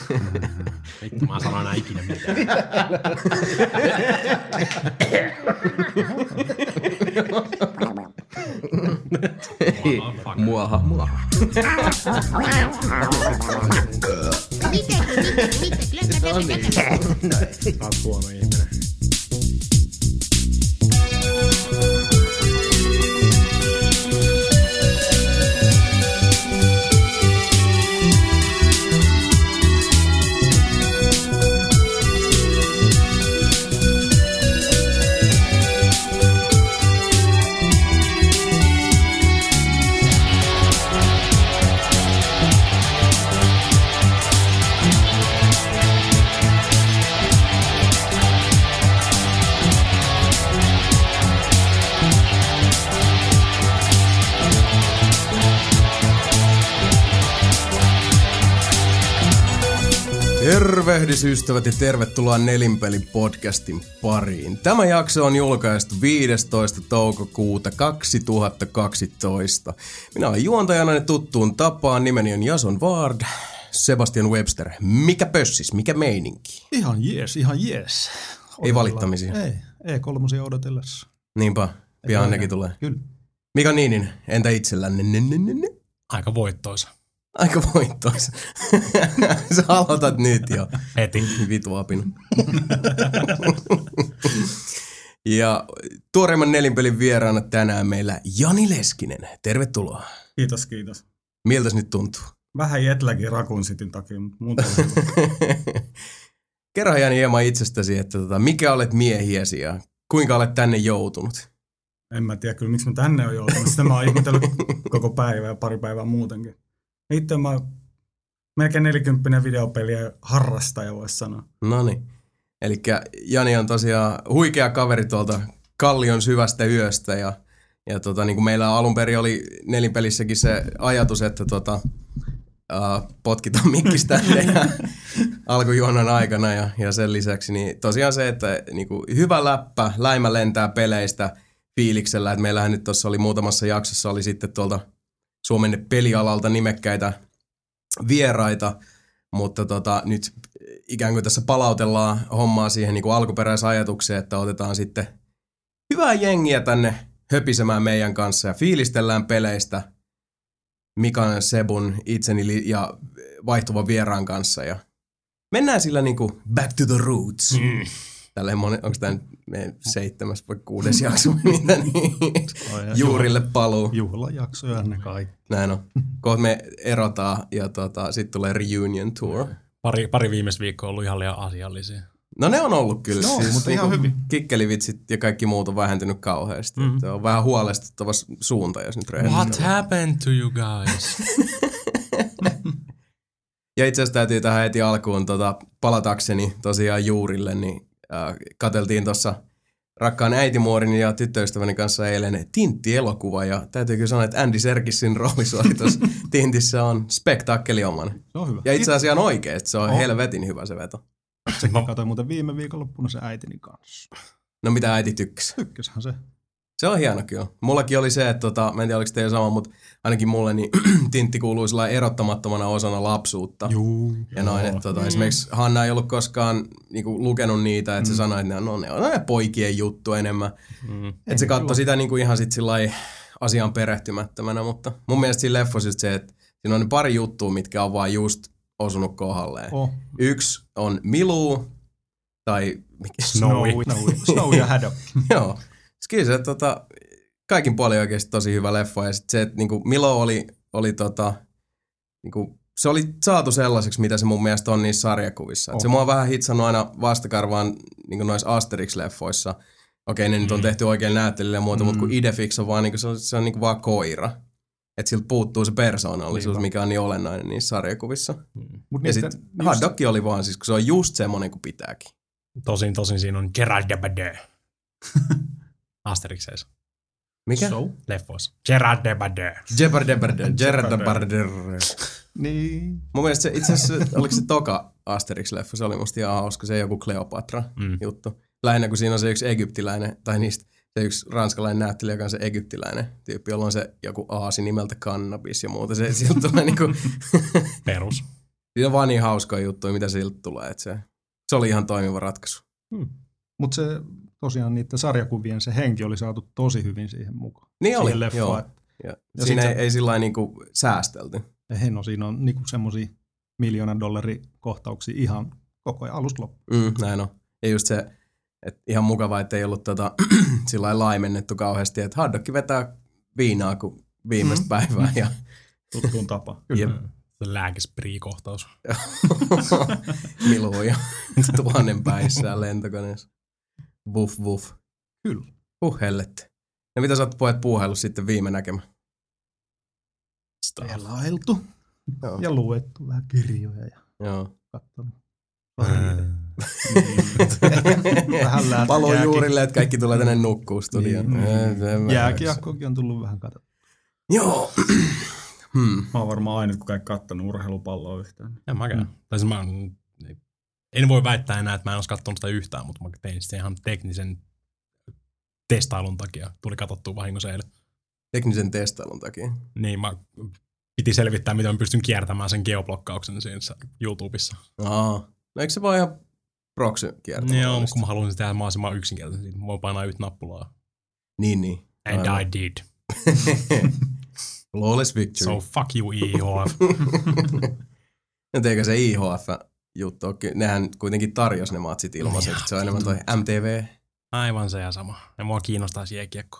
Vittu, mä sanon enää ikinä mitään. Muaha. Oot huono ihminen. Tervehdysystävät ja tervetuloa Nelinpeli-podcastin pariin. Tämä jakso on julkaistu 15. toukokuuta 2012. Minä olen juontajana tuttuun tapaan. Nimeni on Jason Ward. Sebastian Webster. Mikä pössis? Mikä meininki? Ihan jees. Ei valittamisia? Ei E3 odotellessa. Niinpä, pian nekin tulee. Kyllä. Mika Niininen, entä itsellänne? Aika voittoisa. Aika voittoisa. Sä aloitat nyt jo. Heti. Vitu apina. Ja tuoreimman Nelinpelin vieraana tänään meillä Jani Leskinen. Tervetuloa. Kiitos. Miltäs nyt tuntuu? Vähän jetläkin Raccoon Cityn takia, mutta muuten Kerro Jani hieman itsestäsi, että mikä olet miehiäsi ja kuinka olet tänne joutunut? en mä tiedä kyllä, miksi mä tänne on joutunut. Sitä mä oon ihmetellyt koko päivää ja pari päivää muutenkin. Itse mä oon melkein 40 videopeliä harrastaja, voisi sanoa. Noniin. Elikkä Jani on tosiaan huikea kaveri tuolta Kallion syvästä yöstä ja niin kuin meillä alun perin oli Nelinpelissäkin se ajatus, että potkitaan mikkistä ja alkujuonan aikana ja sen lisäksi niin tosiaan se, että niin kuin hyvä läppä, läimä lentää peleistä fiiliksellä, että meillähän nyt tuossa oli muutamassa jaksossa oli sitten tuolta Suomen pelialalta nimekkäitä vieraita, mutta nyt ikään kuin tässä palautellaan hommaa siihen niin kuin alkuperäisajatukseen, että otetaan sitten hyvää jengiä tänne höpisemään meidän kanssa ja fiilistellään peleistä Mikan, Sebun, itseni ja vaihtuvan vieraan kanssa ja mennään sillä niin kuin back to the roots. Tälleen onko tämä nyt meidän 7. vai 6. jakso, mitä niin juurille paluu. Juhlajaksoja ne kaikki. Näin on. Kohta me erotaan ja sitten tulee reunion tour. Pari viimeistä viikkoa on ollut ihan liian asiallisia. No ne on ollut kyllä. No, mutta ihan hyvin. Kikkelivitsit ja kaikki muut on vähentynyt kauheasti. Se on vähän huolestuttava suunta, jos nyt rehellisesti. What happened to you guys? Ja itse asiassa täytyy tähän heti alkuun palatakseni tosiaan juurille, niin katseltiin tuossa rakkaan äitimuorin ja tyttöystäväni kanssa eilen Tintti-elokuva. Ja täytyy kyllä sanoa, että Andy Serkisin roolisuoritus Tintissä on spektaakkeliomainen. Se on hyvä. Ja itse asiassa on oikein, että se on helvetin hyvä se veto. Sekin katsoin muuten viime viikonloppuna se äitini kanssa. No mitä äiti tykkäsi? Tykkäshän se. Se on hieno kyllä. Mullakin oli se, että mä en tiedä oliko teillä sama, mutta ainakin mulle niin Tintti kuului sellainen erottamattomana osana lapsuutta. Juu. Ja noin, että esimerkiksi Hanna ei ollut koskaan niinku lukenut niitä, että se sanoi, että ne on poikien juttu enemmän. Että se katsoi sitä niinku ihan sit sillai asiaan perehtymättömänä, mutta mun mielestä siinä leffossa just se, että siinä on ne pari juttua, mitkä on vaan just osunut kohdalleen. Yksi on Miluu, tai Snowy ja Haddock. Joo. Kyllä se kaikin puolin oikeasti tosi hyvä leffa. Ja sit se, että niinku Milo oli niinku, se oli saatu sellaiseksi, mitä se mun mielestä on niissä sarjakuvissa. Se mua on vähän hitsannut aina vastakarvaan niinku noissa Asterix-leffoissa. Okei, ne nyt on tehty oikein näyttelijälle ja muuta, mutta kun Idefix on vaan niinku, se on niinku vaan koira. Että siltä puuttuu se persoonallisuus, mikä on niin olennainen niissä sarjakuvissa. Ja sitten Haddock oli vaan siis, kun se on just semmoinen kuin pitääkin. Tosin siinä on Gerard Depardieu. Asterixeissa. Mikä? Leffoissa. Gerard Depardieu. Gerard Depardieu. Niin. Mun mielestä se, itse asiassa, oliko se toka Asterix-leffa, se oli musta ihan hauska, se joku Kleopatra-juttu. Lähinnä kun siinä on se yksi egyptiläinen, tai niistä se yksi ranskalainen näyttelijä, joka on se egyptiläinen tyyppi, jolla on se joku aasi nimeltä kannabis ja muuta. Se siltä tulee niinku perus. Siinä on vaan niin hauskoja juttuja, mitä siltä tulee. Että se oli ihan toimiva ratkaisu. Mutta se tosiaan niiden sarjakuvien se henki oli saatu tosi hyvin siihen mukaan. Niin oli, leffaan. joo. Ja siinä ei sillä lailla niinku säästelty. No siinä on niinku semmosia $1 miljoonan kohtauksia ihan koko ajan alusta loppuun. Näin on. Ja just se, että ihan mukavaa, että ei ollut sillä lailla laimennettu kauheasti, että Haddokki vetää viinaa kuin viimeistä päivää. Ja tuttuun tapa. Jep. Se lääkesprii-kohtaus. Miluja 1000 päissään lentokoneessa. Vuff, vuff. Kyllä. Helletti. Ja mitä sä oot pojat puuhaillut sitten viime näkemä? Pelailtu ja luettu vähän kirjoja ja katsonut. Vähän lätkääkin. Palo juurille, että kaikki tulee tänne nukkuu studioon. Jääkiekkokin on tullut vähän katsottu. Joo. Mä oon varmaan ainut, kun ei kattonut urheilupalloa yhtään. En mäkään. Tai siis en voi väittää enää, että mä en olisi katsonut sitä yhtään, mutta mä tein sitä ihan teknisen testailun takia. Tuli katsottua vahingossa eilen. Teknisen testailun takia? Niin, mä piti selvittää, miten mä pystyn kiertämään sen geoblokkauksen siinä YouTubessa. No eikö se vaan ihan proxy kiertämään? Joo, kun mä haluan sitä tehdä mahdollisimman yksinkertaisesti. Mä voin painaa yhtä nappulaa. Niin. And I did. Flawless victory. So fuck you, IHF. Eikö se IHF-juttu, nehän kuitenkin tarjosi ne matsit ilmaiseksi. Se on enemmän toi MTV. Aivan se ja sama. Ja mua kiinnostaa jääkiekko.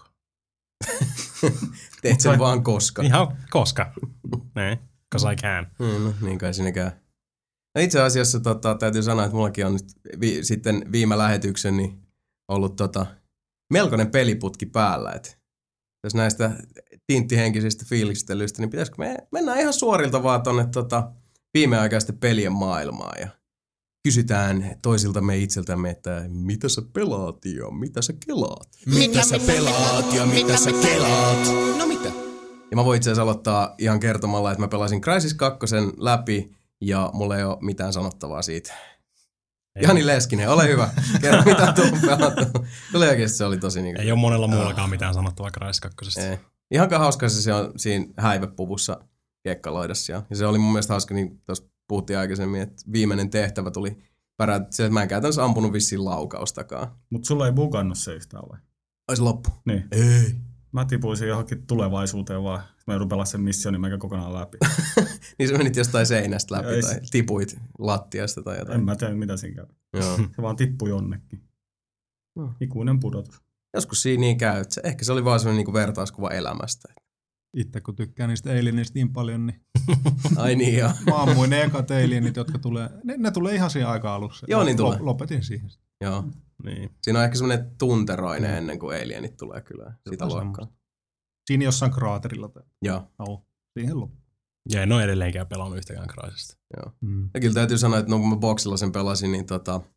Teet sen vaan koska. Ihan koska. Ne, cause I can. No niin kai sinäkään. No itse asiassa täytyy sanoa, että mullakin on nyt sitten viime lähetyksen niin ollut melkoinen peliputki päällä. Et jos näistä tinttihenkisistä fiilistelyistä, niin pitäisikö me mennään ihan suorilta vaan tonne viimeaikaisten pelien maailmaan ja kysytään toisiltamme itseltämme, että mitä sä pelaat ja mitä sä kelaat? Mitä sä pelaat ja mitä sä kelaat? No mitä? Ja mä voin itse asiassa aloittaa ihan kertomalla, että mä pelasin Crysis 2 läpi ja mulla ei ole mitään sanottavaa siitä. Jani Leskinen, ole hyvä. Kerro mitä tuon pelattu. Kyllä oikeasti se oli tosi niin. Ei ole monella muullakaan mitään sanottavaa Crysis 2. Ihan hauska se on siinä häivepuvussa kekkaloidassa. Ja se oli mun mielestä hauska, niin tuossa puhuttiin aikaisemmin, että viimeinen tehtävä tuli päräytetty, että mä en käytännössä ampunut vissiin laukaustakaan. Mut sulla ei bugannut se yhtään vai? Ai se loppu? Niin. Ei. Mä tipuisin johonkin tulevaisuuteen vaan. Mä joudun pelaamaan sen missionin meikä kokonaan läpi. Niin sä menit jostain seinästä läpi tai tipuit lattiasta tai jotain. En mä tiedä mitä siinä käy. Joo. Se vaan tippui jonnekin. Ikuinen pudotus. Joskus siinä niin käy. Ehkä se oli vaan sellainen niin vertauskuva elämästä. Itse kun tykkään niistä alienista niin paljon, niin ai niin joo. mä ammuin ne ekat alienit, jotka tulee, ne tulee ihan siinä aika alussa. Joo, niin tulee. Lopetin siihen. Joo. Niin. Siinä on ehkä semmoinen tunteroinen ennen kuin alienit tulee kyllä. Sitä luokkaa. Siinä jossain kraaterilla. Joo. Siihen loppu. Ja en ole edelleenkään pelannut yhtäkään Crysista. Joo. Ja kyllä täytyy sanoa, että kun mä boksilla sen pelasin, niin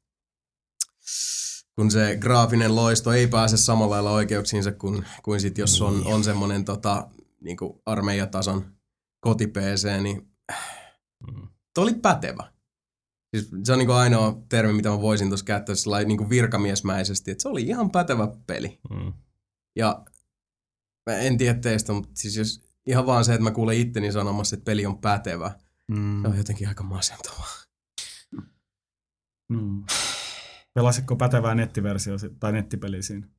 kun se graafinen loisto ei pääse samalla lailla oikeuksiinsa kuin sit jos on semmoinen niinku armeijatason koti-PC, niin toi oli pätevä. Siis se on niinku ainoa termi, mitä mä voisin tuossa käyttää sellainen niinku virkamiesmäisesti, että se oli ihan pätevä peli. Ja mä en tiedä teistä, mutta siis jos ihan vaan se, että mä kuulen itteni sanomassa, että peli on pätevä, se on jotenkin aika masentavaa. Pelasitko pätevää nettiversio tai nettipeliä siinä?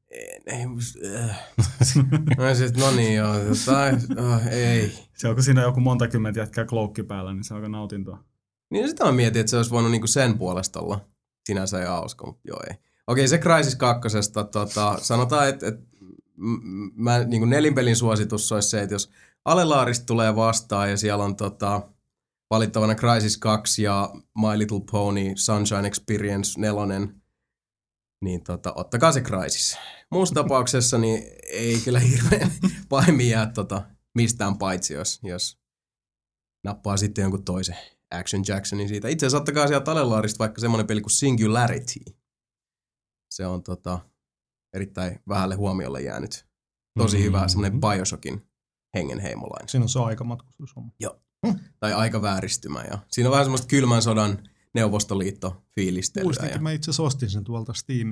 No niin joo, ei. Se on, kun siinä on joku monta kymmentä jätkää kloukki päällä, niin se on aika nautintoa. Niin sitä mä mietin, että se olisi voinut niinku sen puolesta olla sinänsä ja hauska, mutta joo ei. Okei, se Crysis 2. Sanotaan, että mä niinku nelinpelin suositus olisi se, että jos Alelaarista tulee vastaan ja siellä on valittavana Crysis 2 ja My Little Pony Sunshine Experience 4, niin ottakaa se Crysis. Muussa tapauksessa niin ei kyllä hirveän pahemmin jää mistään paitsi, jos nappaa sitten jonkun toisen Action Jacksonin siitä. Itse asiassa ottakaa sieltä Alelaarista vaikka semmoinen peli kuin Singularity. Se on erittäin vähälle huomiolle jäänyt. Tosi hyvä semmoinen Bioshockin hengenheimolainen. Siinä on se aikamatkustushomma. Joo. Tai aikavääristymä. Ja siinä on vähän semmoista kylmän sodan Neuvostoliitto-fiilistelyä. Muistakin, mä itse asiassa ostin sen tuolta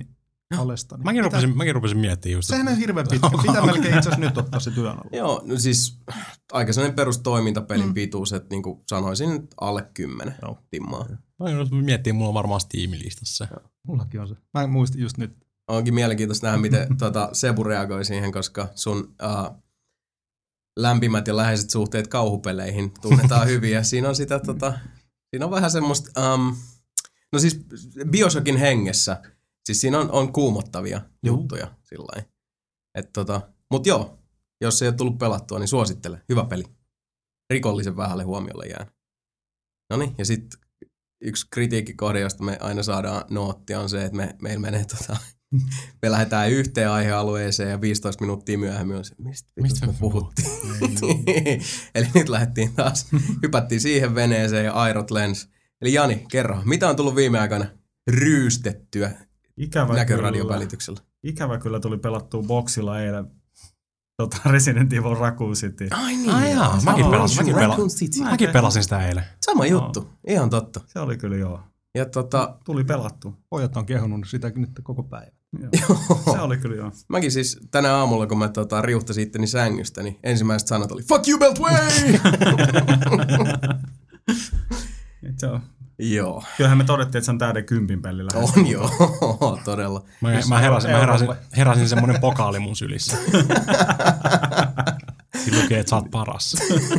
alesta. Mäkin rupesin miettimään just. Sehän on hirveän pitkä. Pitää melkein itse asiassa nyt ottaa se työn alla. Joo, no siis aika sellainen perustoimintapelin pituus, että niin kuin sanoisin nyt alle 10 timmaa. Mä miettii, mulla on varmaan Steam-listassa. Mullakin on se. Mä muistin just nyt. Onkin mielenkiintoista nähdä, miten Sebu reagoi siihen, koska sun lämpimät ja läheiset suhteet kauhupeleihin tunnetaan hyvin. Ja siinä on sitä, siinä on vähän semmoista, no siis Bioshockin hengessä, siis siinä on kuumottavia juttuja sillain. Mut joo, jos ei ole tullut pelattua, niin suosittele. Hyvä peli. Rikollisen vähälle huomiolle jään. Noniin, ja sitten yksi kritiikkikohde, josta me aina saadaan noottia, on se, että meillä menee me lähdetään yhteen aihealueeseen ja 15 minuuttia myöhemmin on se, mistä me puhuttiin. Eli nyt lähdettiin taas, hypättiin siihen veneeseen ja airot lens. Eli Jani, kerro, mitä on tullut viime aikana ryystettyä näköradion välityksellä? Ikävä kyllä tuli pelattua boksilla eilen Resident Evil Raccoon City. Ai niin. Mäkin pelasin sitä eilen. Sama juttu, ihan totta. Se oli kyllä joo. Ja tuli pelattu. Pojat on kehunut sitäkin nyt koko päivä. Se oli kyllä joo. Mäkin siis tänä aamulla, kun mä riuhtasin itteni sängystä, niin ensimmäiset sanat oli Fuck you Beltway! Joo. Kyllähän me todettiin, että se on täyden 10 peli lähes. On joo, todella. Mä heräsin semmonen pokaali mun sylissä. Siinä lukee, että sä oot paras.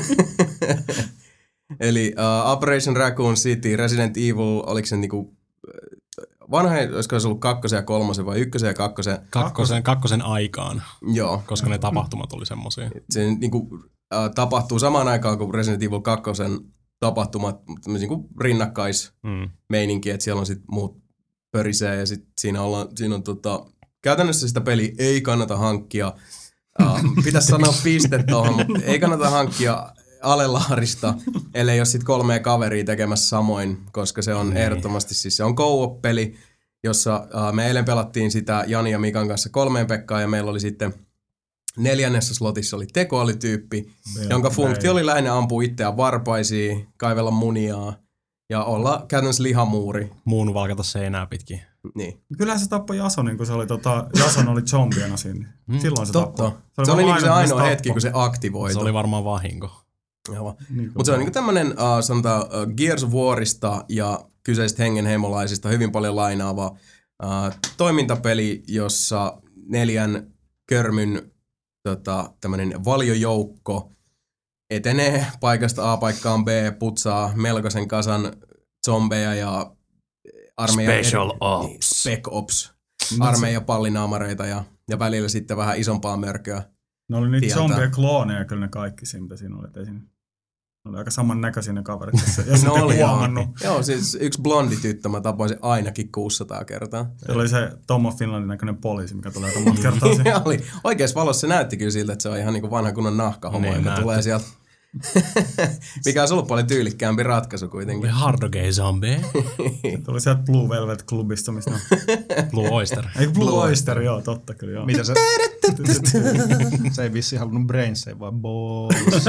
Eli Operation Raccoon City, Resident Evil, oliko se niinku vanha, olisiko se ollut 2 ja 3 vai 1 ja 2? Kakkosen aikaan. Joo. Koska ne tapahtumat oli semmosia. Se niinku tapahtuu samaan aikaan kuin Resident Evil 2 tapahtumat, niinku rinnakkaismeininki, että siellä on sit muut pörisee ja sit siinä on käytännössä sitä peliä ei kannata hankkia. Pitäisi sanoa piste tuohon, mutta ei kannata hankkia alelaarista, ellei ole sit 3 kaveria tekemässä samoin, koska se on ehdottomasti, siis se on co-op-peli, jossa me eilen pelattiin sitä Jani ja Mikan kanssa 3 Pekkaa, ja meillä oli sitten 4. slotissa oli tekoälytyyppi, jonka funktio oli lähinnä ampua itseään varpaisiin, kaivella muniaa ja olla käytännössä lihamuuri. Muun valkata seinää pitkin. Niin. Kyllähän se tappoi Jasonin, kun se oli Jason oli zombiena siinä. Silloin se tappoi. Se oli niinku se ainoa hetki, kun se aktivoitu. Se oli varmaan vahinko. Mutta se on niinku tämmönen sanotaan Gears of Warista ja kyseisistä hengenheimolaisista hyvin paljon lainaava toimintapeli, jossa 4 körmyn tämmönen valiojoukko etenee paikasta A paikkaan B, putsaa melkoisen kasan zombeja ja armeijan Special Ops. Spec Ops. Armeijan pallinaamareita ja välillä sitten vähän isompaa mörköä. Ne oli niitä zombie-klooneja kyllä ne kaikki siinä, mitä siinä oli. Ne oli aika samannäköisiä ne kaverit. Jos no oli huomannut. Joo, siis yksi blondi tyttö, mä tapoin sen ainakin 600 kertaa. Se oli se Tom of Finlandin näköinen poliisi, mikä tulee aika monta kertaa siihen. Oli. Oikeassa valossa se näytti kyllä siltä, että se on ihan niin kuin vanha kunnon nahkahomo, joka tulee sieltä. Mikä olisi ollut paljon tyylikkäämpi ratkaisu kuitenkin. Hardo gay zombie. Tuli sieltä Blue Velvet Clubista, mistä on. Blue Oyster. Ei Blue Oyster, joo, totta kyllä joo. Mitä se? Se ei vissiin halunnut brains, vaan balls.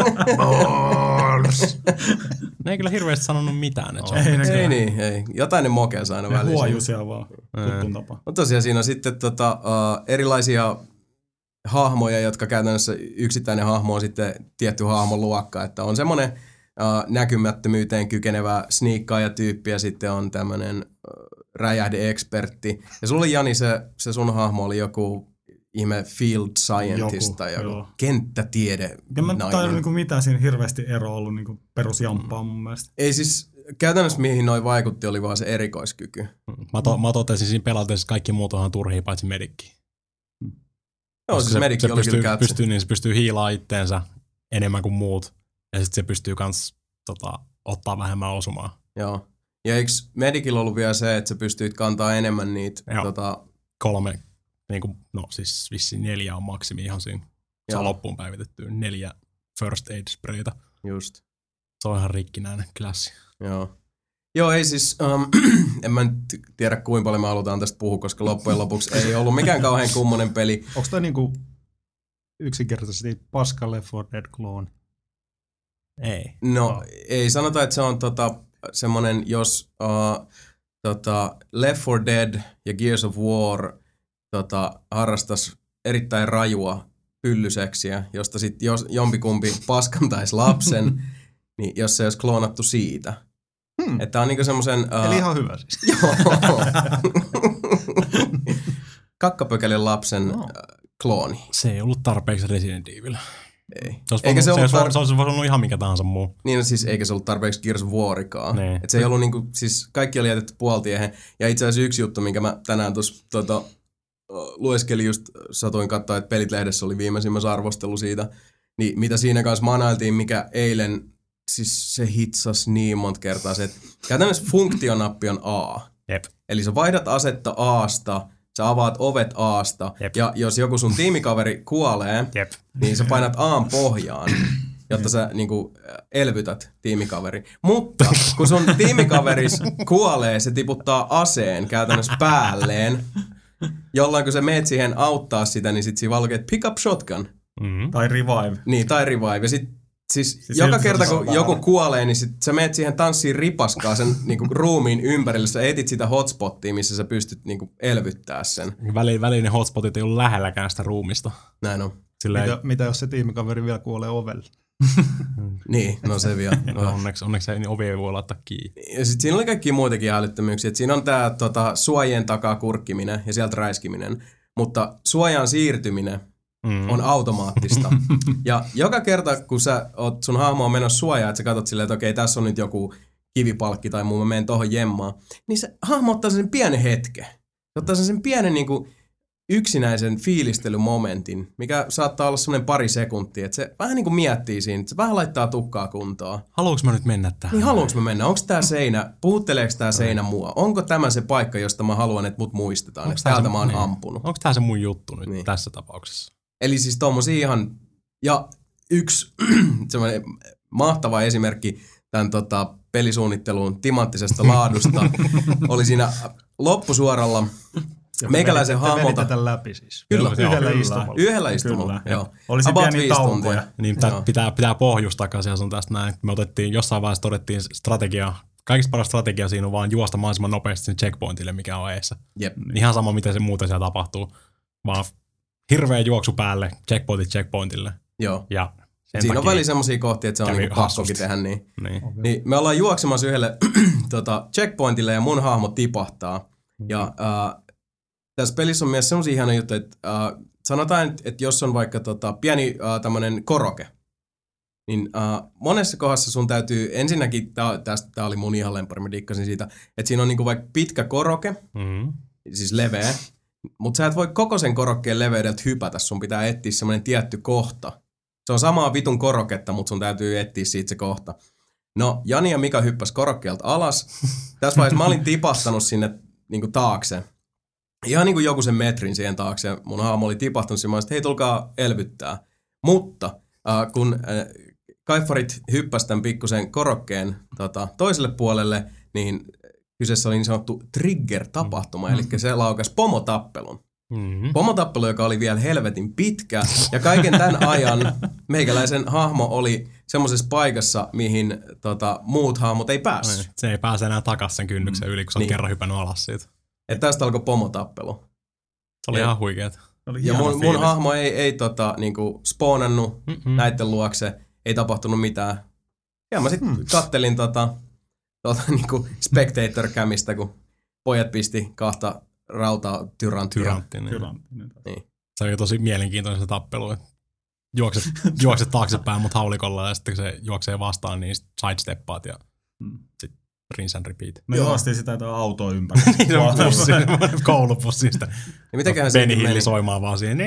Balls. Ne ei kyllä hirveästi sanonut mitään. Ei. Jotain ne mokensa aina välissä. Huojusia vaan, tuttuun tapaan. Mutta tosiaan siinä on sitten erilaisia hahmoja, jotka käytännössä yksittäinen hahmo on sitten tietty hahmon luokka, että on semmoinen näkymättömyyteen kykenevä sniikkaaja-tyyppi ja sitten on tämmöinen räjähde-ekspertti. Ja sulle Jani se sun hahmo oli joku ihme field scientist tai joku kenttätiede. Ja mä tajun niinku mitään siinä hirveästi ero ollut niinku perusjamppaa mun mielestä. Ei siis käytännössä mihin noi vaikutti oli vaan se erikoiskyky. Mä totesin siinä pelatessa, kaikki muut onhan turhia paitsi medikki. Joo, siis medikki oli kyllä käytössä. Se pystyy hiilaamaan itteensä enemmän kuin muut. Ja sitten se pystyy kans ottaa vähemmän osumaa. Joo. Ja eikö medikillä ollut vielä se, että sä pystyit kantaa enemmän niitä? 3, niinku, no siis vissiin 4 on maksimi ihan siinä. Saa loppuun päivitettyä 4 first aid sprayta. Just. Se on ihan rikkinäinen klassi. Joo, ei siis, en mä nyt tiedä kuinka paljon me halutaan tästä puhua, koska loppujen lopuksi ei ollut mikään kauhean kummonen peli. Onko toi niinku yksinkertaisesti paska Left 4 Dead clone? Ei. No, ei sanota, että se on semmonen, jos Left 4 Dead ja Gears of War harrastas erittäin rajua pyllyseksiä, josta sitten jompikumpi paskantaisi lapsen, niin jos se olisi kloonattu siitä. Että on niinku semmoisen... Eli ihan hyvä siis. Joo. Kakkapökelin lapsen klooni. Se ei ollut tarpeeksi Resident Evil. Ei. Se olisi ollut ihan mikä tahansa muu. Niin no siis eikä se ollut tarpeeksi Gears of Warikaan. Niin. Et se ei ollut niinku, siis kaikki oli jätetty puoltiehen. Ja itse asiassa yksi juttu, minkä mä tänään tuossa lueskelin just, satoin katsoa, että Pelit-lehdessä oli viimeisimmässä arvostelu siitä. Niin mitä siinä kanssa manailtiin, mikä eilen, siis se hitsasi niin monta kertaa se, että käytännössä funktionappi on A. Jep. Eli sä vaihdat asetta A:sta, sä avaat ovet A:sta, ja jos joku sun tiimikaveri kuolee, niin sä painat A:n pohjaan, jotta sä niinku elvytät tiimikaveri. Mutta kun sun tiimikaveris kuolee, se tiputtaa aseen käytännössä päälleen, jolloin kun sä meet siihen auttaa sitä, niin sit siinä vaan lukee, että pick up shotgun. Mm-hmm. Tai revive. Niin, tai revive. Ja sit siis joka kerta, kun joku kuolee, niin sit sä meet siihen tanssiin ripaskaa sen niinku ruumiin ympärille. Sä etit sitä hotspottia, missä sä pystyt niinku elvyttää sen. Väliin ne hotspotit ei ollut lähelläkään sitä ruumista. Näin on. Mitä jos se tiimikaveri vielä kuolee ovelle? Niin, no se vielä. No. Onneksi se ovi ei voi laittaa kiinni. Ja sit siinä oli kaikkia muitakin älyttömyyksiä. Et siinä on tää suojien takaa kurkkiminen ja sieltä räiskiminen. Mutta suojaan siirtyminen on automaattista. Ja joka kerta, kun sun hahmo on menossa suojaan, että sä katsot silleen, että okei, tässä on nyt joku kivipalkki tai muu, mä menen tohon jemmaan, niin se hahmo ottaa sen pienen hetken. Se ottaa sen pienen niinku yksinäisen fiilistelymomentin, mikä saattaa olla semmoinen pari sekuntia, että se vähän niinku miettii siinä, että se vähän laittaa tukkaa kuntoon. Haluuks mä nyt mennä tähän? Niin haluuks mä mennä? Onks tää seinä, puhutteleeks tää seinä mua? Onko tämä se paikka, josta mä haluan, että mut muistetaan, että täältä mä oon ampunut? Onko tää se mun juttu nyt tässä tapauksessa? Eli siis tommosia ihan, ja yksi semmoinen mahtava esimerkki tämän pelisuunnittelun timanttisesta laadusta oli siinä loppusuoralla meikäläisen hahmolta. Tätä läpi siis. Kyllä. Yhdellä istumalla. Joo. Olisi pieni taukoja. Niin, pitää pohjustaa asiaa sun tästä näin. Me otettiin, jossain vaiheessa todettiin strategia. Kaikista paras strategia siinä on vaan juosta mahdollisimman nopeasti sen checkpointille, mikä on eessä. Jep. Ihan sama, miten se muuten siellä tapahtuu. Vaan hirveä juoksu päälle, checkpointille. Joo. Ja siinä on väliin semmosia kohtia, että se on niinku pakkokin tehdä niin. Niin me ollaan juoksemassa yhdelle checkpointille ja mun hahmo tipahtaa. Ja tässä pelissä on myös semmosia ihana juttuja, että sanotaan, että jos on vaikka pieni tämmönen koroke, niin monessa kohdassa sun täytyy, ensinnäkin, tää oli mun ihan lempari, mä dikkasin siitä, että siinä on niinku vaikka pitkä koroke, siis leveä, mutta sä et voi koko sen korokkeen leveydeltä hypätä, sun pitää etsiä semmoinen tietty kohta. Se on samaa vitun koroketta, mutta sun täytyy etsiä siitä se kohta. No, Jani ja Mika hyppäs korokkeelta alas. Tässä vaiheessa mä olin tipahtanut sinne niinku taakse. Ihan niin kuin joku sen metrin siihen taakse. Mun hahmo oli tipahtanut sinne, että hei, tulkaa elvyttää. Mutta kun kaiffarit hyppäs tämän pikkusen korokkeen toiselle puolelle, niin kyseessä oli niin sanottu trigger-tapahtuma, eli se laukasi pomotappelun. Pomotappelu, joka oli vielä helvetin pitkä, ja kaiken tämän ajan meikäläisen hahmo oli semmoisessa paikassa, mihin muut hahmot ei päässyt. Se ei pääse enää takaisin sen kynnyksen yli, kun sä oot kerran hypännyt alas siitä. Että tästä alkoi pomotappelu. Se oli ihan huikeeta. Ja mun hahmo ei niinku spoonannut näitten luokse, ei tapahtunut mitään. Ja mä sitten kattelin niinku spectator-kämistä, kun pojat pisti kahta rautaa tyranttia. Niin. Se oli tosi mielenkiintoinen se tappelu. Juokset taaksepäin mut haulikolla ja sitten kun se juoksee vastaan, niin sidesteppaat ja sitten rinse and repeat. Me juostiin sitä autoa ympäri. Koulupussista. Benny Hilli soimaan vaan siihen.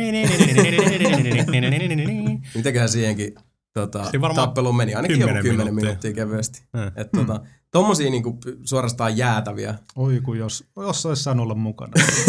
Mitäköhän siihenkin tappeluun meni? Ainakin joku 10 minuuttia kevyesti. Tommosia niinku suorastaan jäätäviä. Oi kun jos olisi saanut olla mukana.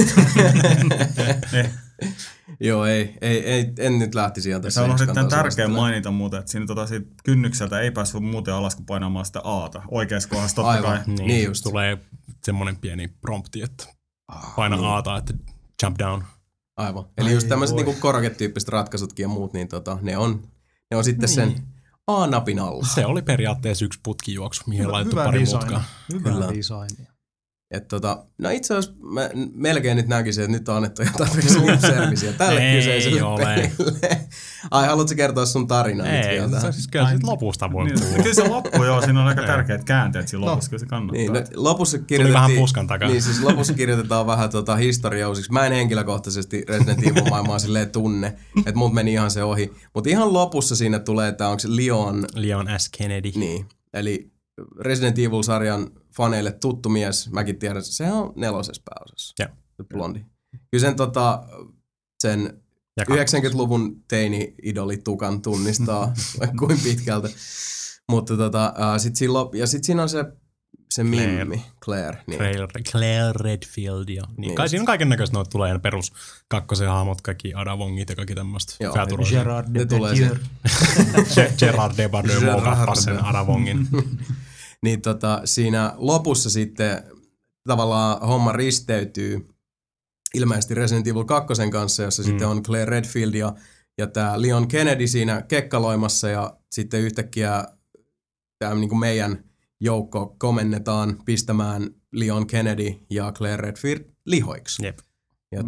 Joo, en nyt lähtisi sieltä. Se on sitten tärkeä mainita muuten, että siinä siitä kynnykseltä ei päässyt muuten alas kuin painamaan sitä A:ta. Oikeassa kohdassa totta kai. Niin just. Tulee semmoinen pieni prompti, että paina A:ta, että jump down. Aivan. Eli just tämmöiset niinku koroketyyppiset ratkaisutkin ja muut, niin ne on sitten sen A-napin alla. Se oli periaatteessa yksi putkijuoksu, mihin on laitettu pari mutkaa. Hyvä designia. No itse asiassa mä melkein nyt näkisin, että nyt on annettu jotain lip-serviceä tälle kyseiselle pelille. Ai, haluatko kertoa sun tarinaa? Ei, siis kyllä siitä lopusta voi puhua. Kyllä se loppu, joo, siinä on aika tärkeät käänteet siinä lopussa, kyllä se kannattaa. Niin, lopussa tuli vähän puskan takaa. Niin, siis lopussa kirjoitetaan vähän historiaa uusiksi. Mä en henkilökohtaisesti Resident Evil maailmaa silleen tunne, että mut meni ihan se ohi. Mutta ihan lopussa siinä tulee, että onko se Leon S. Kennedy. Niin, eli Resident Evil-sarjan faneille tuttu mies, mäkin tiedän, se on 4. pääosassa. Joo. Blondi. Kyllä sen 90-luvun teini-idoli Tukan tunnistaa kuin pitkältä. Mutta sit siinä on se mimmi, Claire. Niin. Claire Redfield. Ja. Niin. Kai siinä on kaiken näköistä, noita tulee perus kakkosen hahmot, kaikki Ada Wongit ja kaikki tämmöistä. Gerard Depardieu. Gerard Depardieu muokattaa sen Ada Wongin. Niin siinä lopussa sitten tavallaan homma risteytyy ilmeisesti Resident Evil 2 kanssa, jossa sitten on Claire Redfield ja tämä Leon Kennedy siinä kekkaloimassa ja sitten yhtäkkiä tämä niin kuin meidän joukko komennetaan pistämään Leon Kennedy ja Claire Redfield lihoiksi. Jep. Ja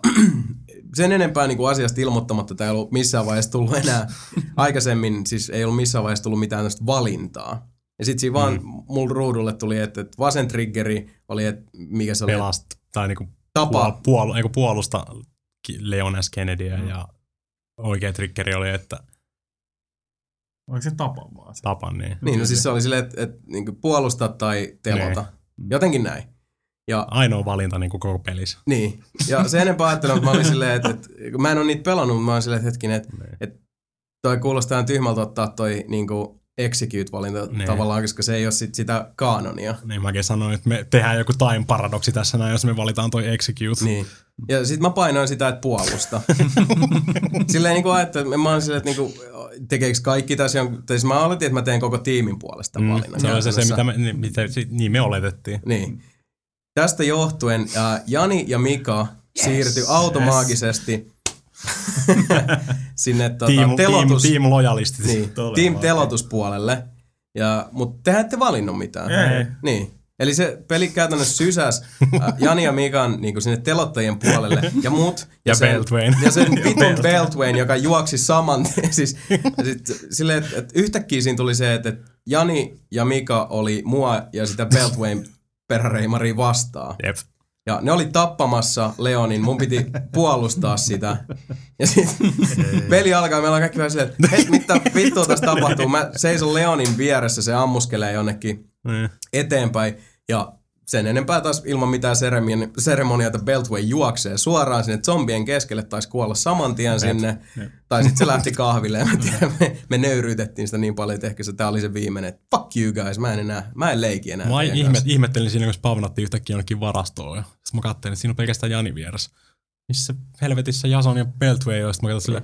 sen enempää niin kuin asiasta ilmoittamatta tämä ei ollut missään vaiheessa tullut enää aikaisemmin, siis ei ollut missään vaiheessa tullut mitään tästä valintaa. Ja sit siinä vaan mulla ruudulle tuli, että vasen triggeri oli, että mikä se oli? Tai niinku puolusta Leon S. Kennedyä ja oikea triggeri oli, että oliko se tapa vaan? Tapan, niin. Niin, no siis se oli silleen, että niinku puolusta tai telota. Jotenkin näin. Ja ainoa valinta niin kuin koko pelissä. Niin. Ja se enempää ajattelin, että mä olin silleen, että mä en ole niitä pelannut, mutta mä olin silleen, että hetkinen, että toi kuulostaa tyhmältä ottaa toi niinku execute-valinta tavallaan, koska se ei ole sitä kaanonia. Niin mäkin sanoin, että me tehdään joku time paradoksi tässä näin, jos me valitaan toi execute. Niin. Ja sit mä painoin sitä, että puolusta. Silleen niinku ajattelin, mä olin silleen, että niinku, tekeekö kaikki tässä, siis mä oletin, että mä teen koko tiimin puolesta valinnan. Se on se, mitä me oletettiin. Niin. Tästä johtuen Jani ja Mika siirtyi automaagisesti sinne team lojalistit. Niin, team telotuspuolelle. Mutta te ette valinnut mitään. Ei. Niin. Eli se peli käytännössä sysäs Jani ja Mikan niin sinne telottajien puolelle ja mut. Ja Beltwain. Ja sen vitun Beltwain, joka juoksi saman tien. Siis, silleen, että yhtäkkiä siinä tuli se, että Jani ja Mika oli mua ja sitä Beltwain peräreimaria vastaan. Jep. Ja ne oli tappamassa Leonin, mun piti puolustaa sitä. Ja sitten peli alkaa, meillä on kaikki vähän silleen, että mitä vittua tässä tapahtuu. Mä seison Leonin vieressä, se ammuskelee jonnekin eteenpäin. Ja sen enempää taas ilman mitään seremoniata Beltway juoksee suoraan sinne zombien keskelle, taisi kuolla saman tien sinne. Tai sitten se lähti kahville ja me nöyryytettiin sitä niin paljon, että ehkä tämä oli se viimeinen, että fuck you guys, mä en leiki enää. Mä ihmettelin siinä, kun spawnattiin yhtäkkiä jonnekin varastoon. Ja sitten mä katselin, että siinä on pelkästään Jani vieressä. Missä helvetissä Jason ja Beltway on? Sitten mä katsoin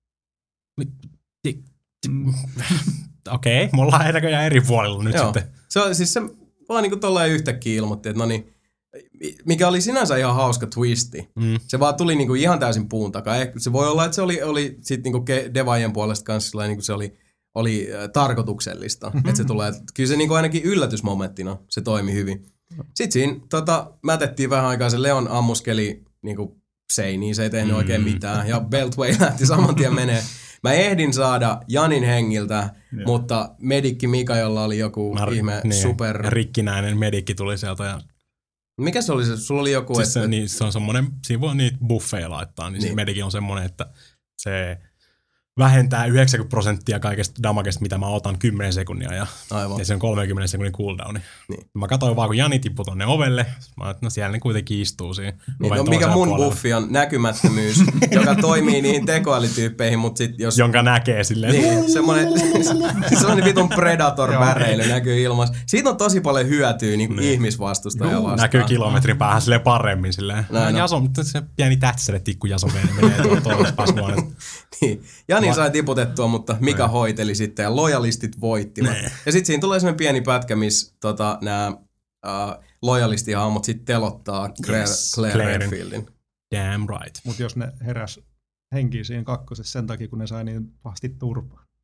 silleen, okei, me ollaan näköjään eri puolilla nyt sitten. Se on siis se vaan niin kuin tolleen yhtäkkiä ilmoitti, että no niin, mikä oli sinänsä ihan hauska twisti. Se vaan tuli niin kuin ihan täysin puun takaa. Se voi olla, että se oli sitten niin kuin Devajen puolesta kanssa niin kuin se oli tarkoituksellista. Että se tulee, kyllä se niin kuin ainakin yllätysmomenttina se toimi hyvin. Sitten siinä mätettiin vähän aikaa, se Leon ammuskeli niin kuin seiniin, se ei tehnyt oikein mitään. Ja Beltway lähti saman tien menee. Mä ehdin saada Janin hengiltä, mutta medikki Mika, jolla oli joku ihme super... Rikkinäinen medikki tuli sieltä. Ja mikä se oli? Sulla oli joku... Siis se on semmoinen, siinä voi niitä buffeja laittaa, niin se medikki on semmoinen, että se vähentää 90% kaikesta damagesta, mitä mä otan 10 sekunnia ja se on 30 sekunnin cooldowni. Niin. Mä katsoin vaan, kun Jani tippui tonne ovelle, mä että no siellä ne kuitenkin istuu siinä. Niin, no mikä mun buffi on näkymättömyys, joka toimii niihin tekoälytyyppeihin, mutta sit jos... Jonka näkee silleen. Niin, semmoinen vitun Predator-väreily näkyy ilmassa. Siitä on tosi paljon hyötyä niin ihmisvastustajaa vastaan. Näkyy kilometrin päähän silleen paremmin silleen. Jason, mutta se pieni tätsele tikku Jason menee tuolla pasmuun. Niin. Jani sai tiputettua, mutta Mika hoiteli sitten ja lojalistit voittivat. Ja sitten siinä tulee semmoinen pieni pätkä, missä nämä lojalistihahmot sitten telottaa Claire Redfieldin. Damn right. Mutta jos ne heräs henkiin siinä kakkosessa sen takia, kun ne sai niin pahasti turpaa.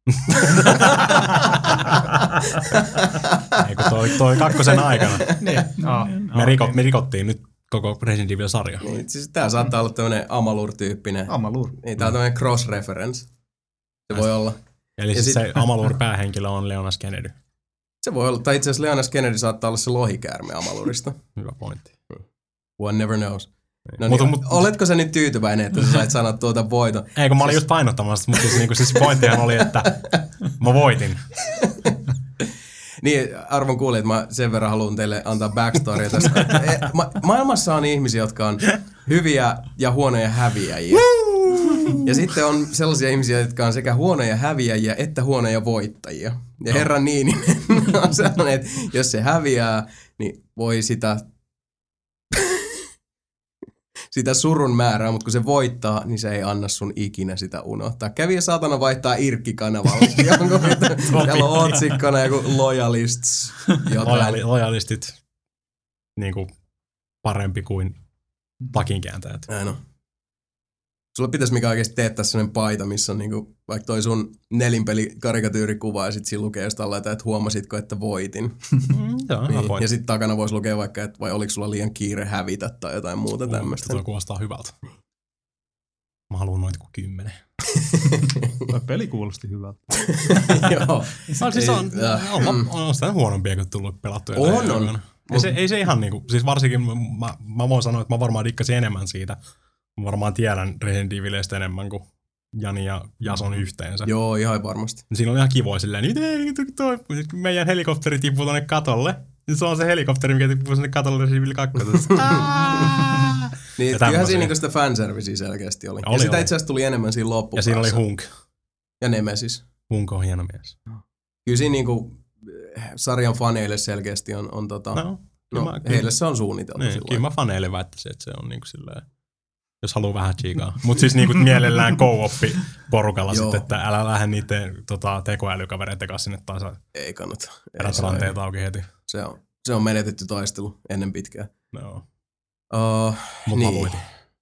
Eikö toi kakkosen aikana? Me rikottiin nyt koko Resident Evil-sarja. Niin, siis tää saattaa olla tämmönen Amalur-tyyppinen. Amalur. Niin, tää on tämmönen cross-reference. Se voi olla. Eli siis se Amalur-päähenkilö on Leonas Kennedy. Se voi olla, tai itse asiassa Leonas Kennedy saattaa olla se lohikäärme Amalurista. Hyvä pointti. One never knows. No niin, oletko sä nyt tyytyväinen, että sä sait sanoa tuota voiton? Ei, kun mä olin just painottamassa, mutta siis pointtihan oli, että mä voitin. Niin, arvon kuulijat, mä sen verran haluan teille antaa backstoria tästä. Maailmassa on ihmisiä, jotka on hyviä ja huonoja häviäjiä. Ja sitten on sellaisia ihmisiä, jotka on sekä huonoja häviäjiä että huonoja voittajia. Ja herra Niininen on sellainen, että jos se häviää, niin voi sitä surun määrää, mutta kun se voittaa, niin se ei anna sun ikinä sitä unohtaa. Kävi saatana vaihtaa Irkki-kanavalle. Täällä on otsikkona joku Loyalists. Loyalistit niinku parempi kuin takinkääntäjät. Näin on. Sulla pitäisi mikä oikeasti teettää sellainen paita, missä on niinku, vaikka toi sun nelinpeli-karikatyyrikuva ja sit siinä lukee jostain laita, että huomasitko, että voitin. Joo, niin. Ja sit takana voisi lukea vaikka, että vai oliko sulla liian kiire hävitä tai jotain muuta tämmöistä. Tuo kuulostaa hyvältä. Mä haluan noin kuin 10. Toi peli kuulosti hyvältä. Joo. On sitä huonompia, kun tullut pelattuja. On. Ei se ihan niinku, siis varsinkin mä voin sanoa, että mä varmaan dikkasin enemmän siitä. Mä varmaan tiedän Resident Evilistä enemmän kuin Jani ja Jason yhteensä. Joo, ihan varmasti. Siinä oli ihan kivoa silleen, että meidän helikopteri tippuu tonne katolle. Se on se helikopteri, mikä tippuu sinne katolle Resident Evil 2. Niin, kyllähän siinä niinku sitä fanservicea selkeästi oli. Ja sitä itse asiassa tuli enemmän siinä loppupäässä. Ja siinä oli Hunk. Ja Nemesis. Hunk on hieno mies. Kyllä siinä niinku sarjan faneille selkeästi on heille se on suunniteltu niin, silloin. Kyllä mä faneille väittäisin, että se on niinku silleen, jos haluaa vähän chiikaa. Mutta siis niinku mielellään co-oppi porukalla sitten, että älä lähde niiden tekoälykavereiden kanssa sinne taas. Ei kannata. Erätilanteet auki heti. Se on menetetty taistelu ennen pitkään. No. Mutta niin. Mä voitin.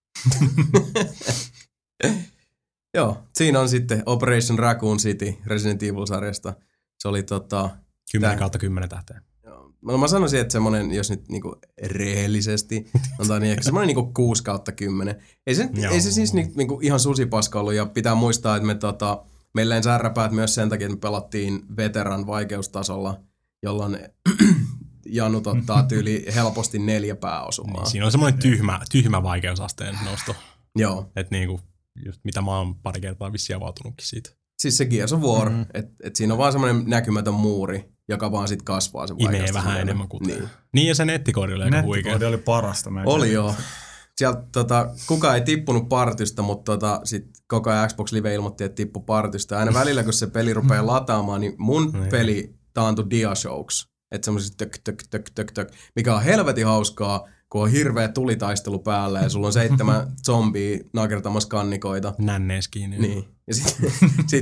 Joo, siinä on sitten Operation Raccoon City Resident Evil-sarjasta. Se oli 10/10 tähteä. No mä sanoisin, että semmonen, jos nyt niinku rehellisesti, on niin ehkä semmonen niinku 6/10. Ei se siis niinku ihan susipaska ollut, ja pitää muistaa, että meillä ei särräpäät myös sen takia, että me pelattiin veteran vaikeustasolla, jolloin Janut ottaa tyyli helposti 4 pääosumaa. Niin, siinä on semmoinen tyhmä vaikeusasteen nosto. Joo. Että niinku, just mitä mä oon pari kertaa vissiin avautunutkin siitä. Siis se Gears of War, että siinä on vaan semmoinen näkymätön muuri, joka vaan sit kasvaa se vaikeustasona. Imee vähän enemmän kuin niin, ja se nettikoodi oli aika huikea. Nettikoodi oli parasta. Oli joo. Sieltä kukaan ei tippunut partysta, mutta sit koko ajan Xbox Live ilmoitti, että tippu partysta. Aina välillä, kun se peli rupeaa lataamaan, niin mun peli taantui Diashokes. Että semmoiset tök, mikä on helvetin hauskaa, kun on hirveä tulitaistelu päällä ja sulla on 7 zombia nakertamassa kannikoita. Nännees kiinni. Niin. Ja sit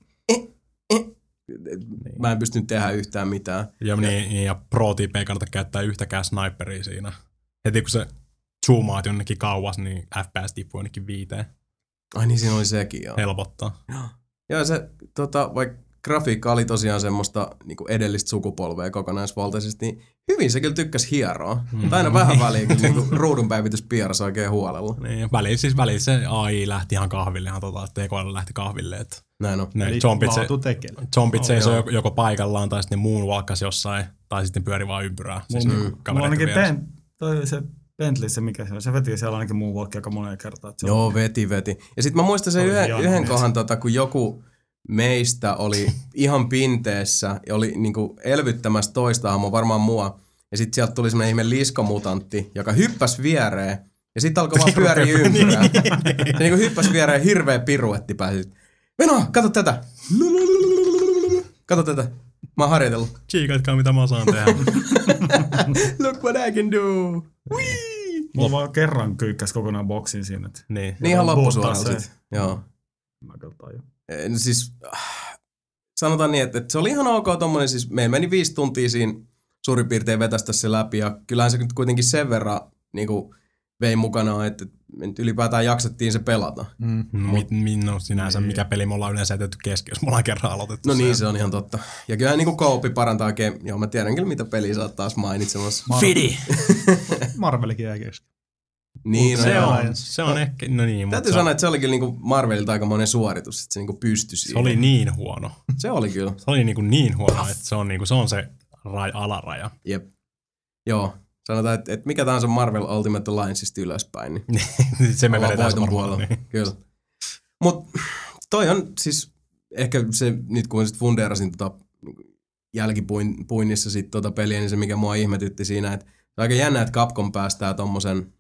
mä en pystynyt tehdä yhtään mitään. Ja pro-tip ei kannata käyttää yhtäkään sniperia siinä. Heti kun se zoomaat jonnekin kauas, niin FPS tippuu jonnekin 5. Ai niin, siinä oli sekin, joo. Helpottaa. Joo, se vaikka grafiikka oli tosiaan semmoista niinku edellistä sukupolvea kokonaisvaltaisesti, niin hyvin se kyllä tykkäsi hieroa. Mutta aina vähän väliin, kun niinku ruudunpäivitys pierasi oikein huolella. Niin, väliin se AI lähti ihan kahville, ihan TKL lähti kahville. Että näin on. Ne zombit seisoo joko paikallaan, tai sitten ne moonwalkasi jossain, tai sitten pyöri vaan ympyrää. Siis mulla ainakin se Bentley, se mikä se on, se veti siellä ainakin moonwalkia aika monen kertaa. Joo, veti. Ja sitten mä muistan sen yhden kohan, kun joku meistä oli ihan pinteessä ja oli niinku elvyttämässä toista hahmoa, varmaan mua. Ja sitten sieltä tuli semmoinen ihme liskomutantti, joka hyppäsi viereen. Ja sitten alkoi vaan pyöriä ympyrää. Se niinku hyppäsi viereen, hirveä piruetti pääsi. Veno, kato tätä! Kato tätä. Mä oon harjoitellut. Tsiikaitkaa mitä mä osaan tehdä. Look what I can do! Mulla vaan kerran kyykkäs kokonaan boksin siinä. Niin ihan loppusuoralla sit. Joo. Mä kyllä tajun. Siis sanotaan niin, että se oli ihan ok tommonen, siis meillä meni 5 tuntia siinä suurin piirtein vetästä se läpi, ja kyllähän se kuitenkin sen verran niin kuin vei mukanaan, että me nyt ylipäätään jaksettiin se pelata. No sinänsä mikä peli me ollaan yleensä jätetty kesken, jos me ollaan kerran aloitettu. No niin, se on ihan totta. Ja kyllä niinku co-opi parantaa Joo, mä tiedän kyllä mitä peliä sä oot taas mainitsemassa. Fidi! Marvelikin jäi kesken. Niin, se on ehkä, no niin. Täytyy sanoa, että se oli kyllä niinku Marvelilta aika monen suoritus, että se niinku pystyi siihen. Se oli niin huono. Se oli kyllä. Se oli niin huono, että se on se alaraja. Jep. Joo. Sanotaan, että mikä tahansa Marvel Ultimate Allianceista ylöspäin, niin se me vedetään voiton puolella. Niin. Kyllä. Mut toi on siis ehkä se, nyt kun sit fundeerasin jälkipuinnissa sit peliä, niin se mikä mua ihmetytti siinä, että on aika jännä, että Capcom päästää tommosen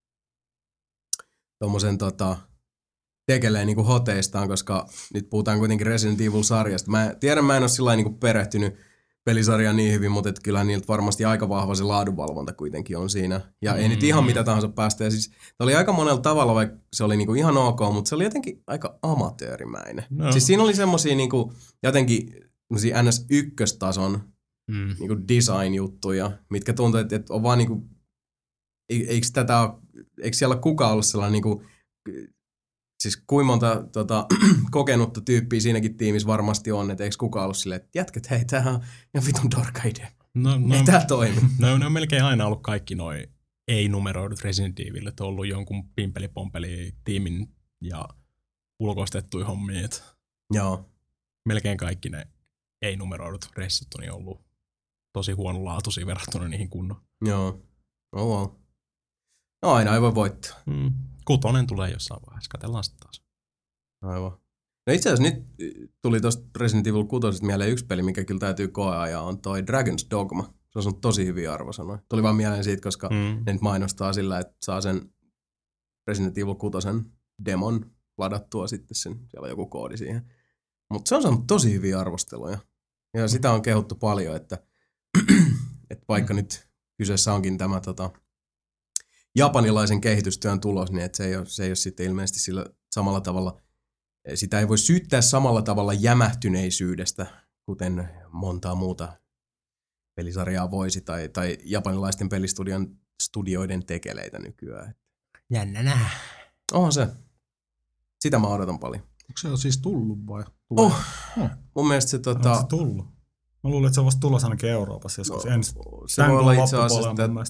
tekelee niinku hoteistaan, koska nyt puhutaan kuitenkin Resident Evil-sarjasta. Mä en ole sillä niinku perehtynyt pelisarjaan niin hyvin, mutta kyllähän niiltä varmasti aika vahva se laadunvalvonta kuitenkin on siinä. Ja ei nyt ihan mitä tahansa päästä. Ja siis oli aika monella tavalla, vaikka se oli niinku ihan ok, mutta se oli jotenkin aika amatöörimäinen. No. Siis siinä oli semmosia niinku jotenkin NS1-tason niinku design-juttuja, mitkä tuntui, että on vaan niinku, eikö siellä ole kukaan ollut sellainen niinku, siis kuinka monta kokenutta tyyppiä siinäkin tiimissä varmasti on, että eikö kukaan ollut silleen, että jätkät, hei, tämähän on ihan vitun dorka idea. Ei tää toimi. Ne on melkein aina ollut kaikki noi ei-numeroidut Resident Evil, että on ollut jonkun pimpeli-pompeli-tiimin ja ulkoistettuja hommia. Joo. Melkein kaikki ne ei-numeroidut Resident on ollut tosi huonolaatuisia verrattuna niihin kunnon. Joo. Oh well. No aina ei voi voittaa. 6 tulee jossain vaiheessa, katsellaan sitten taas. Aivan. No itse asiassa nyt tuli tuosta Resident Evil 6 mieleen yksi peli, mikä kyllä täytyy koeajaa, on toi Dragon's Dogma. Se on tosi hyviä arvosanoja. Tuli vaan mieleen siitä, koska ne nyt mainostaa sillä, että saa sen Resident Evil 6 demon ladattua sitten sen, siellä on joku koodi siihen. Mutta se on saanut tosi hyviä arvosteluja. Ja sitä on kehuttu paljon, että vaikka nyt kyseessä onkin tämä japanilaisen kehitystyön tulos, niin että se ei ole sitten ilmeisesti sillä samalla tavalla, sitä ei voi syyttää samalla tavalla jämähtyneisyydestä, kuten montaa muuta pelisarjaa voisi, tai japanilaisten pelistudioiden tekeleitä nykyään. Jännä nähdä. Onhan se. Sitä mä odotan paljon. Onko se siis tullut vai? Mun mielestä se Onko se tullut? Mä luulen, että se on vasta tulossa ainakin Euroopassa joskus ensi. Se voi olla itse asiassa,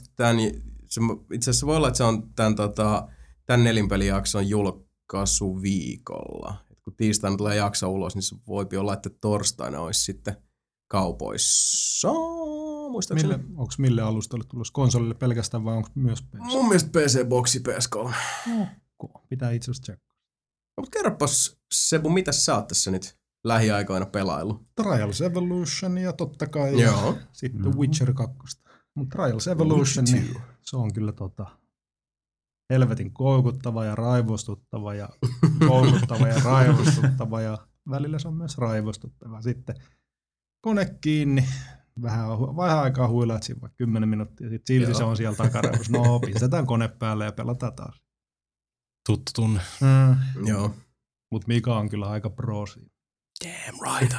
itse asiassa voi olla, että se on tämän nelinpelijakson julkaisuviikolla. Et kun tiistaina tulee jakso ulos, niin se voi olla, että torstaina olisi sitten kaupoissa. Muistaakseni. Onko mille alustalle tulossa? Konsolille pelkästään vai onko myös PC? Mun mielestä PC-boksi PS3. Pitää itse asiassa tsekkaa. No, mutta kerropas Sebu, mitä sä oot tässä nyt lähiaikoina pelailu? Trials Evolution ja totta kai Joo. Sitten Witcher 2. Mutta Trials Evolution, niin se on kyllä helvetin koukuttava ja raivostuttava ja koukuttava ja raivostuttava ja välillä se on myös raivostuttava. Sitten kone kiinni, vähän aikaa huilaat siinä vaikka 10 minuuttia, sitten silti se on siellä takaraivos. No, pistetään kone päälle ja pelataan taas. Tuttu tunne. Joo. Mut Mika on kyllä aika pro siinä. Damn right.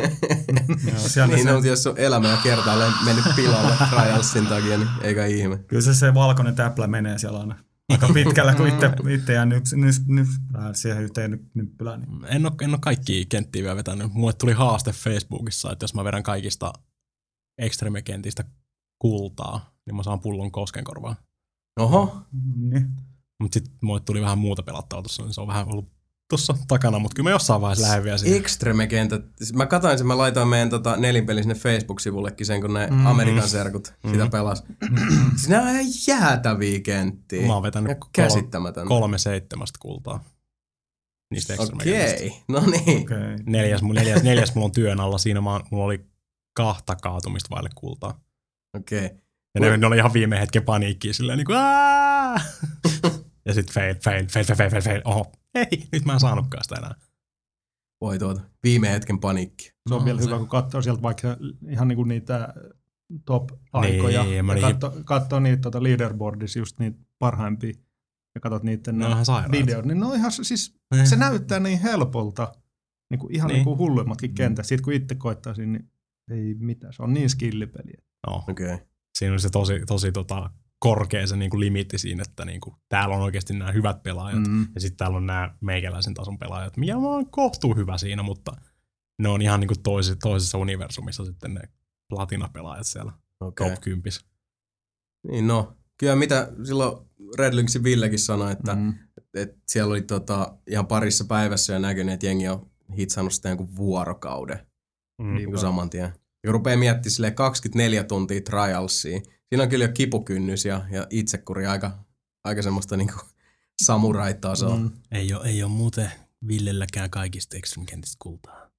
Niin on, jos on elämä ja kertaalleen mennyt pilalle Trialsin takia, niin eikä ihme. Kyllä se valkoinen täplä menee siellä aina aika pitkällä, kun itse jää siihen yhteen nyppylään. Niin. En ole kaikkia kenttiä vielä vetänyt. Mulle tuli haaste Facebookissa, että jos mä vedän kaikista Extreme-kentistä kultaa, niin mä saan pullon Koskenkorvaa. Oho. Niin. Mutta sitten mulle tuli vähän muuta pelattavaa tuossa, niin se on vähän ollut tuossa takana, mutta kyllä mä jossain vaiheessa lähden vielä siihen. Extreme-kentät. Mä katsoin sen, mä laitoin meidän nelinpeli sinne Facebook-sivullekin sen, kun ne Amerikan serkut sitä pelas. Siis nämä on ihan jäätäviä kenttiä. Mä oon vetänyt 3/7 kultaa. Niistä Extreme-kentistä. Okei, no niin. Okay. Neljäs mulla on työn alla. Siinä mulla oli 2 kaatumista vaille kultaa. Okei. Ja ne oli ihan viime hetken paniikkiä silleen niinku aah! Ja sit fail. Oho, ei, nyt mä en saanutkaan sitä enää. Voi viime hetken paniikki. Se on vielä hyvä, kun katsoo sieltä vaikka ihan niinku niitä top-aikoja. Niin, ja katsoo niitä leaderboardissa just niitä parhaimpia. Ja katsot niiden videot. Niin no ihan siis, se näyttää niin helpolta. Niinku, ihan niinku hulluimmatkin kentät. Sitten kun itse koittaisin, niin ei mitään. Se on niin skillipeli. No. Okay. Siinä on se tosi korkea se niin kuin limiitti siinä, että niin kuin, täällä on oikeasti nämä hyvät pelaajat ja sitten täällä on nämä meikäläisen tason pelaajat, mikä on kohtuu hyvä siinä, mutta ne on ihan niin kuin toisessa universumissa sitten ne platinapelaajat siellä top 10. Niin no, kyllä mitä silloin Red Lynxin Villekin sanoi, että siellä oli ihan parissa päivässä jo näkynyt, että jengi on hitsannut sitä jonkun vuorokauden niin saman tien. Ja kun rupeaa miettimään silleen 24 tuntia trialsia, siinä on kyllä jo kipukynnys ja itsekuri aika semmoista niinku samurai-tasoa. Ei ole muuten Villelläkään kaikista Extreme-kentistä kultaa.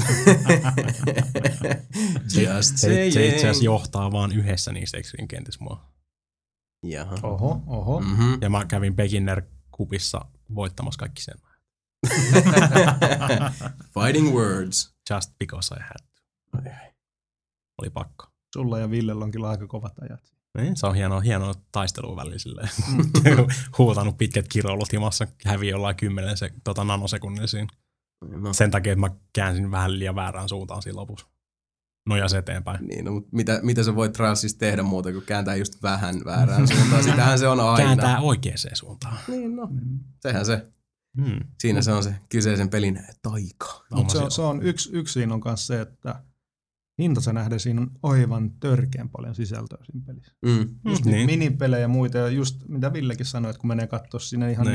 Se itse asiassa johtaa vaan yhdessä niistä Extreme-kentissä mua. Jaha. Oho. Mm-hmm. Ja mä kävin Beginner-kupissa voittamassa kaikki sen. Fighting words. Just because I had to. Oli pakko. Sulla ja Villellä on kyllä aika kovat ajat. Niin, se on hienoa taistelua välillä silleen. Huutanut pitkät kiroulut himassa, hävii jollain 10 nanosekunnilla siinä. No. Sen takia, että mä käänsin vähän liian väärään suuntaan siinä lopussa. Nojas eteenpäin. Niin, no, mutta mitä sä voit Trialsissa tehdä muuta kuin kääntää just vähän väärään suuntaan? Sitähän se on aina. Kääntää oikeaan suuntaan. Niin, no. Sehän se. Siinä se on se kyseisen pelin taika. Mutta se on yksi siinä on myös se, että hintansa nähden siinä on aivan törkeän paljon sisältöä siinä pelissä. Just niin. Minipelejä ja muita, ja just mitä Villekin sanoi, että kun menee katsoa sinne ihan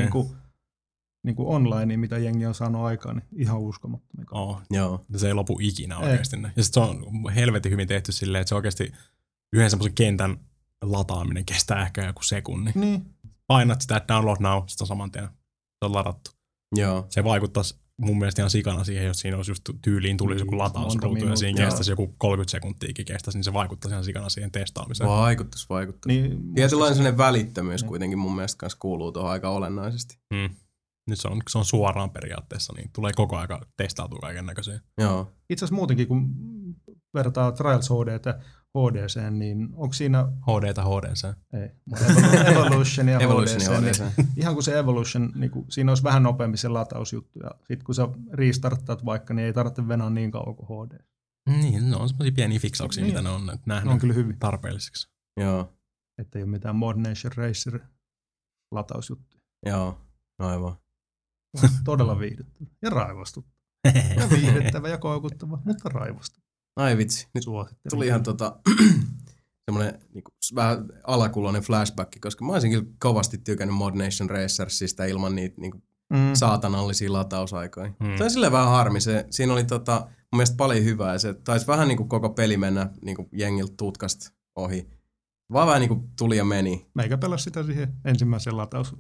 niinku online, mitä jengi on saanut aikaan, niin ihan uskomattomia. Joo. Se ei lopu ikinä oikeasti. Ja sitten se on helvetin hyvin tehty silleen, että se oikeasti yhden semmoisen kentän lataaminen kestää ehkä joku sekunni. Niin. Painat sitä, että download now, sitten on saman tien. Se on ladattu. Joo. Se vaikuttaisi mun mielestä ihan sikana siihen, jos siinä olisi just tyyliin tulisi joku latausruutu ja siinä kestäisi joku 30 sekuntiikin kestäisi, niin se vaikuttaisi ihan sikana siihen testaamiseen. Vaikuttaisi. Niin, tietynlainen sellainen välittömyys kuitenkin mun mielestä kanssa kuuluu tuohon aika olennaisesti. Nyt se on suoraan periaatteessa, niin tulee koko aika testautua kaiken näköisiä. Joo. Itse asiassa muutenkin, kun vertaa Trials HD:tä HD:seen, niin onko siinä... HD:tä HD:seen? Ei. Evolution ja HD:seen. Niin, ihan kuin se Evolution, niin kuin, siinä olisi vähän nopeammin se latausjuttu. Ja sitten kun sä restarttaat vaikka, niin ei tarvitse venää niin kauan kuin HD. Niin, ne on semmoisia pieniä fiksauksia, mitä ne on nähnyt on kyllä hyvin tarpeellisiksi. Joo. Että ei ole mitään Mod Nation Racer latausjuttuja. Joo, aivan. Todella viihdyttävä ja raivostuttava. Ja viihdyttävä ja koukuttava, mutta raivostuttava. Ai vitsi, nyt tuli ihan semmoinen niinku, vähän alakuloinen flashback, koska mä olisin kyllä kovasti tykännyt Mod Nation Racersista ilman niitä niinku, saatanallisia latausaikoja. Se on silleen vähän harmi. Siinä oli mun mielestä paljon hyvää ja se taisi vähän niinku koko peli mennä niinku jengiltä tutkasta ohi. Vaan vähän niinku tuli ja meni. Meikä pelasi sitä siihen ensimmäiseen latausruuduun.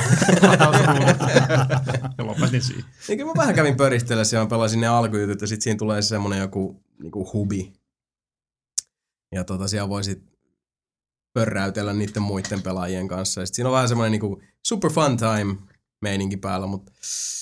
Ja lopetin siihen. Eikä mä vähän kävin pöristellä siellä, pelasin ne alkujutut ja sit siinä tulee semmonen joku niinku hubi. Ja siellä voi sit pörräytellä niiden muiden pelaajien kanssa. Ja sit siinä on vähän semmonen niinku super fun time meininki päällä, mutta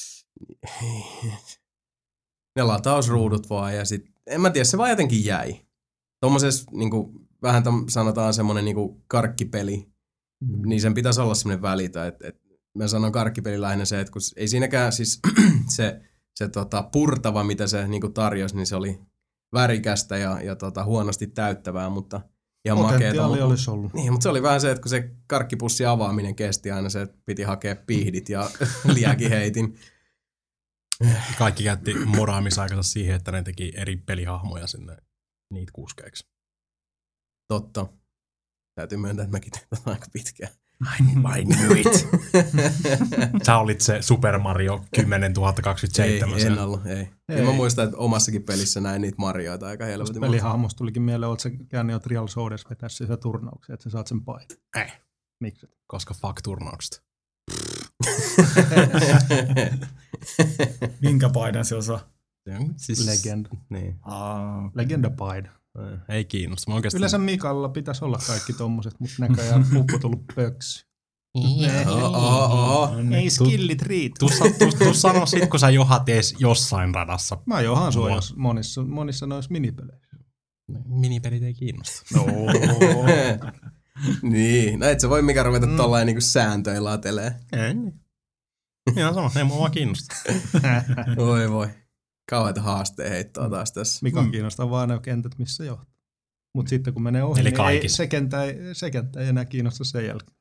ne latausruudut vaan ja sit en mä tiedä, se vaan jotenkin jäi. Tommosessa niinku vähän sanotaan semmonen niinku karkkipeli. Niin sen pitäisi olla semmoinen välitä, että mä sanon karkkipeli lähinnä se, että kun ei siinäkään siis se purtava, mitä se niinku tarjosi, niin se oli värikästä ja huonosti täyttävää, mutta ihan makeeta. Potentiaali olisi ollut. Niin, mutta se oli vähän se, että kun se karkkipussi avaaminen kesti aina se, että piti hakea piihdit ja liäkiheitin. Kaikki käytti moraamisaikansa siihen, että ne teki eri pelihahmoja sinne niitä kuskeiksi. Totta. Täytyy myöntää, että mäkin tein aika pitkään. I knew it. Sä olit se Super Mario 10 027. Ei, en ollut, ei. Ja mä muistan, että omassakin pelissä näin niitä Marioita aika helvetin. Pelihahmosta tulikin mieleen, oot sä käynyt jo Trials HD:ssä vetää sitä turnauksia, että sä saat sen paikan. Ei. Miksi? Koska fuck turnaukset. Minkä paidan se osaa? Siis, Legend. Niin. Legenda paida. Ei kiinnosta. Yleensä Mikalla pitäisi olla kaikki tommoset, mutta näköjään puppu tullut pöksy. Ei skillit riitä. Tuu sano sit, kun sä johat ees jossain radassa. Mä johan sua monissa noissa minipeleissä. Minipelit ei kiinnosta. No. Niin, no et sä voi mikä ruveta tollain niinku sääntöjä latelee. Ei. Ihan sama, ei mua vaan kiinnosta. Voi. Kauheita haasteen heittoa taas tässä. Mikä kiinnostaa vaan ne kentät, missä johtaa. Mutta sitten kun menee ohi, eli niin ei, se kenttä ei enää kiinnosta sen jälkeen.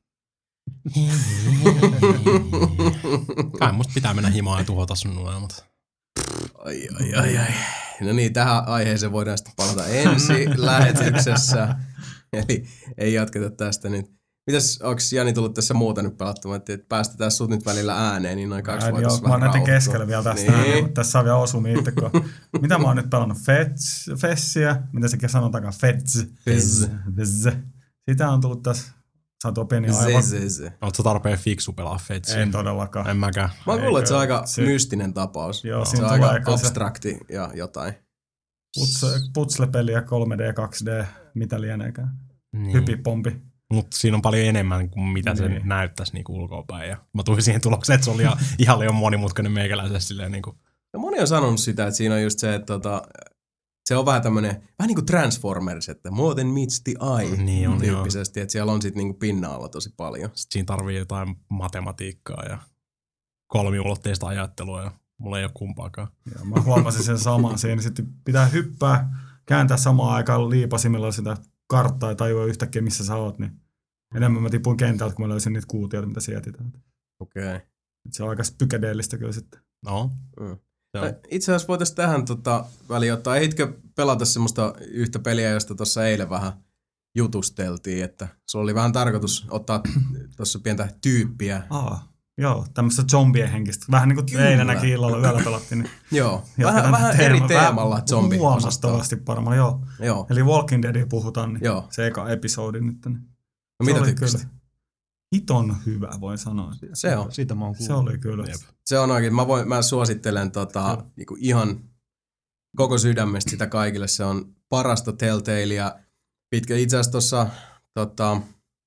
Kai musta pitää mennä himaan ja tuhota sun unelmat. Ai. No niin, tähän aiheeseen voidaan sitten palata ensi lähetyksessä. Eli ei jatketa tästä nyt. Mitäs, onko Jani tullut tässä muuta nyt pelattamaan, että päästetään sut nyt välillä ääneen, niin noin 2 voitaisiin vähän rauhoittua. Mä oon näiden keskellä vielä tästä, niin. Tässä on vielä osumi itse, mitä mä oon nyt pelannut? Fessiä, mitä sekin sanotaankaan? Fezz. Sitä on tullut tässä, saatua pieni aivan. Ootko tarpeen fiksu pelaa Fezziä? En todellakaan. En mäkään. Mä oon kuullut, että se on aika mystinen tapaus. Joo, se on aika abstrakti ja jotain. Putslepeliä 3D, 2D, mitä lieneekään. Niin. Hypipompi. Mutta siinä on paljon enemmän kuin mitä se näyttäisi niinku ulkoapäin. Ja mä tulin siihen tulokseen, että se oli ihan liian monimutkainen meikäläiselle silleen niinku. No moni on sanonut sitä, että siinä on just se, että se on vähän tämmönen, vähän niin kuin Transformers, että more than meets the eye niin on, tyyppisesti, että siellä on sitten niinku pinna-alla tosi paljon. Sitten siinä tarvii jotain matematiikkaa ja kolmiulotteista ajattelua ja mulla ei ole kumpaakaan. Ja mä huomasin sen saman siinä, sitten pitää hyppää, kääntää samaan aikaan liipasimella sitä karttaa ja tajua yhtäkkiä, missä sä oot, niin enemmän mä tipuin kentältä, kun mä löysin niitä kuutioita, mitä sietitään. Okei. Okay. Se on aika pykädeellistä kyllä sitten. No. Itse asiassa voitaisiin tähän väliin ottaa. Eitkö pelata semmoista yhtä peliä, josta tuossa eilen vähän jutusteltiin, että se oli vähän tarkoitus ottaa tuossa pientä tyyppiä. Joo, tämmöistä zombien henkistä. Vähän niin kuin eilenäkin illalla yöllä pelattiin. Niin joo, vähän eri teemalla zombi. Huomattavasti paremmalla, joo. Eli Walking Deadia puhutaan, niin se eka episodi nyt. Niin no mitä tykkäsit? Hiton hyvä, voin sanoa. Se on. Siitä mä oon kuullut. Se oli kyllä. Jep. Se on oikein. Mä suosittelen niinku ihan koko sydämestä sitä kaikille. Se on parasta Telltalea. Pitkä itse asiassa tuossa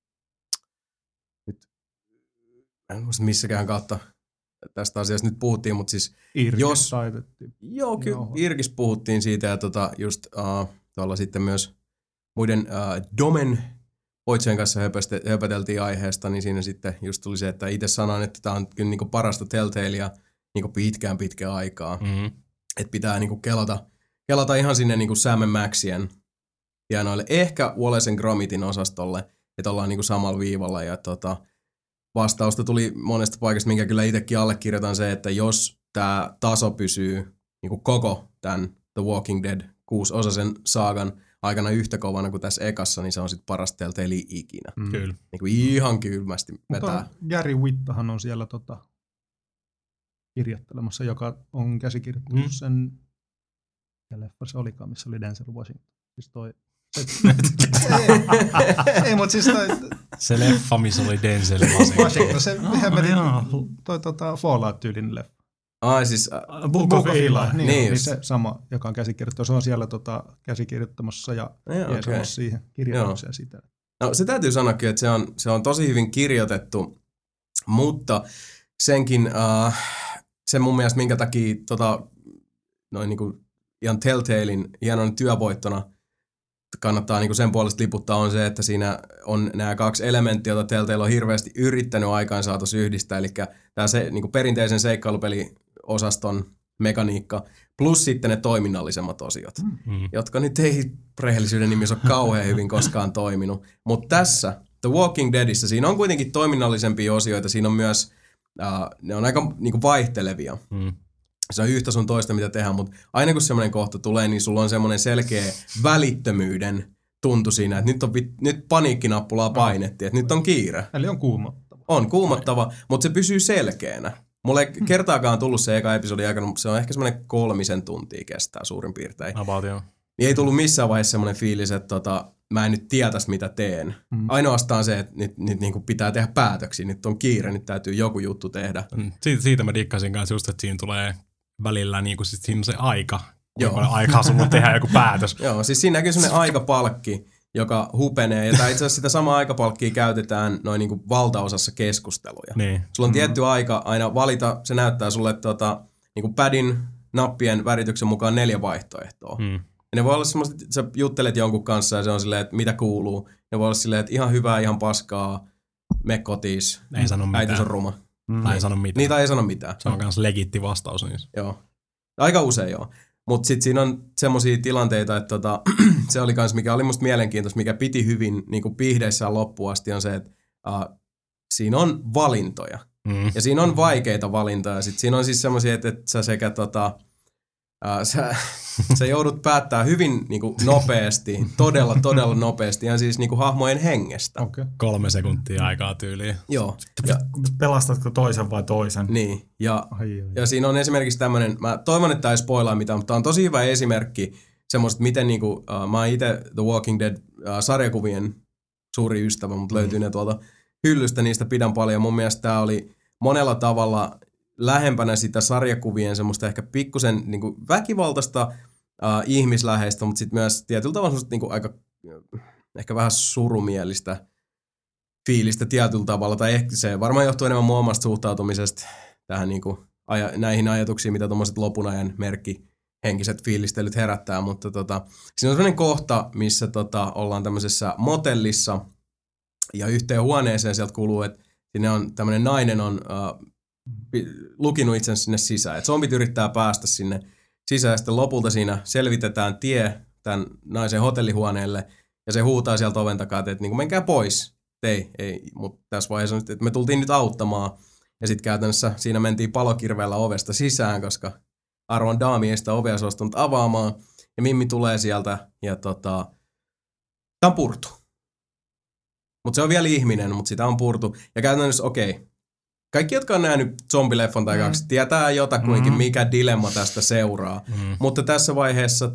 nyt en muista missäkään kautta tästä asiasta nyt puhuttiin, mutta siis Irkis taitettiin. Joo, kyllä Irkis puhuttiin siitä ja just tuolla sitten myös muiden Domen Poitsen kanssa höpöteltiin aiheesta, niin siinä sitten just tuli se, että itse sanon, että tämä on kyllä niinku parasta Telltalea niinku pitkään aikaa. Mm-hmm. Että pitää niinku kelata ihan sinne niinku Sam & Maxien hienoille, ehkä Wallace & Gromitin osastolle, että ollaan niinku samalla viivalla. Ja vastausta tuli monesta paikasta, minkä kyllä itsekin allekirjoitan se, että jos tämä taso pysyy niinku koko tämän The Walking Dead 6-osaisen saagan aikana yhtä kovana kuin tässä ekassa, niin se on sitten paras Telltale ikinä. Kyllä. Niin kuin ihan kylmästi vetää. Mutta Gary Whittahan on siellä kirjoittelemassa, joka on käsikirjoittanut sen, ja leffa se olikaan, missä oli Denzel Washington. Siis ei, mutta siis se leffa, missä oli Denzel Washington. Se Fallout-tyylinen leffa. Ai siis Book of Eli. Niin se sama, joka on käsikirjoittanut. Se on siellä käsikirjoittamassa ja jeesamassa siihen kirjoitukseen sitä. No se täytyy sanoakin, että se on tosi hyvin kirjoitettu, mutta senkin, sen mun mielestä minkä takia noin niinku ihan Telltalein hienon työvoittona kannattaa niinku sen puolesta liputtaa on se, että siinä on nämä 2 elementtiä, joita Telltale on hirveästi yrittänyt aikaansaatossa yhdistää, eli tämä se niinku perinteisen seikkailupeliosaston mekaniikka, plus sitten ne toiminnallisemmat osiot, jotka nyt ei rehellisyyden nimissä ole kauhean hyvin koskaan toiminut. Mutta tässä, The Walking Deadissä, siinä on kuitenkin toiminnallisempia osioita, siinä on myös, ne on aika niinku vaihtelevia. Se on yhtä sun toista, mitä tehdään, mutta aina kun semmoinen kohta tulee, niin sulla on semmoinen selkeä välittömyyden tuntu siinä, että nyt paniikkinappulaa painettiin, että nyt on kiire. Eli on kuumottava. On kuumottava, mutta se pysyy selkeänä. Mulle ei kertaakaan tullut se eka episodi aikana, se on ehkä semmoinen 3 tuntia kestää suurin piirtein. Niin ei tullut missään vaiheessa semmoinen fiilis, että mä en nyt tietäisi mitä teen. Ainoastaan se, että nyt niinku pitää tehdä päätöksiä, nyt on kiire, nyt täytyy joku juttu tehdä. Siitä mä dikkasin kanssa just, että siinä tulee välillä niinku sit siinä on se aika, kuinka paljon aikaa sulla on tehdä joku päätös. Joo, siis siinä näkyy semmoinen aikapalkki, joka hupenee, ja itse asiassa sitä samaa aikapalkkia käytetään noin niinku valtaosassa keskusteluja. Niin. Sulla on tietty aika aina valita, se näyttää sulle niinku padin nappien värityksen mukaan 4 vaihtoehtoa. Ja ne voi olla semmoista, että sä juttelet jonkun kanssa ja se on silleen, että mitä kuuluu. Ne voi olla silleen, että ihan hyvää, ihan paskaa, me kotiis, ei sano mitään. äitiys on ruma. Tai ei sano mitään. Niitä ei sano mitään. Se on myös legitti vastaus. Niin. Joo. Aika usein joo. Mutta sitten siinä on semmoisia tilanteita, että se oli kans, mikä oli musta mielenkiintoista, mikä piti hyvin niin kuin piihdeissään loppuun asti, on se, että siinä on valintoja. Ja siinä on vaikeita valintoja. Sitten siinä on siis semmoisia, että sä sekä sä joudut päättää hyvin niin kuin nopeasti, todella nopeasti, ja siis niin kuin hahmojen hengestä. Okay. 3 sekuntia aikaa tyyliin. Joo. Pelastatko toisen vai toisen? Niin, ja siinä on esimerkiksi tämmöinen, mä toivon, että ei spoilaa mitään, mutta tämä on tosi hyvä esimerkki semmoista, miten niin kuin, mä oon itse The Walking Dead sarjakuvien suuri ystävä, mutta löytyy ne tuolta hyllystä, niistä pidän paljon. Mun mielestä tämä oli monella tavalla lähempänä sitä sarjakuvien semmoista ehkä pikkusen niin kuin väkivaltaista ihmisläheistä, mutta sitten myös tietyllä tavalla semmoista niin kuin aika ehkä vähän surumielistä fiilistä tietyllä tavalla, tai ehkä se varmaan johtuu enemmän mun omasta suhtautumisesta tähän niin kuin näihin ajatuksiin, mitä tuommoiset lopun ajan merkkihenkiset fiilistelyt herättää, mutta siinä on sellainen kohta, missä ollaan tämmöisessä motellissa ja yhteen huoneeseen sieltä kuuluu, että sinne on tämmöinen nainen on lukinut itsensä sinne sisään. Et zombit yrittää päästä sinne sisään ja sitten lopulta siinä selvitetään tie tämän naisen hotellihuoneelle ja se huutaa sieltä oven takaa, että niin menkää pois. Ei, mutta tässä vaiheessa on, että me tultiin nyt auttamaan ja sitten käytännössä siinä mentiin palokirveellä ovesta sisään, koska arvon daami ei sitä ovea suostunut avaamaan ja Mimmi tulee sieltä ja tämä on purtu. Mutta se on vielä ihminen, mutta sitä on purtu. Ja käytännössä kaikki, jotka on nähnyt zombileffon tai kaksi, tietää jotakuinkin, mikä dilemma tästä seuraa. Mutta tässä vaiheessa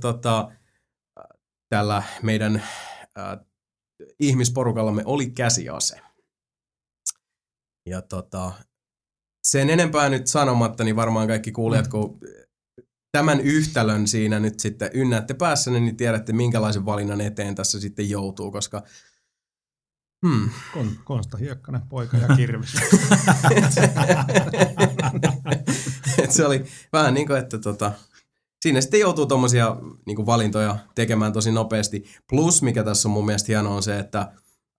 tällä meidän ihmisporukallamme oli käsiase. Ja sen enempää nyt sanomatta, niin varmaan kaikki kuulijat, kun tämän yhtälön siinä nyt sitten ynnäätte päässänne, niin tiedätte, minkälaisen valinnan eteen tässä sitten joutuu, koska Konsta Hiekkanen, poika ja kirves. Se oli vähän niin kuin, että siinä sitten joutuu tommosia niin kuin valintoja tekemään tosi nopeasti. Plus, mikä tässä on mun mielestä hienoa, on se, että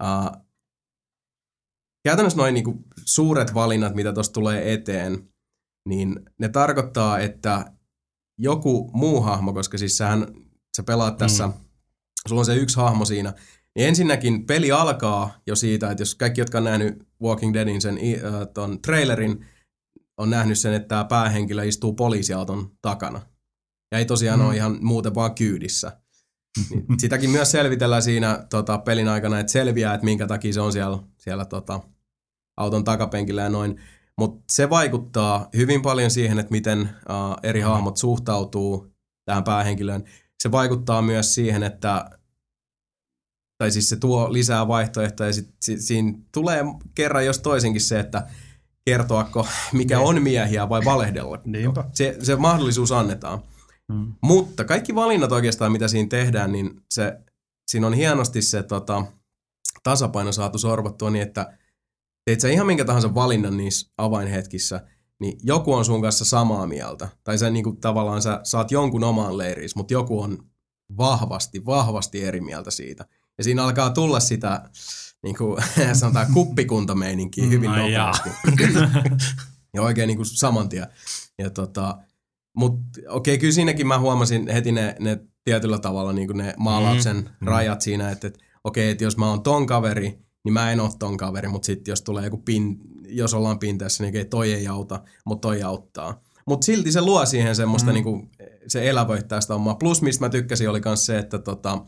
käytännössä noin niin kuin suuret valinnat, mitä tuossa tulee eteen, niin ne tarkoittaa, että joku muu hahmo, koska siis sä pelaat tässä, sulla on se yksi hahmo siinä, niin ensinnäkin peli alkaa jo siitä, että jos kaikki, jotka on nähnyt Walking Deadin sen ton trailerin, on nähnyt sen, että tämä päähenkilö istuu poliisiauton takana. Ja ei tosiaan ole ihan muuten vaan kyydissä. Niin sitäkin myös selvitellään siinä pelin aikana, että selviää, että minkä takia se on siellä auton takapenkillä ja noin. Mutta se vaikuttaa hyvin paljon siihen, että miten eri hahmot suhtautuu tähän päähenkilöön. Se vaikuttaa myös siihen, että tai siis se tuo lisää vaihtoehtoja ja siinä tulee kerran jos toisenkin se, että kertoako mikä on miehiä vai valehdella. Se mahdollisuus annetaan. Mutta kaikki valinnat oikeastaan, mitä siinä tehdään, niin siinä on hienosti se tasapaino saatu sorvattua niin, että teit sä ihan minkä tahansa valinnan niissä avainhetkissä, niin joku on sun kanssa samaa mieltä. Tai sä niinku tavallaan sä saat jonkun omaan leiriin, mutta joku on vahvasti eri mieltä siitä. Ja siinä alkaa tulla sitä, niin kuin sanotaan, kuppikuntameininkiä hyvin nopeasti. Ja oikein niin kuin saman tien. Mutta kyllä siinäkin mä huomasin heti ne tietyllä tavalla niin kuin ne maalauksen rajat siinä, että että jos mä oon ton kaveri, niin mä en oo ton kaveri, mutta sitten jos tulee joku jos ollaan pinteessä, niin toi ei auta, mutta toi auttaa. Mutta silti se luo siihen semmoista, niin kuin, se elävöittää sitä omaa. Plus, mistä mä tykkäsin, oli myös se, että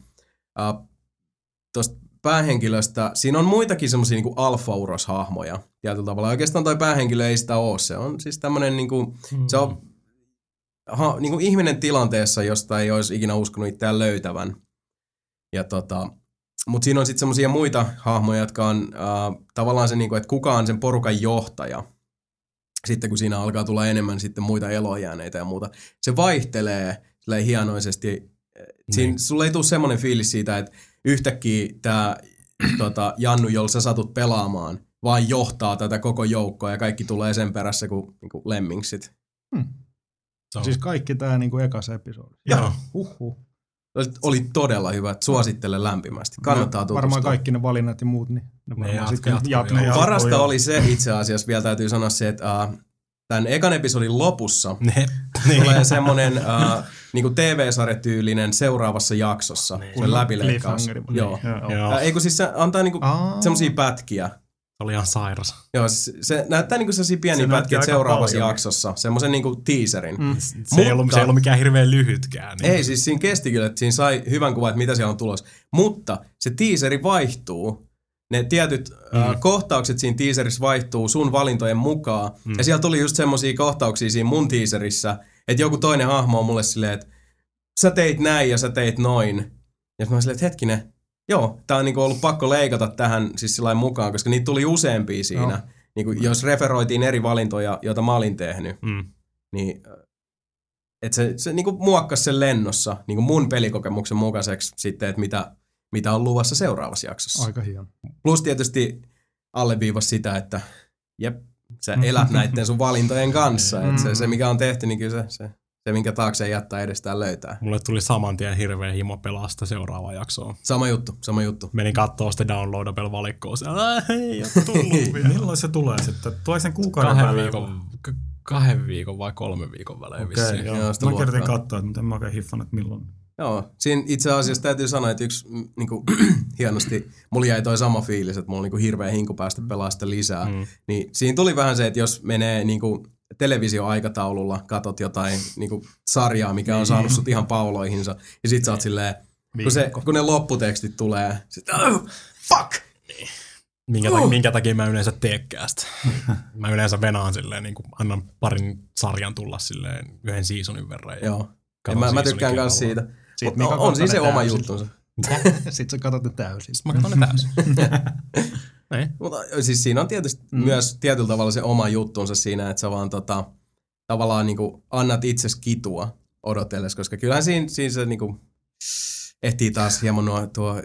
tuosta päähenkilöstä, siinä on muitakin semmoisia niin kuin alfa-uros-hahmoja tietyllä tavalla. Oikeastaan toi päähenkilö ei sitä ole. Se on siis tämmöinen, niin kuin, se on niin kuin ihminen tilanteessa, josta ei olisi ikinä uskonut itseään löytävän. Ja mutta siinä on sitten semmoisia muita hahmoja, jotka on tavallaan se, niin kuin, että kuka on sen porukan johtaja. Sitten kun siinä alkaa tulla enemmän sitten muita elojääneitä ja muuta. Se vaihtelee hienoisesti. Siinä sulla ei tule semmoinen fiilis siitä, että yhtäkkiä tämä Jannu, jolla sä satut pelaamaan, vaan johtaa tätä koko joukkoa ja kaikki tulee sen perässä kuin niinku lemmingsit. Siis kaikki tämä niinku ekassa episodissa. Joo. Oli todella hyvä. Suosittelen lämpimästi. Kannattaa tutustua. Varmaan kaikki ne valinnat ja muut, niin ne varmaan sitten jatkuu. Parasta oli se itse asiassa, vielä täytyy sanoa se, että tämän ekan episodin lopussa tulee semmoinen niinku TV-sarjatyylinen seuraavassa jaksossa. Niin. Se on läpileikkaus. Joo. Ei kun siis se antaa niinku semmosia pätkiä. Se oli ihan sairas. Joo, se näyttää niinku sellaisia pieniä pätkiä seuraavassa jaksossa. Semmoisen niinku teaserin. Se ei ollut mikään hirveän lyhytkään. Niin. Ei, siis siinä kesti kyllä, että siinä sai hyvän kuvan, että mitä siellä on tulossa. Mutta se teaseri vaihtuu. Ne tietyt kohtaukset siinä teaserissä vaihtuu sun valintojen mukaan. Ja siellä tuli just semmosia kohtauksia siinä mun teaserissä, että joku toinen hahmo on mulle silleen, että sä teit näin ja sä teit noin. Ja mä oon silleen, että hetkinen, joo, tää on niinku ollut pakko leikata tähän siis sillain mukaan, koska niitä tuli useampia siinä. Niinku, jos referoitiin eri valintoja, joita mä olin tehnyt, niin että se niinku muokkasi sen lennossa niinku mun pelikokemuksen mukaiseksi sitten, että mitä on luvassa seuraavassa jaksossa. Aika hieno. Plus tietysti alleviivasi sitä, että sä elät näiden sun valintojen kanssa. Että se, mikä on tehty, niin kyllä se minkä taakse ei jättää edestään löytää. Mulle tuli saman tien hirveä himo pelaa sitä seuraavaa jaksoa. Sama juttu. Menin kattoo sitä downloadable-valikkoa. Ei ole tullut vielä. Milloin se tulee sitten? Tuleeko sen kuukauden välein? 2 viikon vai 3 viikon välein vissiin. Joo, mä kertin katsoa, mutta en mä oikein hiffannut, että milloin. Joo, siinä itse asiassa täytyy sanoa, että yksi niinku, hienosti, mulla jäi toi sama fiilis, että mulla on niinku hirveä hinku päästä pelaamaan sitä lisää. Niin siinä tuli vähän se, että jos menee niinku televisioaikataululla, katot jotain niinku sarjaa, mikä on saanut sut ihan pauloihinsa, ja sit sä oot silleen, kun ne lopputekstit tulee, sit fuck! Minkä takia mä yleensä teekään sitä. Mä yleensä venaan silleen, niin annan parin sarjan tulla silleen 1 seasonin verran. Joo. Mä tykkään kans siitä. On siis se oma juttunsa. Sitten sä katot ne täysin. Sitten mä katon ne täysin. Mutta siis siinä on tietysti myös tietyllä tavalla se oma juttunsa siinä, että sä vaan tavallaan niinku annat itses kitua odotellessa, koska kyllähän siinä se niinku ehtii taas hieman tuo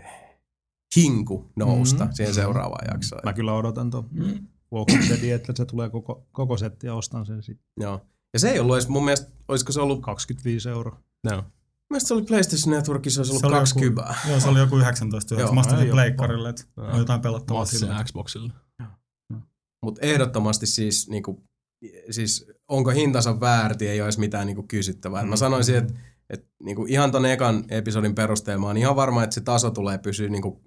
hinku nousta siihen seuraavaan jaksoon. Mä kyllä odotan tuon Walking Deadin, että se tulee koko setti ja ostan sen sitten. Joo. Ja se ei ollut edes, mun mielestä, olisiko se ollut 25 €. No. Mielestäni se oli PlayStation Networkissa, se olisi ollut 20. Joo, se oli joku 19. Mä ostin pleikkarille, että on jotain pelattavaa sillä. Xboxilla. Mutta ehdottomasti siis, niinku, siis onko hintansa väärti, ei ole edes mitään niinku kysyttävää. Mä sanoisin, että niinku, ihan ton ekan episodin perusteella mä oon ihan varma, että se taso tulee pysyä niinku,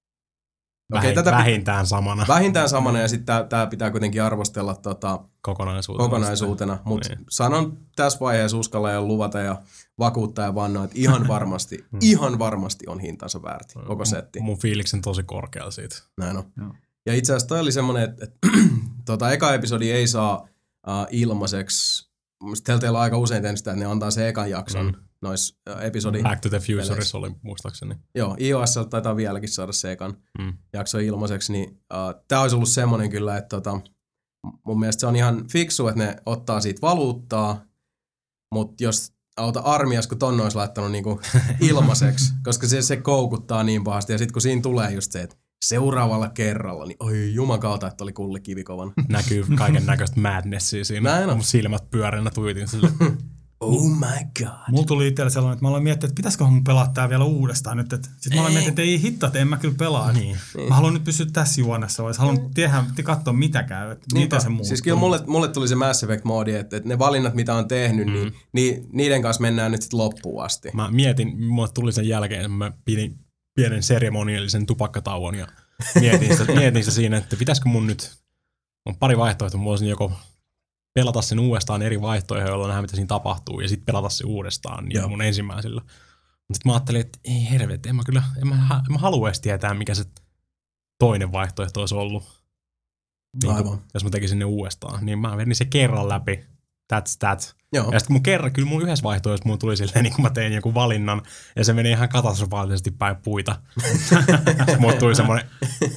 vähintään samana. Vähintään samana, ja sitten tää pitää kuitenkin arvostella kokonaisuutena. Mutta sanon tässä vaiheessa uskalla ja luvata ja vakuuttaa ja vannoa, että ihan varmasti on hintansa väärti koko setti. Mun fiiliksen tosi korkealla siitä. Näin on. Ja itse asiassa toi oli semmonen, että eka episodi ei saa ilmaiseksi. Telltale on aika usein tehnyt sitä, että ne antaa sen ekan jakson noissa episodi. Back to the Future oli muistaakseni. Joo, iOS taitaa vieläkin saada se ekan jakson ilmaiseksi. Niin, tää olisi ollut semmonen kyllä, että mun mielestä se on ihan fiksu, että ne ottaa siitä valuuttaa, mutta jos auta armias, kun ton olisi laittanut niinku ilmaiseksi, koska se koukuttaa niin pahasti. Ja sitten kun siinä tulee just se, että seuraavalla kerralla, niin oi jumakauta, että oli kulli kivikovan. Näkyy kaiken näköistä madnessia siinä. Näin on. Mun silmät pyörinä tuitin sille. Oh my god. Mulla tuli itsellä sellainen, että mä aloin miettiä, että pitäisikö mun pelaa tää vielä uudestaan nyt. Sitten mä aloin miettiä, että ei hitto, että en mä kyllä pelaa. Niin. Mä haluan nyt pysyä tässä juonessa, vai haluan katsoa mitä käy, että miten se muuttuu. Siis kyllä mulle tuli se Mass Effect-moodi, että ne valinnat, mitä on tehnyt, niin niiden kanssa mennään nyt sitten loppuun asti. Mä mietin, mulle tuli sen jälkeen, mä pidin pienen seremoniallisen tupakkatauon ja mietin sitä siinä, että pitäisikö mun nyt, on pari vaihtoehtoa, mä voisin joko pelata sen uudestaan eri vaihtoehtoja, joilla nähdään, mitä siinä tapahtuu, ja sitten pelata se uudestaan niin mun ensimmäisellä. Mutta sitten mä ajattelin, että ei helvetti, en mä halua edes tietää, mikä se toinen vaihtoehto olisi ollut. Niin, jos mä tekisin ne uudestaan. Niin mä vedin se kerran läpi. That's that. Joo. Ja sitten kyllä mun yhdessä vaihtoehdossa mun tuli silleen, niin kun mä tein joku valinnan, ja se meni ihan katastrofaalisesti päin puita. Mulle tuli semmoinen,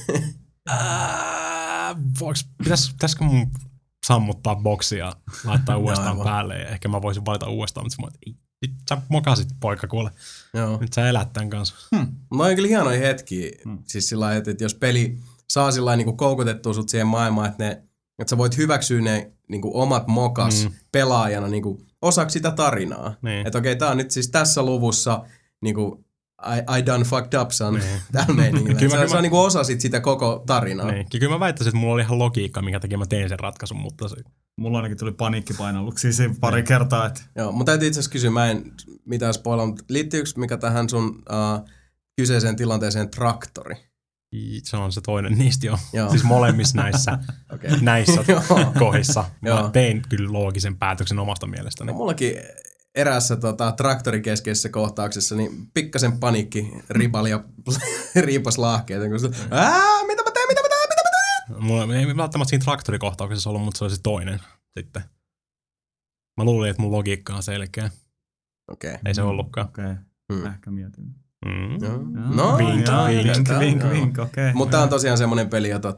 pitäisikö mun sammuttaa boksia ja laittaa uudestaan päälle, ja ehkä mä voisin valita uudestaan, mutta semmoinen, että nyt sä mokasit poika kuule. Joo. Nyt sä elät tämän kanssa. No on kyllä hienoja hetkiä. Siis sillä lailla, että jos peli saa sillä lailla niin koukutettua sut siihen maailmaan, että sä voit hyväksyä ne niin kuin omat mokas pelaajana niin kuin osaksi sitä tarinaa. Niin. Että okei, tää on nyt siis tässä luvussa niin kuin I done fucked up, son. Täällä meiningillä. Se on niin kuin osa sitä koko tarinaa. Niin. Kyllä mä väittäisin, että mulla oli ihan logiikka, minkä takia mä tein sen ratkaisun, mutta Mulla ainakin tuli paniikkipainalluksia siinä pari kertaa. Että... Joo, mutta täytyy itse asiassa kysyä, mä en mitään spoilaa, mutta liittyykö mikä tähän sun kyseiseen tilanteeseen traktori? Se on se toinen niistä jo. Siis molemmissa näissä, näissä kohdissa. Mä tein kyllä loogisen päätöksen omasta mielestäni. No, mullakin eräässä traktorikeskeisessä kohtauksessa niin pikkasen paniikki riipas lahkeita. Mitä mä teen? Mulla ei välttämättä siinä traktorikohtauksessa ollut, mutta se oli se toinen sitten. Mä luulin, että mun logiikka on selkeä. Okei. Ei se ollutkaan. Okei. Ehkä mietin. No, Vink, okei. Mutta tää on tosiaan semmonen peli, jota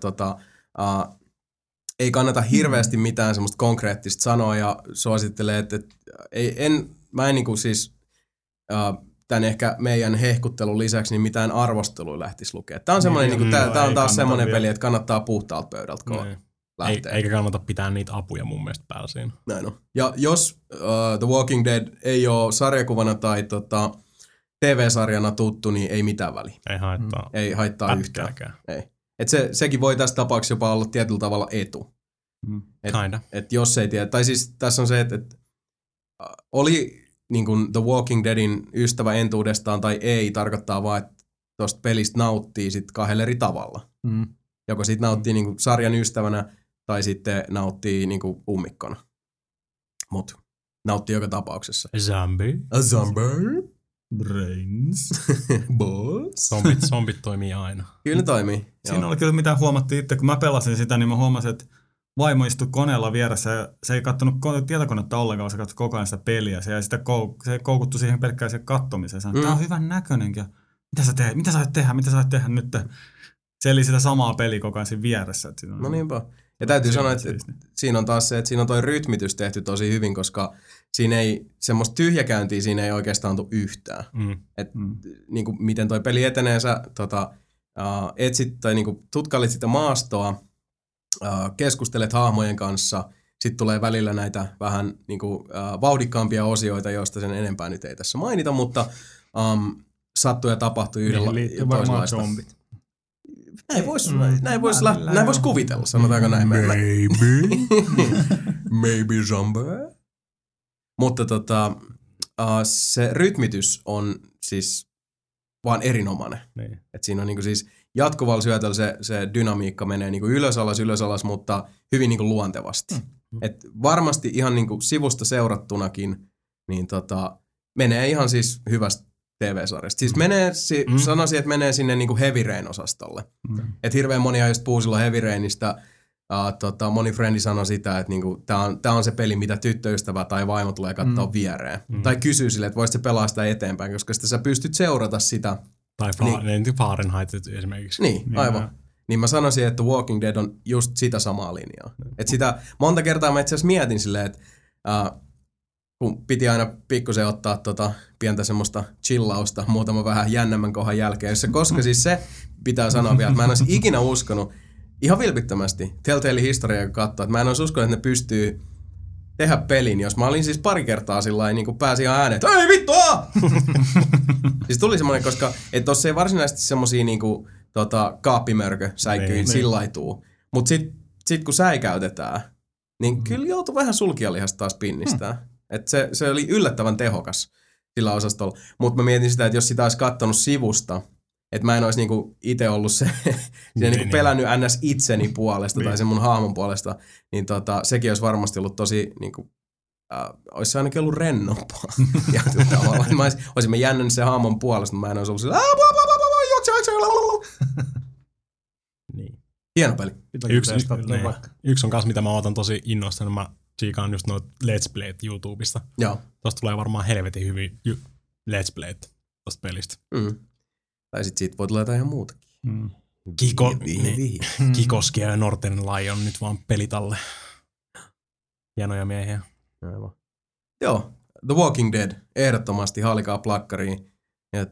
ei kannata hirveästi mitään semmoista konkreettista sanoa ja suosittelee, että mä en niinku siis tän ehkä meidän hehkuttelun lisäksi niin mitään arvostelua lähtisi lukea. Tää on semmonen niinku tää on taas semmonen peli, että kannattaa puhtaalta pöydältä lähteä. Eikä kannata pitää niitä apuja mun mielestä päällä siinä. Näin on. Ja jos The Walking Dead ei ole sarjakuvana tai TV-sarjana tuttu, niin ei mitään väliä. Ei haittaa. Ei haittaa yhtään. Ei. Et sekin voi tässä tapauksessa jopa olla tietyllä tavalla etu. Et jos ei tiedä. Tai siis tässä on se, että oli niin kuin The Walking Deadin ystävä entuudestaan tai ei, tarkoittaa vaan, että tuosta pelistä nauttii sit kahdella eri tavalla. Joko siitä nauttii niin kuin sarjan ystävänä tai sitten nauttii niin kuin ummikkona. Mut nauttii joka tapauksessa. A zombie. Brains. Balls. Zombit toimii aina. Kyllä ne toimii. Siinä oli kyllä mitä huomattiin itse, kun mä pelasin sitä, niin mä huomasin, että vaimo istui koneella vieressä ja se ei kattonut tietokonetta ollenkaan, vaan se katsoi koko ajan sitä peliä. Se ei koukuttu siihen pelkkään siihen kattomiseen. Sanoi, tää on hyvän näköinenkin. Mitä sä voit tehdä nyt? Se eli sitä samaa peliä koko ajan siinä vieressä. No niinpä. Ja täytyy sanoa, että siinä on taas se, että siinä on toi rytmitys tehty tosi hyvin, koska siinä ei, semmoista tyhjäkäyntiä siinä ei oikeastaan tule yhtään. Niin kuin miten toi peli etenee, sä etsit tai niin kuin tutkailit sitä maastoa, keskustelet hahmojen kanssa, sitten tulee välillä näitä vähän niin kuin, vauhdikkaampia osioita, joista sen enempää nyt ei tässä mainita, mutta sattuu ja tapahtuu yhdellä toisenlaista. Näin voisi kuvitella, sanotaanko näin. Maybe zombie. Mutta se rytmitys on siis vaan erinomainen. Et siinä on niinku siis jatkuvalla syötöllä se dynamiikka menee niinku ylös alas, mutta hyvin niinku luontevasti. Et varmasti ihan niinku sivusta seurattunakin niin menee ihan siis hyvästä TV-sarjasta. Siis sanoisin, että menee sinne niinku Heavy Rain-osastolle. Et hirveän monia just puhuu silloin Heavy Rainista. Moni frendi sanoi sitä, että niinku, tää on se peli, mitä tyttöystävä tai vaimo tulee katsoa viereen. Tai kysyy sille, että voisit pelaa sitä eteenpäin, koska sitten sä pystyt seurata sitä. Tai Fahrenheit esimerkiksi. Niin, aivan. Niin mä sanoisin, että Walking Dead on just sitä samaa linjaa. Et sitä monta kertaa mä itse asiassa mietin silleen, että kun piti aina pikkusen ottaa pientä semmoista chillausta muutaman vähän jännemmän kohan jälkeen. Koska siis se pitää sanoa vielä, että mä en olisi ikinä uskonut, ihan vilpittömästi, Telltale historiaa kun katsoo, että mä en olisi uskonut, että ne pystyy tehdä pelin, jos mä olin siis pari kertaa sillain niin kuin pääsi ihan ääneen, että ei vittua! Siis tuli semmoinen, koska et tossa ei varsinaisesti semmosia niinku kaappimörkö säikkyyn sillaituu. Mut sit kun säikäytetään, niin kyllä joutuu vähän sulkijalihasta taas pinnistää. Et se oli yllättävän tehokas sillä osastolla. Mutta mä mietin sitä, että jos sitä olisi kattonut sivusta, että mä en olisi niinku itse ollut niinku pelännyt ns. Itseni puolesta tai sen mun hahmon puolesta, niin sekin olisi varmasti ollut tosi, niinku, olisi se ainakin ollut rennompaa. Mä olisin jännännyt sen hahmon puolesta, mutta mä en olisi ollut sillä niin. Hieno peli. Yksi on kanssa, mitä mä otan tosi innostunut. Mä tsiikaan just noita Let's Playt YouTubesta. Joo. Tosta tulee varmaan helvetin hyviä Let's Playt tosta pelistä. Tai sit siitä voi tulla jotain ihan muutakin. Kikoskia ja Northern Lion nyt vaan pelitalle. Hienoja miehiä. Aivan. Joo, The Walking Dead. Ehdottomasti haalikaa plakkariin. Ja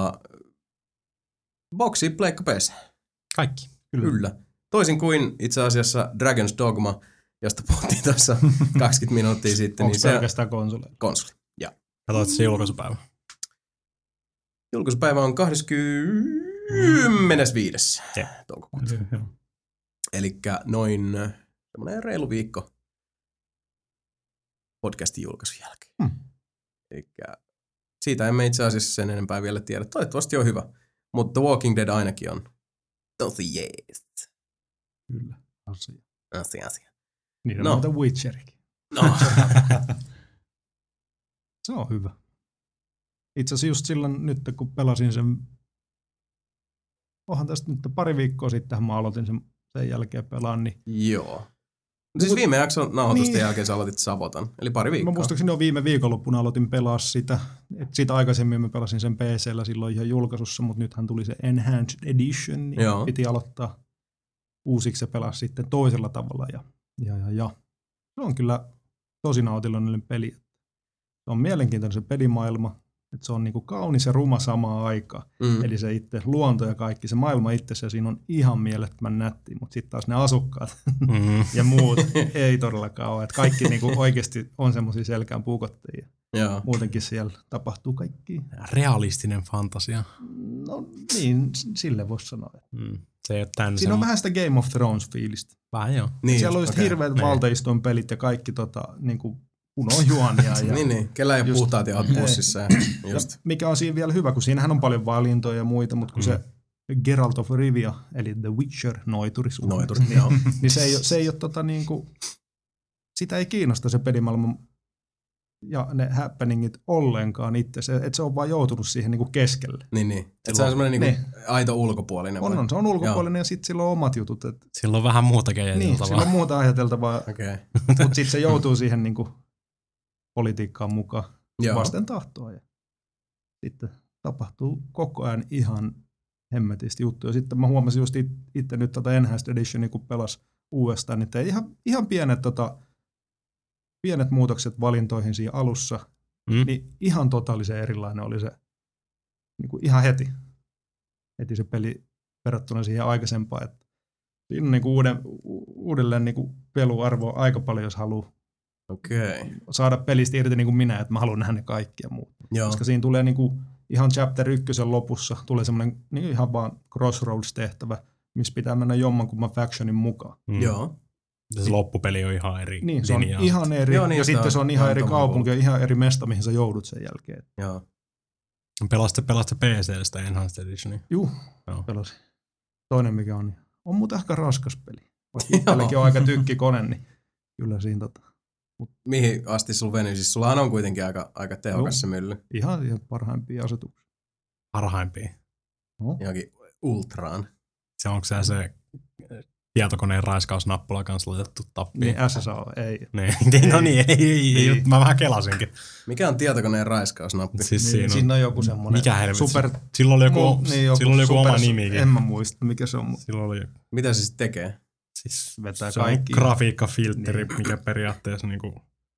boksi, pleikka, PC. Kaikki. Kyllä. Toisin kuin itse asiassa Dragon's Dogma, josta puhuttiin tuossa 20 minuuttia sitten. Onko niin pelkästään konsoli? Konsoli, joo. Katsoit se julkaisupäivä? Julkaisupäivä on 25. toukokuuta. Elikkä noin semmoinen reilu viikko podcastin julkaisun jälkeen. Eikä, siitä emme itse asiassa sen enempää vielä tiedä. Toivottavasti on hyvä. Mutta The Walking Dead ainakin on tosi jees. Kyllä, asia. Niin on The Witcherikin. No. Se on hyvä. Itse asiassa just silloin nyt, kun pelasin sen, tästä nyt pari viikkoa sitten, mä aloitin sen jälkeen pelaan, niin... Joo. Siis viime jakson nauhoitusten jälkeen sä aloitit Sabotan, eli pari viikkoa. Mä muistaakseni viime viikonloppuna aloitin pelaa sitä. Siitä aikaisemmin mä pelasin sen PC:llä silloin ihan julkaisussa, mutta nythän tuli se Enhanced Edition, niin piti aloittaa uusiksi ja pelaa sitten toisella tavalla. Ja. Se on kyllä tosi nautillinen peli. Se on mielenkiintoinen se pelimaailma, että se on niinku kaunis ja ruma samaan aikaan. Eli se itse luonto ja kaikki, se maailma itse, siinä on ihan mielettömän nättiä, mutta sitten taas ne asukkaat ja muut ei todellakaan ole. Että kaikki niinku oikeasti on semmoisia selkään puukottajia. Muutenkin siellä tapahtuu kaikki. Realistinen fantasia. No niin, sille voisi sanoa. Se ei ole siinä on vähän sitä Game of Thrones-fiilistä. Vähän joo. Niin, siellä on hirveät valtaistuin pelit ja kaikki niinku punojuonia. Ja niin, kellä ei puhtaat ja bussissa. Just. Mikä on siinä vielä hyvä, kun siinähän on paljon valintoja ja muita, mutta kun se Geralt of Rivia, eli The Witcher, noituri, niin se ei ole niinku, sitä ei kiinnosta se pelimaailma ja ne happeningit ollenkaan itse, että se on vaan joutunut siihen niinku keskelle. Niin. Että se on semmoinen niinku aito ulkopuolinen. Se on ulkopuolinen ja sitten sillä on omat jutut. Sillä on vähän muutakin ajateltavaa. Niin, sillä on muuta ajateltavaa, mutta sitten se joutuu siihen niinku politiikkaan mukaan vasten tahtoa. Ja sitten tapahtuu koko ajan ihan hemmetisti juttuja. Sitten mä huomasin just itse nyt Enhanced Editionia, kun pelas uudestaan, niin ihan pienet muutokset valintoihin siinä alussa, niin ihan totaalisen erilainen oli se niin kuin ihan heti se peli verrattuna siihen aikaisempaan. Että siinä on niin kuin uudelleen niin kuin peluarvoa aika paljon, jos haluaa saada pelistä irti niin kuin minä, että mä haluan nähdä ne kaikki ja muut. Koska siinä tulee niin kuin ihan chapter 1 lopussa tulee semmoinen niin ihan vaan crossroads-tehtävä, missä pitää mennä jommankumman factionin mukaan. Joo. Se loppupeli on ihan eri. Niin, se on ihan eri. Joo, niin ja sitten se on ihan eri kaupunki ja ihan eri mesta, mihin sä joudut sen jälkeen. Joo. Pelaste PC:stä Enhanced Editionia? Juu, pelasin. Toinen mikä on muuten aika raskas peli. Vaikka itselläkin on aika tykkikone, niin kyllä siinä Mihin asti sulla venyi? Siis sullahan on kuitenkin aika tehokas se mylly. Ihan parhaimpia asetuksia. Parhaimpia? No. Johonkin ultraan. Onko se tietokoneen raiskausnappula kanssa laitettu tappiin? Niin, SSA ei. No niin, ei. Mä vähän kelasinkin. Mikä on tietokoneen raiskausnappi? Siis siinä on joku semmoinen. Mikä helvetti? Silloin oli joku oma nimikin. En mä muista, mikä se on. Mitä se sitten tekee? Siis vetää se kaikki. On grafiikkafiltteri, mikä periaatteessa niinku,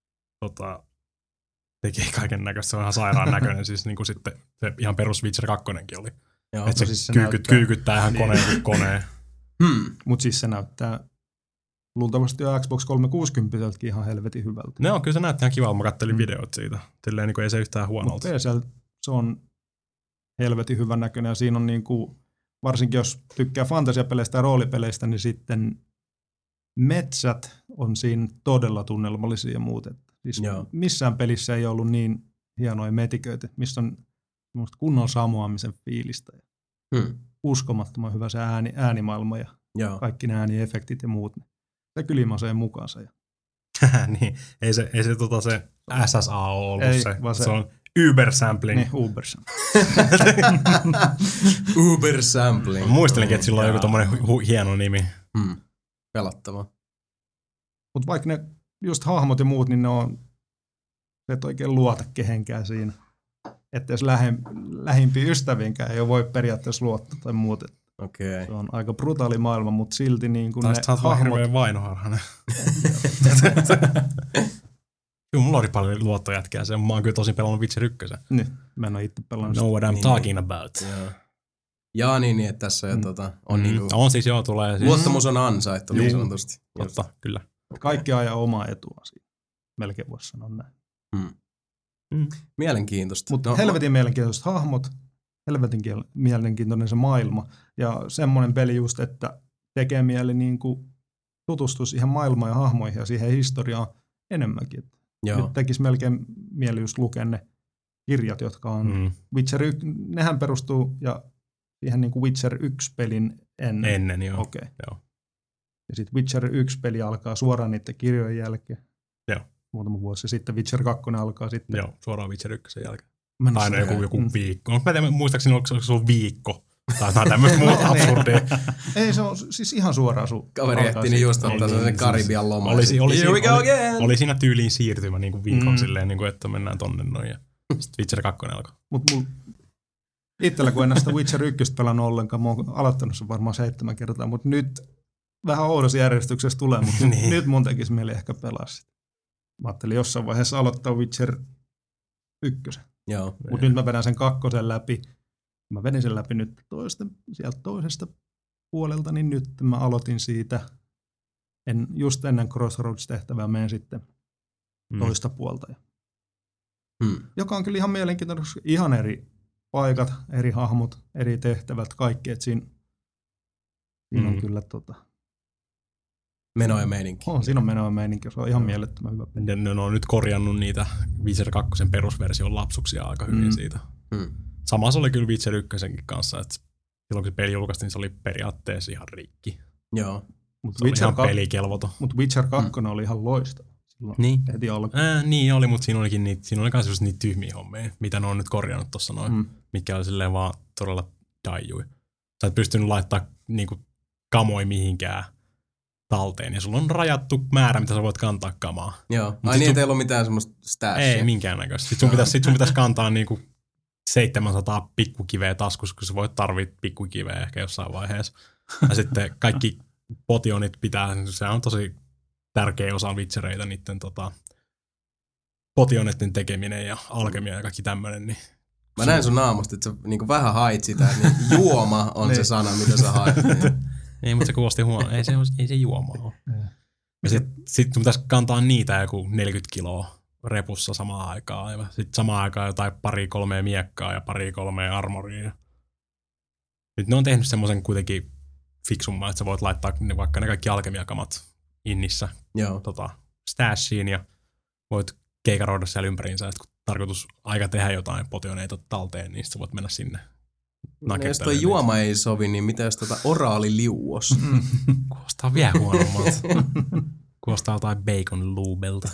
tekee kaiken näköistä. Se on ihan sairaan näköinen. Siis niinku sitten se ihan perus Witcher 2:kin oli. Että se siis kyykyttää ihan koneen kuin koneen. Mutta siis se näyttää luultavasti jo Xbox 360 ihan helvetin hyvältä. Ne on, kyllä se näyttää ihan kivalta. Mä kattelin videot siitä. Silleen niin ei se yhtään huonolta. Mutta se on helvetin hyvän näköinen ja siinä on niinku, varsinkin jos tykkää fantasiapeleistä ja roolipeleistä, niin sitten metsät on siinä todella tunnelmallisia ja muut. Siis missään pelissä ei ollut niin hienoja metiköitä, missä on kunnon samoamisen fiilistä. Uskomattoman hyvä se äänimaailma ja kaikki ne ääniefektit ja muut. Se kylmäsee mukaansa. Niin, ei se SSA ole ollut ei, se on Uber-sampling. Niin, Uber-sampling. Uber-sampling. Muistelinkin, että sillä on joku tommonen hieno nimi. Pelattava. Mutta vaikka ne just hahmot ja muut, niin ne on, et oikein luota kehenkään siinä. Että jos lähimpiä ystäviinkään ei voi periaatteessa luottaa tai muuta. Okei. Se on aika brutaali maailma, mutta silti niin kuin ne hahmot... hirveän vainoharhainen. Kyllä mulla oli paljon luottojätkää. Mä oon kyllä tosi pelannut Witcher 1. Niin, mä en ole itse pelannut. Know what I'm talking about. Jaa, niin, että tässä jo on niinku... On siis tulee siis... Luottamus on ansaittu, niin sanotusti. Totta, kyllä. Kaikki ajaa omaa etua siinä. Melkein voisi sanoa näin. Mielenkiintoista. Mutta helvetin mielenkiintoiset hahmot, helvetin mielenkiintoinen se maailma. Ja semmoinen peli just, että tekee mieli niin kuin tutustus ihan maailmaan ja hahmoihin ja siihen historiaan enemmänkin. Nyt tekisi melkein mieli just lukea ne kirjat, jotka on Witcher 1. Nehän perustuu ja siihen niin kuin Witcher 1-pelin ennen. Ennen, joo. Okay. Joo. Ja sitten Witcher 1-peli alkaa suoraan niiden kirjojen jälkeen. Joo. Muutama vuosi sitten Witcher 2 alkaa sitten. Joo, suoraan Witcher 1 jälkeen. Aina joku viikko. Mä en tiedä, muistaakseni, onko se ollut viikko. Tai tämmöistä muuta absurdia. Ei, se on siis ihan suoraan sun. Kaveri ehti niin just ottaa sen Karibian loma. Oli siinä tyyliin siirtymä niin kuin viikon silleen, niin kuin, että mennään tonne noin. Ja sitten Witcher 2 alkoi. Itsellä kun en ole sitä Witcher 1 pelannut ollenkaan, mä oon aloittanut sen varmaan 7 kertaa, mutta nyt vähän oudossa järjestyksessä tulee, mutta nyt mun tekisi mieli ehkä pelaa sitä. Mä ajattelin jossain vaiheessa aloittaa Witcher 1. Mutta nyt mä vedän sen 2 läpi. Mä vedin sen läpi nyt sieltä toisesta puolelta, niin nyt mä aloitin siitä. Just ennen Crossroads-tehtävää menen sitten toista puolta. Joka on kyllä ihan mielenkiintoinen, ihan eri paikat, eri hahmot, eri tehtävät, kaikki. Et siinä on kyllä meno ja meininki. Siinä on meno ja meininki, se on ihan mielettömän hyvä peli. Ne on nyt korjannut niitä Witcher 2 perusversion lapsuksia aika hyvin siitä. Sama se oli kyllä Witcher 1 kanssa, että silloin kun se peli julkaistiin, se oli periaatteessa ihan rikki. Joo. Se oli ihan pelikelvoton. Mutta Witcher 2 oli ihan loistava. Niin. Heti alkuun. Niin oli, mutta siinä oli myös niitä tyhmiä hommia, mitä ne on nyt korjannut tuossa noin, mikä oli silleen vaan todella daijui. Sä et pystynyt laittaa niinku kamoja mihinkään talteen, ja sulla on rajattu määrä, mitä sä voit kantaa kamaa. Joo. Ai niin, ei ollut mitään semmoista stashia. Ei minkäännäköistä. Sitten sun pitäisi kantaa niinku 700 pikkukiveä taskussa, kun sä voit tarvita pikkukiveä ehkä jossain vaiheessa. Ja sitten kaikki potionit se on tosi tärkeä osa Witchereitä, niiden potioneiden tekeminen ja alkemia ja kaikki tämmöinen. Niin mä näen sun naamasta, että sä niinku vähän hait sitä, että niin juoma on se sana, mitä sä haet. Ei, mutta se kuulosti huono. Ei se juoma ole. Ja sit sun pitäisi kantaa niitä joku 40 kiloa repussa samaan aikaan. Ja sitten samaan aikaan jotain 2-3 miekkaa ja 2-3 armoria. Nyt ne on tehnyt semmoisen kuitenkin fiksumman, että sä voit laittaa vaikka ne kaikki alkemiakamat innissä stashiin ja voit keikaroida siellä ympäriinsä, että kun tarkoitus aika tehdä jotain potioneita talteen, niin sitten voit mennä sinne nakettelemaan. Jos toi juoma ei sovi, niin mitä jos oraaliliuos? Kuulostaa vielä huonommalta. Kuulostaa jotain bacon luubelta.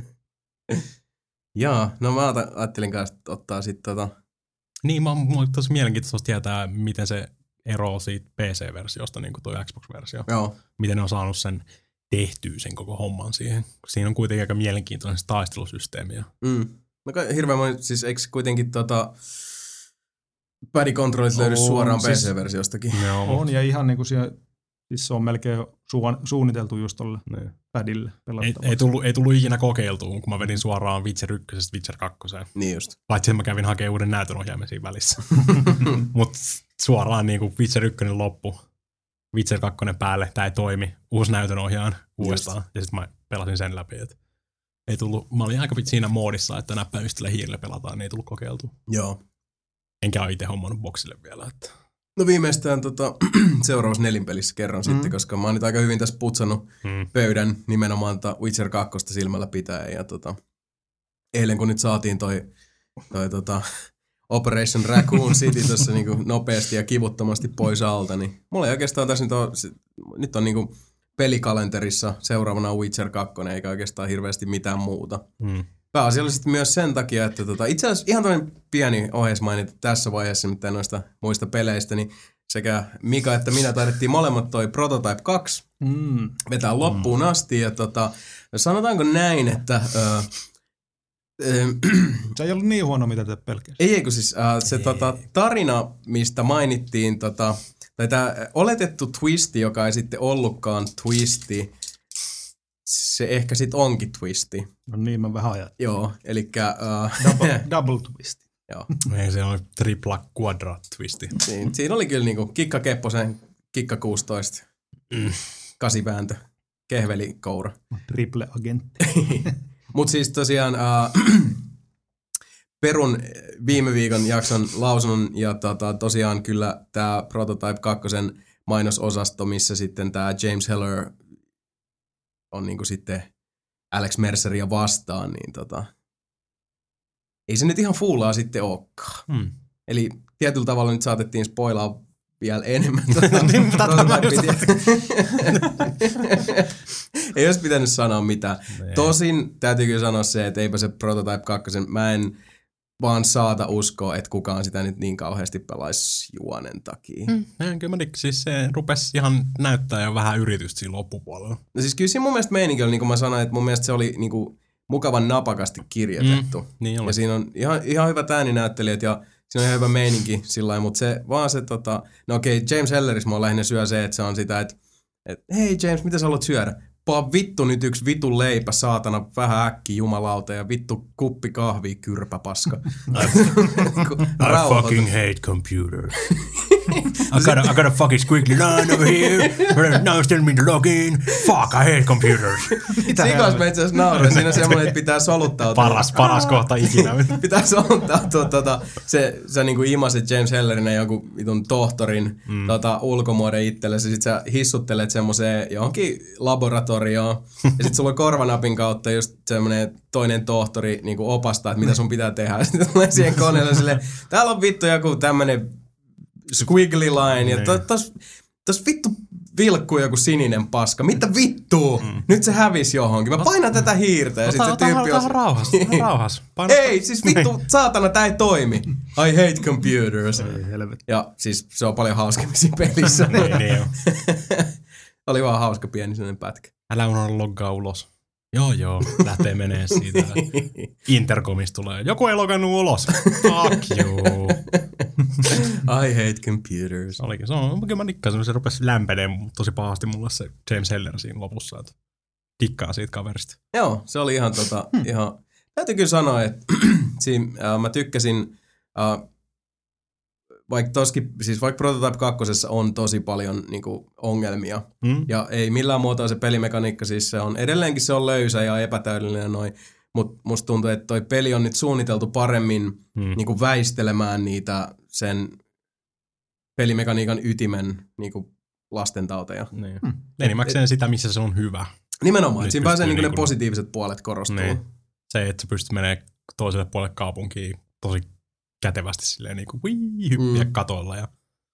Joo, no mä ajattelin kanssa ottaa sitten Niin, mulla on tosi mielenkiintoista tietää, miten se eroaa siitä PC-versiosta, niin kuin tuo Xbox-versio. Joo. Miten ne on saanut sen tehtyä sen koko homman siihen. Siinä on kuitenkin aika mielenkiintoinen taistelusysteemi. No hirveän moni, siis eikö kuitenkin pad-kontrollit löydy suoraan PC-versiostakin? On, ja ihan niin kuin siellä, siis se on melkein suunniteltu just tolle padille pelattavaksi. Ei tullut ikinä kokeiltuun, kun mä vedin suoraan Witcher 1 Witcher 2. Niin just. Paitsi mä kävin hakemaan uuden näytönohjaimen siinä välissä. Mutta suoraan niin kuin Witcher 1 loppu, Witcher 2 päälle, tää ei toimi, uusi näytönohjaan uudestaan. Ja sitten mä pelasin sen läpi. Ei tullut, mä olin aika siinä moodissa, että näppäimistellä hiirillä pelataan, niin ei tullut kokeiltua. Joo. Enkä ole itse hommannut boksille vielä. Että. No viimeistään seuraavassa nelinpelissä kerran sitten, koska mä oon nyt aika hyvin tässä putsannut pöydän nimenomaan Witcher 2 silmällä pitäen. Ja eilen kun nyt saatiin toi Operation Raccoon City tuossa niinku nopeasti ja kivuttomasti pois alta, niin mulla ei oikeastaan tässä nyt on niinku pelikalenterissa seuraavana Witcher 2, eikä oikeastaan hirveästi mitään muuta. Pääasiallisesti myös sen takia, että itse asiassa ihan toinen pieni ohjeismainita tässä vaiheessa, mitään noista muista peleistä, niin sekä Mika että minä taidettiin molemmat toi Prototype 2 vetää loppuun asti, ja sanotaanko näin, että se ei ollut niin huono, mitä te pelkästään. Ei, kun siis se tarina, mistä mainittiin, tai tämä oletettu twisti, joka ei sitten ollutkaan twisti, se ehkä sitten onkin twisti. No niin, mä vähän ajattelin. Joo, elikkä double twisti. Joo. Ei, se on tripla quadra twisti. Siinä oli kyllä niinku Kikka Kepposen Kikka 16, kasivääntö, kehvelikoura. Triple agentti. Mutta siis tosiaan perun viime viikon jakson lausunnon ja tosiaan kyllä tämä Prototype 2 mainososasto, missä sitten tämä James Heller on niinku sitten Alex Merceria vastaan, niin ei se nyt ihan fuulaa sitten olekaan. Eli tietyllä tavalla nyt saatettiin spoilaa vielä enemmän. Ei olisi pitänyt sanoa mitään. Tosin täytyy kyllä sanoa se, että eipä se Prototype 2, mä en vaan saata uskoa, että kukaan sitä nyt niin kauheasti pelaisi juonen takia. Kyllä siis se rupesi ihan näyttää jo vähän yritystä siinä loppupuolella. No siis kyllä siinä mun mielestä meininki oli, niin kuin mä sanoin, että mun mielestä se oli niin kuin mukavan napakasti kirjoitettu. Niin ja siinä on ihan hyvät ääninäyttelijät ja siinä on ihan hyvä meininki sillä lailla, mutta se vaan se no okei, James Helleris mua lähinnä syö se, että se on sitä, että hei James, mitä sä haluat syödä? Paa vittu nyt yksi vitun leipä, saatana, vähän äkki jumalauta ja vittu kuppi kahvia, kyrpäpaska. I fucking hate computers. I got a fucking squiggly line over here. Now it's telling me to log in. Fuck, I hate computers. Sikos mä itse asiassa naurin. Siinä on semmoinen, että pitää soluttautua. Paras kohta ikinä. Pitää soluttautua. Sä niinku imasit James Hellerinä jonkun vitun tohtorin ulkomuodon itsellesi. Sit sä hissuttelet semmoiseen johonkin laboratorioon. Ja sit sulla on korvanapin kautta just semmoinen toinen tohtori niinku opastaa, että mitä sun pitää tehdä. Sitten tulee siihen koneelle silleen, täällä on vittu joku tämmönen squiggly line, ja tos vittu vilkkuu joku sininen paska. Mitä vittua? Nyt se hävisi johonkin. Mä painan tätä hiirtä, ja sit se tyyppi on... Rauhas. Ei, siis vittu, saatana, tää ei toimi. I hate computers. Ja siis se on paljon hauskemmin siinä pelissä. Niin on. Oli vaan hauska pieni sellainen pätkä. Älä unohda loggaa ulos. Joo, lähtee menee siitä. Intercomista tulee. Joku ei logannut ulos. Fuck you. I hate computers. Se on kyllä mä dikkaan. Se rupesi lämpeneen tosi pahasti mulle se James Heller siinä lopussa. Että dikkaa siitä kaverista. Joo, se oli ihan ihan... Täytyy kyllä sanoa, että mä tykkäsin... Vaikka Prototype 2 on tosi paljon niinku ongelmia. Ja ei millään muotoa se pelimekaniikka, siis se on edelleenkin se on löysä ja epätäydellinen noin. Mutta musta tuntuu, että toi peli on nyt suunniteltu paremmin niinku väistelemään niitä sen pelimekaniikan ytimen niinku lastentauteja. Niin. Enimmäkseen sitä, missä se on hyvä. Nimenomaan, että siinä pääsee niinku ne positiiviset puolet korostuu. Niin. Se, että sä pystyt menemään toiselle puolelle kaupunkiin tosi kätevästi silleen niinku hyppiä katoilla ja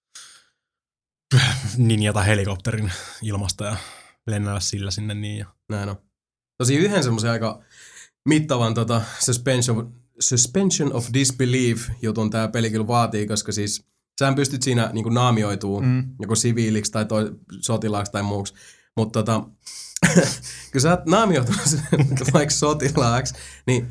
ninjata helikopterin ilmasta ja lennellä sillä sinne niin. Ja. Näin on. Tosi yhden semmoisen aika mittavan suspension of disbelief jutun tää peli kyllä vaatii, koska siis sähän pystyt siinä niinku naamioituu joko siviiliksi tai sotilaaksi tai muuksi, mutta kun sä oot naamioitunut vaikka sotilaaksi, niin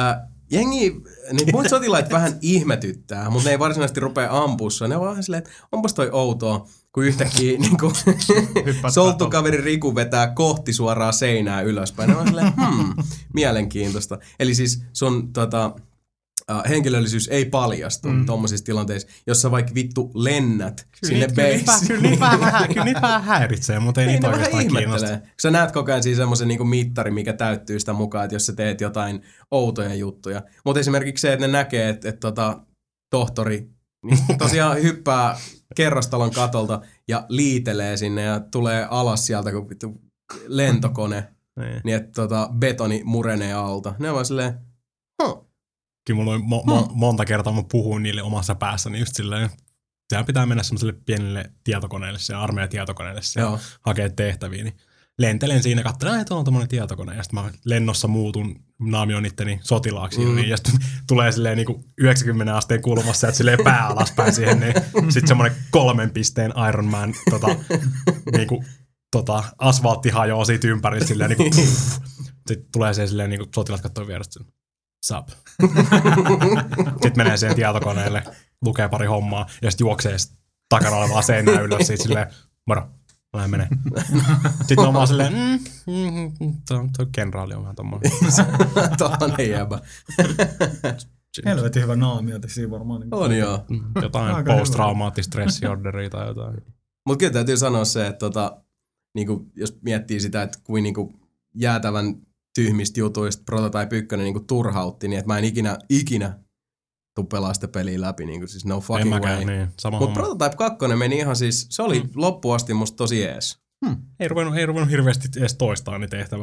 muut sotilaat vähän ihmetyttää, mutta ne ei varsinaisesti rupea ampussa. Ne on vaan silleen, että onpas toi outoa, kun yhtäkkiä niinku, soltukaveri Riku vetää kohti suoraan seinää ylöspäin. Ne on silleen, mielenkiintoista. Eli siis sun henkilöllisyys ei paljastu tommosissa tilanteissa, jossa vaikka vittu lennät sinne baseen. Kyllä niitä vähän häiritsee, mutta ei niitä oikeastaan kiinnosta. Sä näet koko ajan siis semmoisen niinku mittari, mikä täyttyy sitä mukaan, että jos sä teet jotain outoja juttuja. Mutta esimerkiksi se, että ne näkee, että tohtori niin tosiaan hyppää kerrostalon katolta ja liitelee sinne ja tulee alas sieltä kuin vittu lentokone, niin että betoni murenee alta. Ne on vaan silleen, Kyllä mulla on monta kertaa, mä puhuin niille omassa päässäni just silleen, sehän pitää mennä semmoiselle pienelle tietokoneelle, se armeijatietokoneelle, se hakee tehtäviä, niin lentelen siinä, katselen, että on tommonen tietokone, ja sitten mä lennossa muutun, naamioon itteni sotilaaksi, niin, ja sitten tulee silleen niinku 90 asteen kulmassa, että silleen pää alaspäin siihen, niin sitten semmonen 3 pisteen Iron Man niinku, asfaltti hajoaa siitä ympäriltä silleen niinku, sitten tulee se silleen niinku sotilaat kattoo vierestä Sup. Sitten menee siihen tietokoneelle, lukee pari hommaa ja sitten juoksee takana olevaa seinää ylös siitä silleen, moro, mä menen. Sitten on vaan silleen, tuo kenraali on vähän tommoinen. Tollanen jäbä. Helvetin hyvä naamio, siinä varmaan. On joo. Jotain post-traumaattista stressi-orderia tai jotain. Mut kyllä täytyy sanoa se, että niinku, jos miettii sitä, että kuin niinku jäätävän tyhmistä jutuista Prototype 1 niin turhautti, niin että mä en ikinä tuu pelaa sitä peliä läpi, niin kuin, siis no fucking way. Niin, mutta Prototype 2 meni ihan siis, se oli loppuun asti musta tosi jees. Ei ruvennut hirveästi edes toistaa ne tehtävät.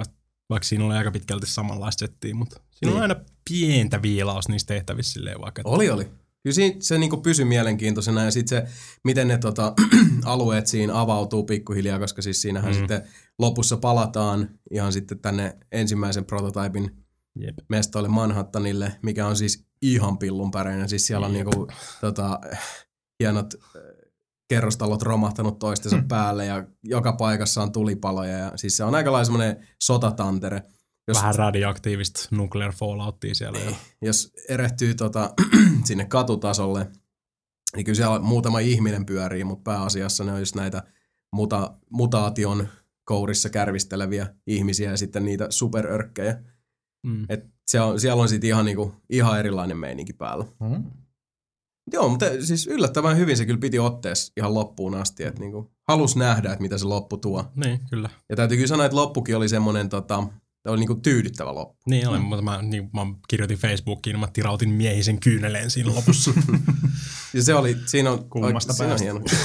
Vaikka siinä oli aika pitkälti samanlaista settiä, mutta siinä on aina pientä viilaus niissä tehtävissä silleen vaikka. Oli. Kyllä se niinku pysyi mielenkiintoisena ja sitten se, miten ne alueet siinä avautuu pikkuhiljaa, koska siis siinähän sitten lopussa palataan ihan sitten tänne ensimmäisen prototypin mestoille Manhattanille, mikä on siis ihan pillunpäreinen. Siis siellä on niinku hienot kerrostalot romahtanut toistensa päälle ja joka paikassa on tulipaloja ja siis se on aika lailla semmoinen sotatantere. Vähän radioaktiivista nuclear fallouttia siellä. Jos erehtyy sinne katutasolle, niin kyllä siellä muutama ihminen pyörii, mutta pääasiassa ne on just näitä mutaation kourissa kärvisteleviä ihmisiä ja sitten niitä superörkkejä. Et siellä on sitten ihan erilainen meininki päällä. Joo, mutta siis yllättävän hyvin se kyllä piti otteessa ihan loppuun asti, että niinku halusi nähdä, että mitä se loppu tuo. Niin, kyllä. Ja täytyy kyllä sanoa, että loppukin oli semmoinen oli niinku tyydyttävä loppu. Niin oli, mutta mä kirjoitin Facebookiin, mä tirautin miehisen kyyneleen siinä lopussa. Ja se oli, siinä on kummasta päästä.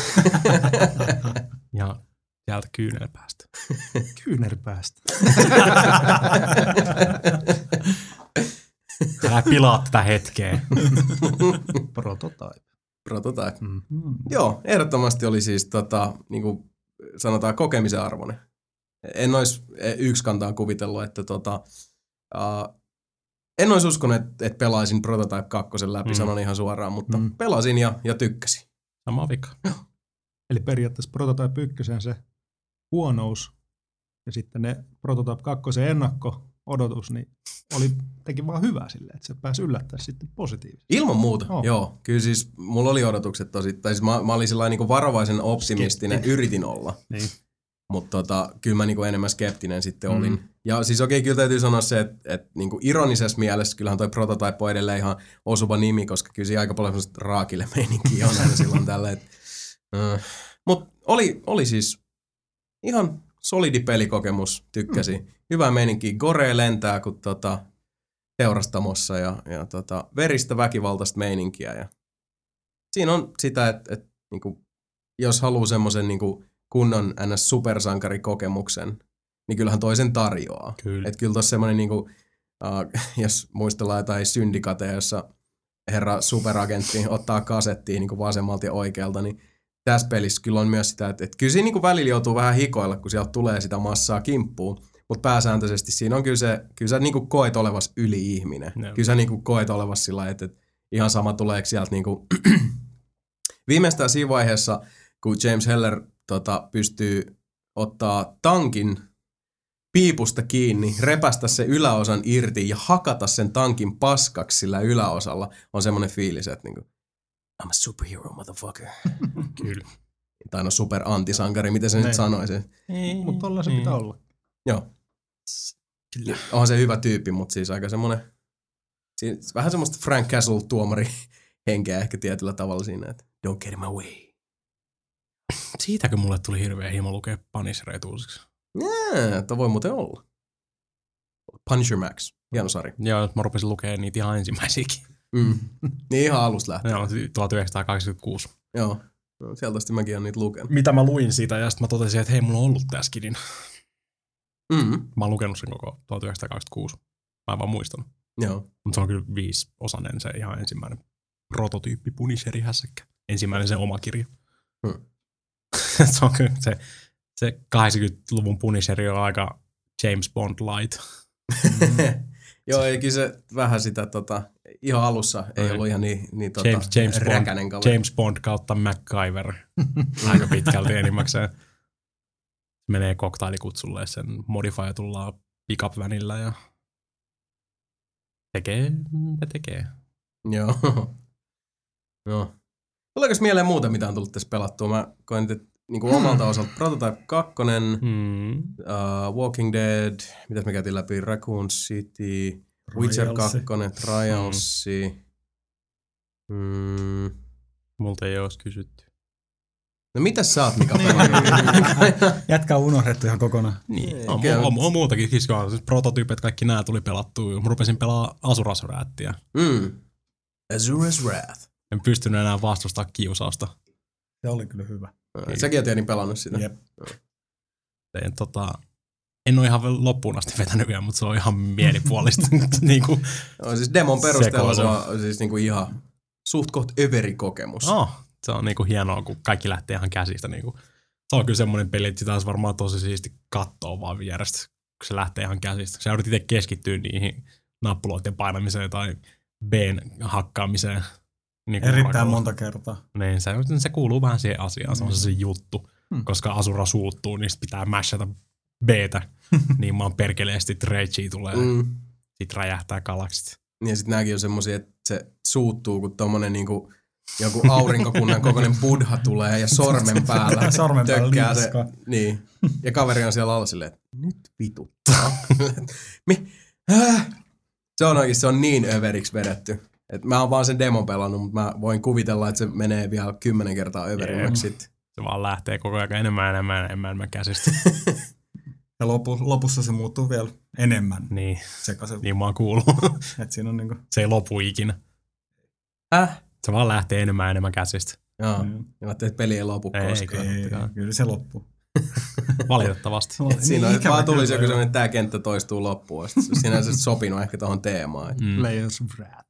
Ja sieltä kyynelpäästä. Kyynelpäästä. Älä pilaa tätä hetkeä. Prototype. Joo, ehdottomasti oli siis niinku sanotaan kokemisen arvoinen. En olisi yksikantaan kuvitellut, että en olisi uskonut, että pelaisin Prototype 2 läpi, sanon ihan suoraan, mutta pelasin ja tykkäsin. Sama vika. Eli periaatteessa Prototype 1 se huonous ja sitten ne Prototype 2 ennakko-odotus, niin teki vaan hyvää silleen, että se pääsi yllättää sitten positiivisesti. Ilman muuta, joo. Kyllä siis mulla oli odotukset tosi, tai siis mä olin sellainen niin varovaisen optimistinen, yritin olla. Niin. Mutta kyllä mä niinku enemmän skeptinen sitten olin. Ja siis kyllä täytyy sanoa se, että niinku ironisessa mielessä kyllähän toi Prototype on edelleen ihan osuva nimi, koska kyllä siinä aika paljon semmoista raakille meininkiä on aina silloin tällä. Mutta oli siis ihan solidi pelikokemus, tykkäsin. Hyvä meininki, gore lentää kuin teurastamossa ja veristä väkivaltaista meininkiä. Ja siinä on sitä, että niinku, jos haluaa semmoisen niinku kunnon NS-supersankarikokemuksen, niin kyllähän toisen tarjoaa. Että kyllä tuossa semmoinen, niinku, jos muistellaan jotain syndikateja, jossa herra superagentti ottaa kasettiin niinku vasemmalta ja oikealta, niin tässä pelissä kyllä on myös sitä, että kyllä siinä niinku välillä joutuu vähän hikoilla, kun sieltä tulee sitä massaa kimppuun, mutta pääsääntöisesti siinä on kyllä sä niinku koet olevas yli-ihminen. No. Kyllä sä niinku koet olevas sillä, että ihan sama tuleeko sieltä niinku viimeistään siinä vaiheessa, kun James Heller pystyy ottaa tankin piipusta kiinni, repästä sen yläosan irti ja hakata sen tankin paskaksi sillä yläosalla, on semmoinen fiilis, että niinku, I'm a superhero, motherfucker. Kyllä. Tai no super antisankari, miten se nyt sanoisi. Mutta tolla se pitää olla. Joo. Kyllä. Onhan se hyvä tyyppi, mutta siis aika semmoinen, vähän semmoista Frank Castle-tuomari henkeä ehkä tietyllä tavalla siinä, että don't get in my way. Siitäkö mulle tuli hirveä himo lukea Punishereita uusiksi? Toi voi muuten olla. Punisher Max, hieno sarja. Joo, mä rupesin lukemaan niitä ihan ensimmäisiäkin. Niin ihan alusta lähtien. Joo, 1986. Joo, sieltä asti mäkin olen niitä lukenut. Mitä mä luin siitä ja sitten mä totesin, että hei, mulla on ollut tää skidin. Mä oon lukenut sen koko 1986. Mä en vaan muistanut. Joo. Mutta se on kyllä 5-osainen se ihan ensimmäinen prototyyppi Punisheri-hässäkkä. Ensimmäinen se oma kirja. Se on kyllä se 80-luvun Punisheri on aika James Bond light. Joo, eikä se vähän sitä ihan alussa ei ollut ihan niin räkänen kaveri. James Bond kautta MacGyver. Aika pitkälti enimmäkseen. Menee koktailikutsulle sen modifioitulla pick-up-vänillä ja tekee. Joo. Joo. Tuleeko mieleen muuta, mitä on tullut tässä pelattua? Mä koen, että niin omalta osalta Prototype 2, Walking Dead, mitäs me käytiin läpi, Raccoon City, Witcher 2, Trials. Multa ei olisi kysytty. No mitäs sä oot, Mika, pelannut? Jätkä on unohdettu ihan kokonaan. Niin, on muutakin. Siis prototyypit, kaikki nämä tuli pelattua. Mä rupesin pelaamaan Azura's Wrathia. Azura's Wrath. En pystynyt enää vastustaa kiusausta. Se oli kyllä hyvä. Säkin oot pelannut sitä. Jep. Tein En ole ihan loppuun asti vetänyt vielä, mutta se on ihan mielipuolista. Niinku no, siis demon perusteella se on siis niinku ihan suht koht överi kokemus. Se on niinku hienoa, kun kaikki lähtee ihan käsistä. Niinku. Se on kyllä semmoinen peli, että sitä olisi varmaan tosi siisti katsoa vaan vierestä, kun se lähtee ihan käsistä. Sä joudut itse keskittyä niihin nappuloiden painamiseen tai B:n hakkaamiseen. Niin erittäin monta kertaa. Niin, se kuuluu vähän siihen asiaan, se on se juttu. Koska Asura suuttuu, niin pitää mashata B:tä. Niin maan perkeleesti Ragea tulee. Sit räjähtää galaksit. Ja sit nääkin on semmosia, että se suuttuu, kun tommonen niinku joku aurinkokunnan kokoinen buddha tulee ja sormen päällä tökkää se. Niin. Ja kaveri on siellä alla silleen, että nyt vituttaa. Se on oikein, se on niin överiksi vedetty. Et mä oon vaan sen demon pelannut, mutta mä voin kuvitella, että se menee vielä 10 kertaa överimmäksi sitten. Se vaan lähtee koko ajan enemmän käsistä. Ja lopussa se muuttuu vielä enemmän. Niin, sekaisin. Niin mä oon kuullut. Et siinä on niinku... Se ei lopu ikinä. Se vaan lähtee enemmän käsistä. Joo. Ja mä ajattelin, että peli ei lopu koskaan. Ei, kyllä se loppuu. Valitettavasti. Siinä on, vaan tulisi joku sellainen, että tää kenttä toistuu loppuun. Siinä on se sopinut ehkä tohon teemaan. Layers of Wrath.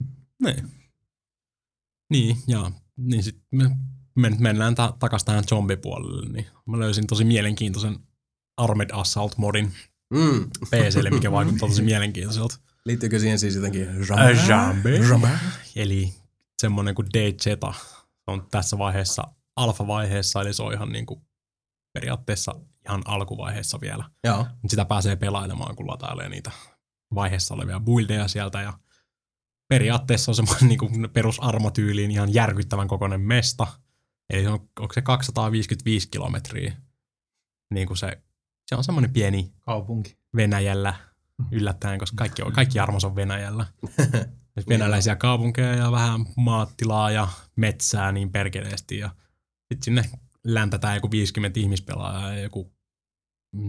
Niin, ja niin sit me mennään takas tähän zombipuolelle. Niin mä löysin tosi mielenkiintoisen Armored Assault-modin PC:lle, mikä vaikuttaa tosi mielenkiintoiselta. Liittyykö siihen siis jotenkin Jambe? Eli semmonen kuin DZ on tässä vaiheessa alfa-vaiheessa, eli se on ihan niinku periaatteessa ihan alkuvaiheessa vielä. Joo. Mutta sitä pääsee pelailemaan, kun latailee niitä vaiheessa olevia buildeja sieltä. Ja periaatteessa on semmoinen niinku perusarmotyyliin ihan järkyttävän kokoinen mesta. Eli onko se 255 kilometriä? Niin kuin se on semmoinen pieni kaupunki Venäjällä yllättäen, koska kaikki armos on Venäjällä. Venäläisiä kaupunkeja ja vähän maattilaa ja metsää niin perkeleesti. Ja sitten sinne läntätään joku 50 ihmispelaajaa ja joku 400-500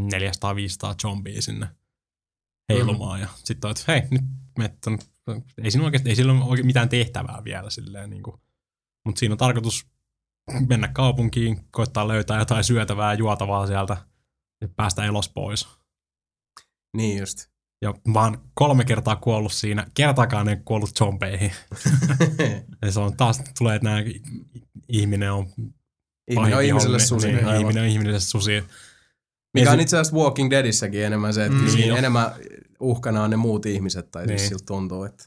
zombia sinne heilumaan. Ja sitten on, että hei, nyt ei sillä ole mitään tehtävää vielä silleen. Niin mutta siinä on tarkoitus mennä kaupunkiin, koittaa löytää jotain syötävää, juotavaa sieltä ja päästä elos pois. Niin just. Ja mä oon 3 kertaa kuollut siinä. Kertaakaan en kuollut zombeihin. Ja se on taas tulee, että nää ihminen on ihmiselle susi. Niin, ihminen on ihmiselle susi. Mikä on itse asiassa Walking Deadissäkin enemmän se, että siinä enemmän uhkana on ne muut ihmiset, tai siis siltä tuntuu, että...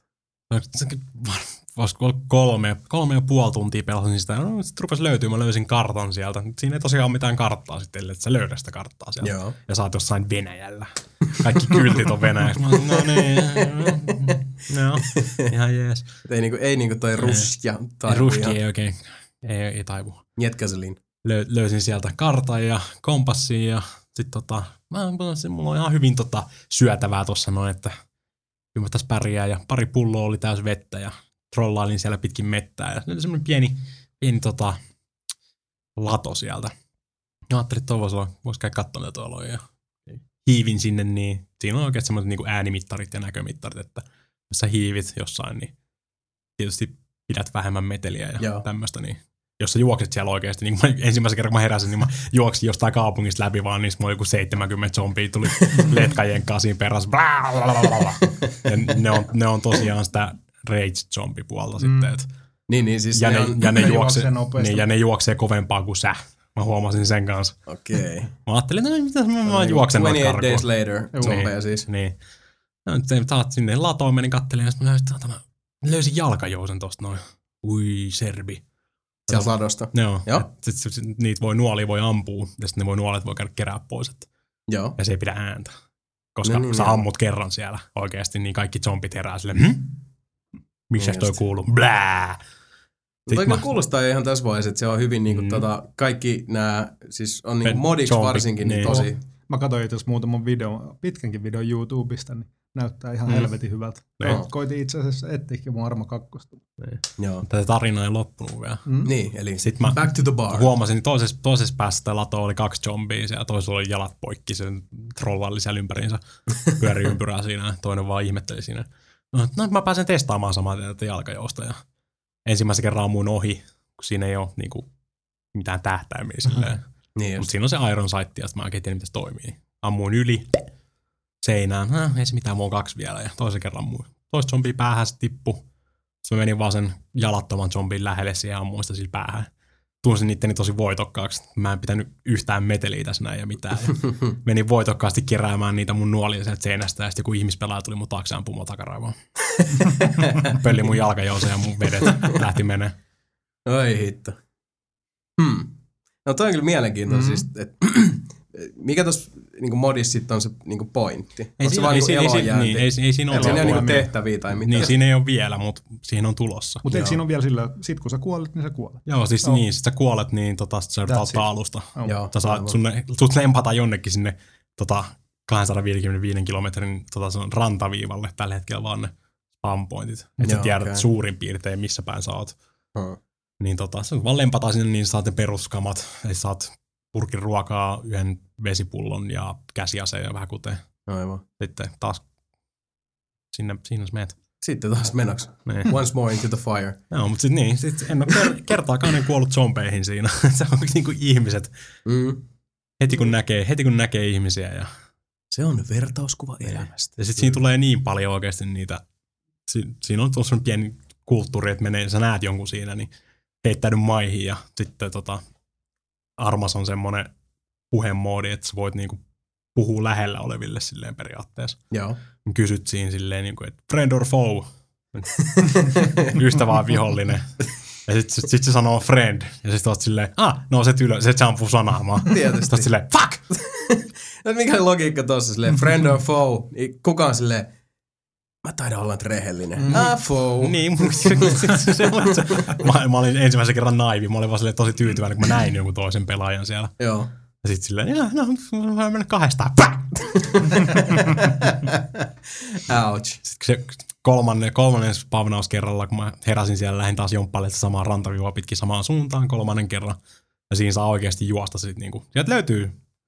Voisiko olla 3,5 tuntia pelasin sitä. No, sitten rupesi löytymään, mä löysin kartan sieltä. Siinä ei tosiaan ole mitään karttaa sitten, että sä löydät sitä karttaa sieltä. Joo. Ja sä oot jossain Venäjällä. Kaikki kyltit on Venäjäksi. Mä sanoin, no niin, no, ihan jees. Ei niinku toi Ruskia taivu. Ruski ei oikein, ei taivu. Jetkäselin. Löysin sieltä kartan ja kompassin ja sit mulla on ihan hyvin syötävää tossa noin, että kyllä mä tässä pärjää ja pari pulloa oli täys vettä ja trollailin siellä pitkin mettää ja se oli semmoinen pieni lato sieltä. Mä ajattelin, että vois käydä katsomaan tätä tuolla ja hiivin sinne, niin siinä on oikeasti semmoiset niin äänimittarit ja näkömittarit, että jos sä hiivit jossain, niin tietysti pidät vähemmän meteliä ja tämmöistä, niin jos sä juokset siellä oikeasti, niin ensimmäisen kerran kun mä heräsin, niin mä juoksin jostain kaupungista läpi vaan, niin mulla oli joku 70 zombia, tuli letkajien kasiin perässä. Ja ne on tosiaan sitä rage-zombipuolta sitten. Niin, siis ja ne juoksee kovempaa kuin sä. Mä huomasin sen kanssa. Okei. Mä ajattelin, että mitä mä juoksen noita 28 days later zombeja siis. Niin. Taat sinne latoon, menin kattelemaan, ja sitten mä löysin jalkajousen tosta noin. Ui, serbi. Sieltä ladosta. Joo. Niitä nuolia voi ampua, ja sitten ne nuolet voi käydä kerää pois. Joo. Ja se ei pidä ääntä. Koska kun sä ammut kerran siellä oikeasti, niin kaikki zombit herää silleen, miksä toi kuuluu? Blää! Mutta kuulostaa ihan tässä vaiheessa, että se on hyvin niinku kaikki nämä, siis on niinku modiksi varsinkin niin tosi. Mä katsoin itse asiassa muutaman pitkänkin videon YouTubesta, niin näyttää ihan helvetin hyvältä. Koitin itse asiassa etsiäkin mun Arma 2. Joo. Tätä tarina ei loppunut vielä. Niin, eli sitten mä back to the bar. Huomasin, että toisessa päässä sitä latoa oli 2 zombia, ja toisella oli jalat poikki, sen trollaili siellä ympäriinsä, pyöri ympyrää siinä, toinen vaan ihmetteli siinä. No, mä pääsen testaamaan samaa tätä jalkajousta, ja ensimmäisen kerran ammuin ohi, kun siinä ei ole niinku mitään tähtäimiä silleen. Niin mutta siinä on se Iron Sight, ja mä oikein tiedän, miten se toimii. ammuin yli seinään. Ei se mitään, mulla on 2 vielä. Ja toisen kerran ammuin. Toista zombia päähän se tippui. Sitten mä menin vaan sen jalattoman zombin lähelle siihen ja ammuin sitä sillä päähän. Tunsin itteni tosi voitokkaaksi. Mä en pitänyt yhtään meteliä tässä näin ja mitään. Ja menin voitokkaasti keräämään niitä mun nuolia sieltä seinästä ja sitten joku ihmispelaaja tuli mun taakse ja ampui mua takaraivoon. Pölli mun jalkajouseen ja mun vedet lähti menee. Oi hitto. No toi on kyllä mielenkiintoista, että mikä tossa niinku modissa sitten on se niinku pointti? Ei siinä ole niinku tehtäviä tai mitään. Niin, siinä ei ole vielä, mutta siihen on tulossa. Mutta eikö siinä ole vielä sillä, sit kun sä kuolet, niin sä kuolet? Joo, siis niin, sit sä kuolet, niin sä joudut auttaa alusta. Sut lempataan jonnekin sinne 255 kilometrin rantaviivalle tällä hetkellä vaan ne spam pointit. Että sä tiedät suurin piirtein, missä päin sä oot. Niin sä vaan lempataan sinne, niin saat ne peruskamat. Eli saat purkin ruokaa, 1 vesipullon ja käsiaseen ja vähän kuten. Aivan. Sitten taas siinä meet. Sitten taas menoksi. Niin. Once more into the fire. Joo, mutta sit en ole kertaakaan kuollut zombeihin siinä. Se on niinku ihmiset. Heti kun näkee ihmisiä. Ja se on vertauskuva elämästä. Ja sitten siinä tulee niin paljon oikeasti niitä. Siinä on tuossa pieni kulttuuri, että sä näet jonkun siinä, niin heittäydy maihin ja sitten Armas on semmoinen puhemoodi, että sä voit niinku puhua lähellä oleville silleen periaatteessa. Joo. Kysyt siinä silleen, niinku, että friend or foe, ystävä vai vihollinen. Ja sit se sanoo friend, ja sit oot silleen, nouset ylös, sit se ampuu sanaamaan. Tietysti. Sit oot silleen, fuck! No mikä logiikka tossa silleen, friend or foe, kuka on silleen, mä taidan olla rehellinen. Foe. Niin, mä olin ensimmäisen kerran naivi, mä olin vaan silleen tosi tyytyväinen, kun mä näin jonkun toisen pelaajan siellä. Joo. Ja sit silleen, mä mennä 2. Ouch. Sitten se kolmannen spavnaus kerralla, kun mä heräsin siellä, lähdin taas jomppailemaan samaa rantaviivaa pitkin samaan suuntaan 3. kerran. Ja siinä saa oikeasti juosta sit niinku. Sieltä löytyy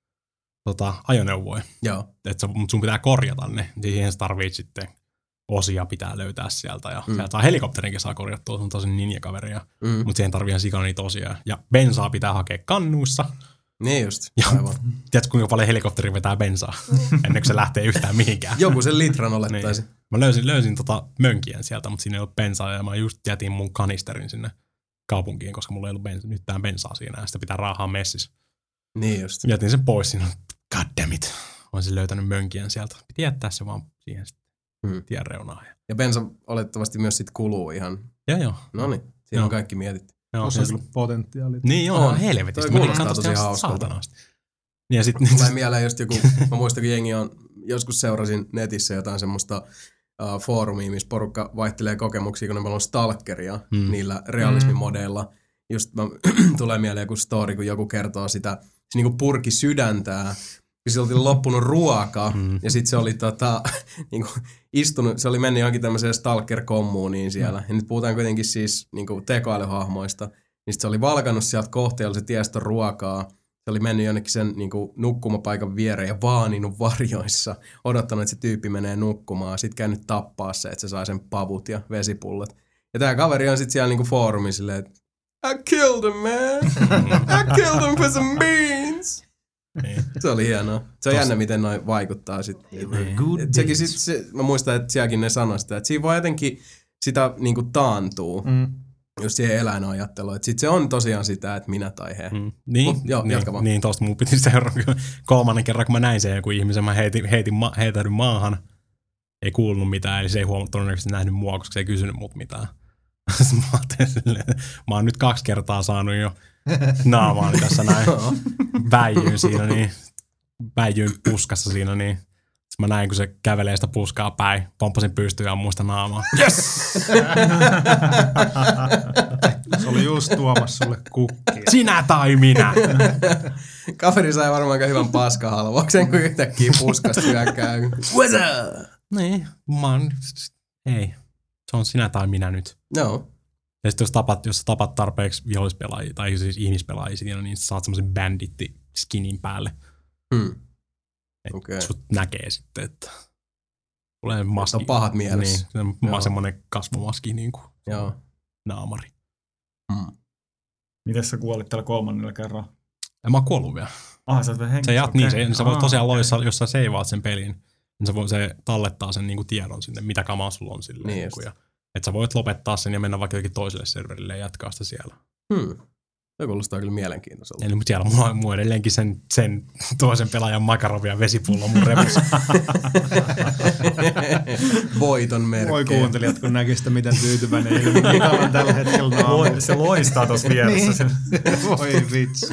ajoneuvoja. Joo. Mutta sun pitää korjata ne. Siihen sä tarvitset sitten osia pitää löytää sieltä. Ja sieltä helikopterinkin saa korjattua, se on tosi ninjakaveria. Mutta siihen tarvii ihan sikana niitä osia. Ja bensaa pitää hakea kannuissa. Niin just. Ja tiedätkö, kuinka paljon helikopteri vetää bensaa, ennen kuin se lähtee yhtään mihinkään. Joku sen litran olettaisi. Niin. Mä löysin mönkien sieltä, mutta siinä ei ollut bensaa. Ja mä just jätin mun kanisterin sinne kaupunkiin, koska mulla ei ollut nyttään bensaa siinä. Ja sitä pitää raahaa messissä. Niin just. Jätin sen pois siinä. God damn it. Olisin löytänyt mönkien sieltä. Piti jättää se vaan siihen tien reunaan. Ja bensa olettavasti myös sit kuluu ihan. Joo. Noniin, siinä on kaikki mietitty. Tuossa on kyllä potentiaalia. Niin on helvetistä. Toi kuulostaa tosi hauskalta. Ja sitten tulee mieleen just joku, mä muistan kun jengi on, joskus seurasin netissä jotain semmoista foorumia, missä porukka vaihtelee kokemuksia, kun ne on stalkeria niillä realismimodeilla. Just tulee mieleen joku story, kun joku kertoo sitä, se niinku purki sydäntää, kun sillä oli loppunut ruoka, ja sitten se oli niinku istunut, se oli mennyt johonkin tämmöiseen stalker-kommuuniin siellä. Ja nyt puhutaan kuitenkin siis niinku tekoälyhahmoista. Niin sit se oli valkannut sieltä kohteella, se tiesi ton ruokaa. Se oli mennyt jonnekin sen niinku nukkumapaikan viereen ja vaaninut varjoissa. Odottanut, että se tyyppi menee nukkumaan. Sitten käynyt tappaa se, että se sai sen pavut ja vesipullot. Ja tää kaveri on sit siellä niinku foorumi silleen, että I killed him, man. I killed him for some beans. Se oli hienoa. Se on jännä, miten noi vaikuttaa sitten. Sekin sit, mä muistan, että sielläkin ne sanoi sitä, että siinä voi jotenkin sitä niinku taantuu, jos siihen eläinajatteluun. Että sit se on tosiaan sitä, että minä tai he. Niin, tosta mun piti seurata 3. kerran, kun mä näin sen joku ihmisen, mä heitäydyn maahan. Ei kuulunut mitään, eli se ei todennäköisesti nähnyt mua, koska se ei kysynyt mut mitään. Mä oon nyt 2 kertaa saanut jo naamaani tässä näin. Väijyin puskassa siinä, niin mä näin, kun se kävelee sitä puskaa päin. Pomppasin pystyyn ja ammuin sitä naamaa. Yes! Se oli just tuomassa sulle kukkia. Sinä tai minä! Kaveri sai varmaan aika hyvän paskahalvauksen, kun yhtäkkiä puskasta hyökkää. What's up? Niin, ei. Se on sinä tai minä nyt. No. Ja sitten jos sä tapat tarpeeksi vihollispelaajia tai siis ihmispelaajia siinä, niin saat semmoisen banditti-skinin päälle. Okay. Sut näkee sitten, että tulee maski. On pahat mielessä. Niin, semmoinen kasvomaski niin kuin naamari. Miten sä kuolit tällä 3. kerralla? En mä oon kuollut vielä. Sä oot vielä hengissä. Sä voit tosiaan jos sä seivaat sen pelin, niin se tallettaa sen niinku tiedon sinne, mitä kamaa sulla on silleen. Niin että sä voit lopettaa sen ja mennä vaikka jokin toiselle serverille ja jatkaa sitä siellä. Se kuulostaa kyllä mielenkiintoiselta. Eli siellä mulla on edelleenkin sen toisen pelaajan Makarovia vesipullo mun repussa. Voiton merkkejä. Voi kuuntelijat, kun näkee sitä, miten tyytyväinen Mika on tällä hetkellä. Se loistaa tuossa vieressä. Niin. Voi vitsi.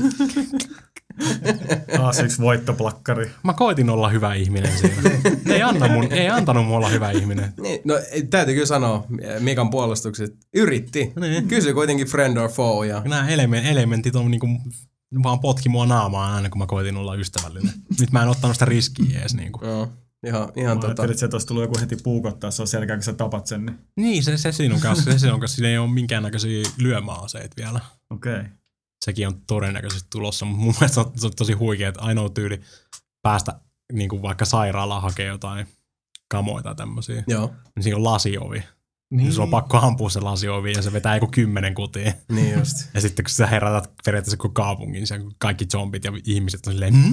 Taas yksi voittoplakkari. Mä koitin olla hyvä ihminen siinä. ei antanut mun olla hyvä ihminen. Niin, no täytyy kyllä sanoa, Mikan puolustukset yritti. Niin. Kysyi kuitenkin friend or foe. Ja nämä elementit on niinku, vaan potki mua naamaan aina, kun mä koitin olla ystävällinen. Nyt mä en ottanut sitä riskiä edes. Niinku. Joo, ihan mä ajattelin, että sieltä olisi tullut joku heti puukottaa, se on selkeä, kun sä tapat sen. Niin, se siinä on kanssa. Siinä ei ole minkäännäköisiä lyömäaseita vielä. Okei. Okay. Sekin on todennäköisesti tulossa, mutta mun mielestä se on tosi huikea, että ainoa tyyli päästä niin kuin vaikka sairaalaan hakea jotain kamoja tai tämmöisiä. Joo. Niin siinä on lasiovi. Niin. Sulla on pakko ampua se lasiovi ja se vetää joku 10 kutia. Niin just. Ja sitten kun sä herätät periaatteessa koko kaupungin, siellä kaikki zombit ja ihmiset on silleen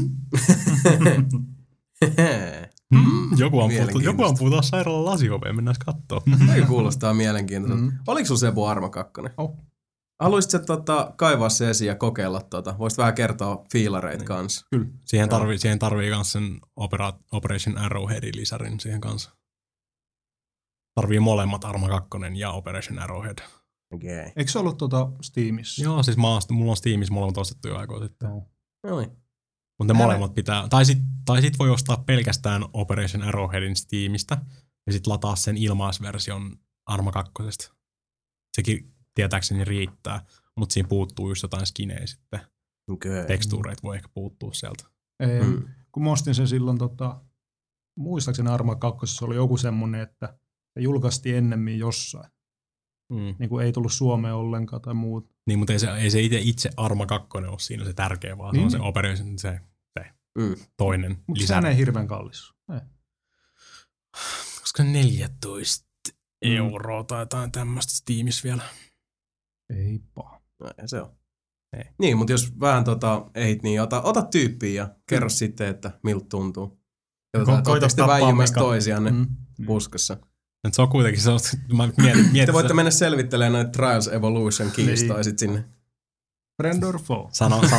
Joku ampuu taas sairaalan lasioveen, mennään kattoo. Tämä kuulostaa mielenkiintoiselta. Oliko sulla Sebu Arma 2? Haluaisitko kaivaa se esiin ja kokeilla Voisit vähän kertoa fiilareita kanssa? Kyllä. Siihen tarvii myös sen Operation Arrowheadin lisärin siihen kanssa. Tarvii molemmat Arma 2 ja Operation Arrowhead. Okay. Eikö se ollut Steamissa? Joo, siis mulla on Steamissa molemmat ostettu jo aikoja sitten. Noin. Mutta ne molemmat pitää, tai sit voi ostaa pelkästään Operation Arrowheadin Steamista ja sit lataa sen ilmaisversion Arma 2. Sekin tietääkseni riittää, mutta siinä puuttuu just jotain skinejä sitten. Okay. Tekstuureita voi ehkä puuttua sieltä. Ei, kun mä ostin sen silloin, muistaakseni Arma 2 oli joku semmonen, että se julkaistiin ennemmin jossain. Niin kuin ei tullut Suomeen ollenkaan tai muut. Niin, mutta ei se itse Arma 2 ole siinä se tärkeä, vaan niin. Se on se Operation, se toinen lisä. Mutta sehän ei hirveän kallis. Ei. Koska 14 € tai jotain tämmöistä Steamissa vielä. Ei paha. No, se on. Ei. Niin, mutta jos vähän ehdit, niin ota tyyppiä ja kerro sitten, että miltä tuntuu. Koita sitten väijymässä toisianne puskassa. Se on kuitenkin se, mä mietin te voitte mennä selvittelemään näitä Trials Evolution kiistoja sit sinne. Friend or foe.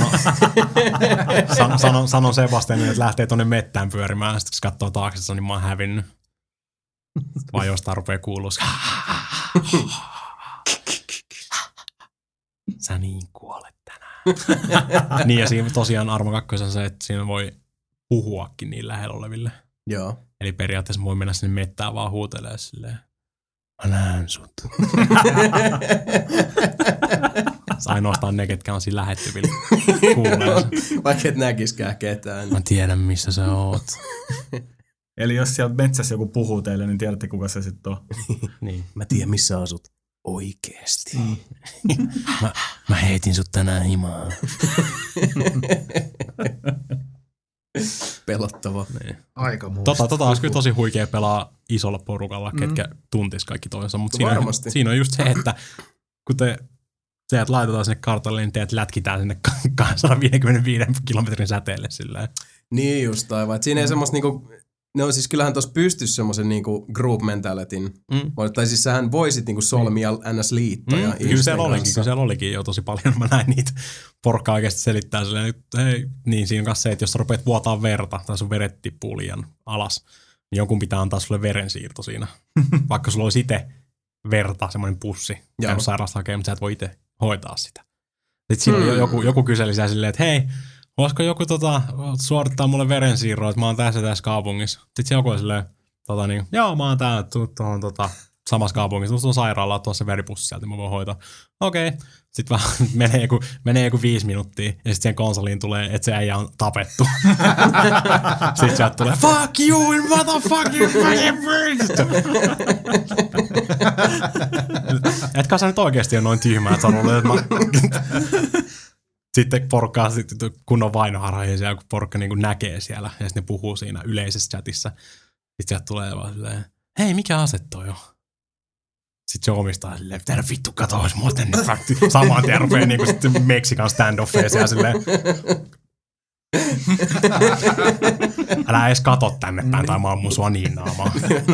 Sano Sebastianille, että lähtee tonne mettään pyörimään, sitten kun katsoo taakse, niin mä oon hävinnyt. Vai jostain rupeaa kuulua. Sä niin kuolet tänään. Niin ja siinä tosiaan Arma 2 on se, että siinä voi puhuakin niin lähellä oleville. Joo. Eli periaatteessa voi mennä sinne mettään vaan huutelee silleen, mä näen sut. Ainoastaan ne, ketkä on siinä lähettyvillä kuulee. Vaikka et näkiskään ketään. Mä tiedän, missä sä oot. Eli jos siellä metsässä joku puhuu teille, niin tiedätte, kuka se sitten on. Niin. Mä tiedän, missä asut. Oikeesti. Mä heitin sut tänään himaan. Pelottava. Niin. Aika muista. Olisi kyllä tosi huikea pelaa isolla porukalla, ketkä tuntis kaikki toisensa. Mutta siinä on just se, että kun teidät laitetaan sinne kartalle, niin teidät lätkitään sinne 255 kilometrin säteelle silleen. Niin just aivan. Et siinä ei semmoista niinku, no siis kyllähän tuossa pystyisi semmoisen niinku group mentalityn. Tai siis sähän voisit niinku solmia NS-liittoja. Kyllä siellä olikin jo tosi paljon. Mä näin niitä porkkaa oikeasti selittää silleen, että hei, niin siinä on kanssa se, että jos sä rupeat vuotaa verta tai sun veret tippuu liian alas, niin jonkun pitää antaa sulle verensiirto siinä. Vaikka sulla olisi itse verta, semmoinen pussi, käynyt sairaalasta hakea, mutta sä et voi itse hoitaa sitä. Sitten siinä oli joku kyseli silleen, että hei, voisiko joku suorittaa mulle verensiirroa, että mä oon tässä kaupungissa. Sitten se joku oli silleen, joo mä oon täällä tuohon samassa kaupungissa, tuossa on sairaala, tuossa veripussi sieltä, mä voin hoitaa. Okei. Sitten vaan menee joku 5 minuuttia, ja sitten siihen konsoliin tulee, että se äijä on tapettu. Sitten sieltä tulee, fuck you, motherfucking fucking etkä sä nyt oikeesti ole noin tyhmää, että sä on ollut, että sitten porukkaa kunnon vainoharhaisia, kun porukka niin kuin näkee siellä, ja sitten ne puhuu siinä yleisessä chatissa. Sitten sieltä tulee vaan silleen, hei, mikä ase toi on? Sitten se omistaa silleen, pitää vittu katoa, jos muuten saman tien rupeaa niinku sitten Meksikan standoffeja siellä silleen. Älä edes kato tänne päin tai mä ammun sua niin naamaa.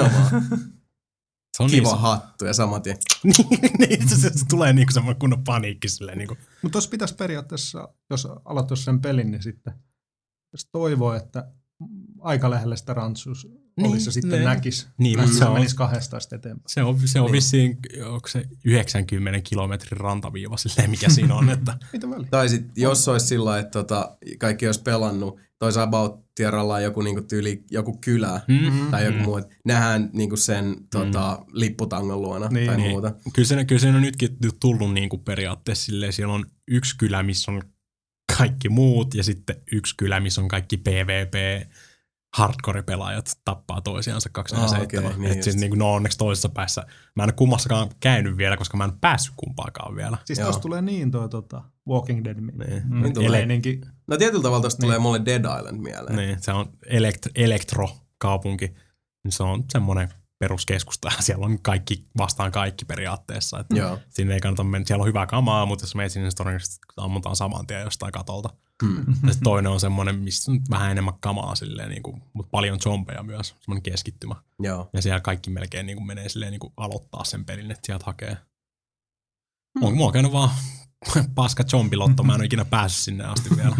Se on kiva niin, hattu ja saman tien. Niin, se tulee niinku semmoinen kunnon paniikki silleen niinku. Mutta tuossa pitäisi periaatteessa, jos aloittaisi sen pelin, niin sitten jos toivoo, että aika lähellä sitä rantsuus olisi ja sitten näkisi. Niin, se menisi 200 eteenpäin. Se on vissiin, onko se 90 kilometrin rantaviiva silleen, mikä siinä on. Että. Mitä väliä? Tai sitten jos olisi sillä että kaikki olisi pelannut, toisa about tieralla on joku niinku tyyli, joku kylä tai joku muu, että nähdään niinku sen lipputangon luona tai muuta. Kyllä se on nytkin tullut niinku periaatteessa silleen, siellä on yksi kylä, missä on kaikki muut ja sitten yksi kylä, missä on kaikki PvP hardcore-pelaajat tappaa toisiansa 247. Okay, niin siis niinku, no onneksi toisessa päässä. Mä en ole kummassakaan käynyt vielä, koska mä en päässyt kumpaakaan vielä. Siis tossa tulee niin toi Walking Dead meininki. No tietyllä tavalla tosta tulee mulle Dead Island mieleen. Niin, se on elektrokaupunki. Se on semmoinen peruskeskusta. Siellä on kaikki vastaan kaikki periaatteessa. Että sinne ei kannata mennä. Siellä on hyvää kamaa, mutta jos menet sinne, niin todennäköisesti ammutaan saman tien jostain katolta. Ja toinen on semmoinen, missä on vähän enemmän kamaa, silleen, niin kuin, mutta paljon zombeja myös, semmoinen keskittymä. Joo. Ja siellä kaikki melkein niin kuin menee silleen, niin kuin aloittaa sen pelin, että sieltä hakee. Mua on käynyt vaan paska zombilotto, mä en ole ikinä päässyt sinne asti vielä.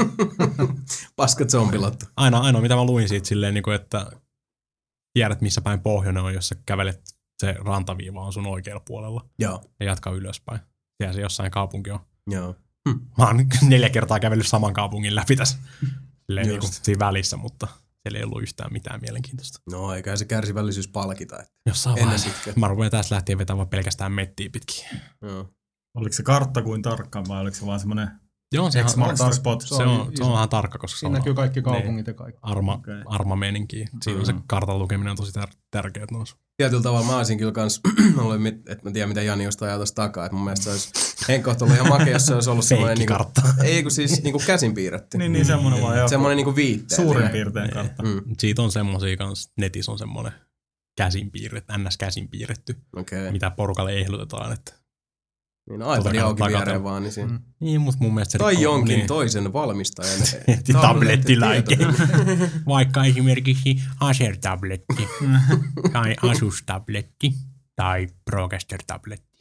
Paska zombilotto. Ainoa mitä mä luin siitä silleen, niin kuin, että tiedät missä päin pohjoinen on, jos sä kävelet, se rantaviiva on sun oikealla puolella. Joo. Ja jatkaa ylöspäin. Siellä se jossain kaupunki on. Joo. Mä oon 4 kertaa kävellyt saman kaupungin läpi tässä niin siinä välissä, mutta siellä ei ollut yhtään mitään mielenkiintoista. No eikä se kärsivällisyys palkita. Jossain vaiheessa. Mä rupean tässä lähtien vetämään pelkästään mettiä pitkin. Joo. Oliko se kartta kuin tarkka vai oliko se vaan semmoinen Joo, se X-Marked spot? Se on ihan tarkka, koska siinä näkyy kaikki kaupungit ja kaikki. Arma-meininkiä. Siinä on se kartan lukeminen on tosi tärkeää nousu. Tietyllä tavalla mä olisin kyllä kans, että mä tiedän mitä Jani jostain ajaa tosta takaa, että mun mielestä se olisi henkkohto ollut ihan makea, jos se olisi ollut semmoinen ei kun siis niinku käsin piirretty. Niin semmoinen vaan joo. Semmoinen niinku viitteellinen. Suurin piirtein kartta. Siitä on semmosia kans, netissä on semmoinen NS-käsin piirretty, mitä porukalle ehdotetaan, että niin iPad auki viereen vaan, niin siinä. Niin, mutta mun mielestä se tai jonkin toisen valmistajan tablettilaite. Vaikka esimerkiksi Acer-tabletti, tai Asus-tabletti, tai Procaster-tabletti.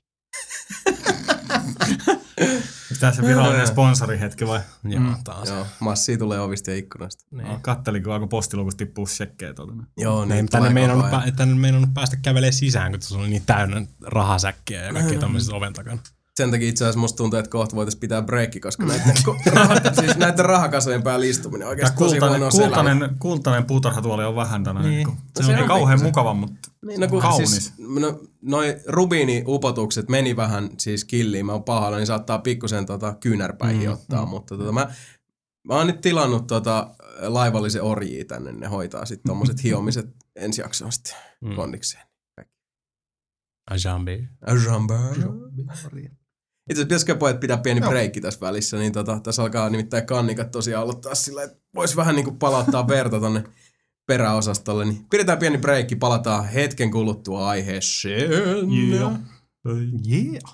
Tässä virallinen sponsorihetki vai? Joo, taas. Joo, massia tulee ovista ja ikkunasta. Niin. Kattelin, kun alkoi postilukusta tippua shekkejä tuolta. Joo, niin. Tänne meinannut päästä kävelemään sisään, kun tuossa oli niin täynnä rahasäkkiä ja kaikkea tämmöisiä oven takana. Sen takia itse asiassa musta tuntuu, että kohta voitaisiin pitää breikki, koska näiden rahakasojen päällä istuminen oikeasti tosi huono selä. Kultainen puutarhatuoli on vähän tänään. Niin. Se on kauhean mukava, mutta kaunis. Siis, noi rubiini-upotukset meni vähän siis killiin. Mä oon pahalla, niin saattaa pikkusen kyynärpäihin ottaa. Mutta mä oon nyt tilannut laivallisen orjia tänne. Ne hoitaa sitten tommoset hiomiset ensi jaksoon sitten kondikseen. Ajambe. Itse asiassa pitäisikö pojat pitää pieni breikki tässä välissä, niin tässä alkaa nimittäin kannikat tosiaan aloittaa sillä, että vois vähän niin kuin palauttaa verta tonne peräosastolle. Niin pidetään pieni breikki, palataan hetken kuluttua aiheeseen. Yeah.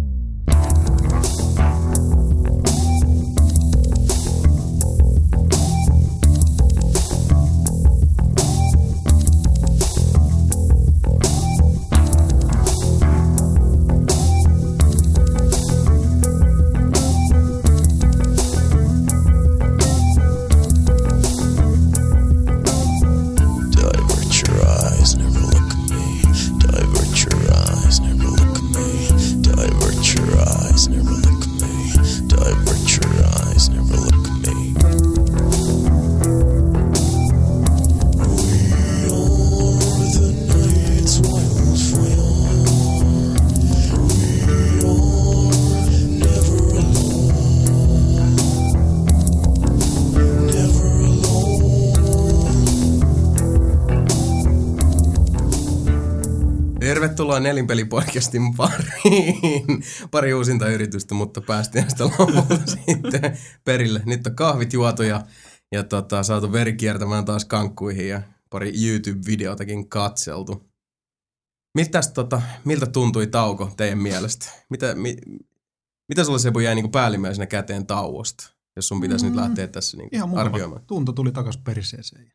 Tervetuloa Nelinpeli-podcastin pariin. Pari uusinta yritystä, mutta päästiin sitä lopulta sitten perille. Nyt on kahvit juotu ja saatu veri kiertämään taas kankkuihin ja pari YouTube-videotakin katseltu. Miltä tuntui tauko teidän mielestä? Mitä sulle Sebu jäi niinku päällimmäisenä käteen tauosta? jos sun pitäisi nyt lähteä tässä niin arvioimaan. Tunto tuli takas perseeseen.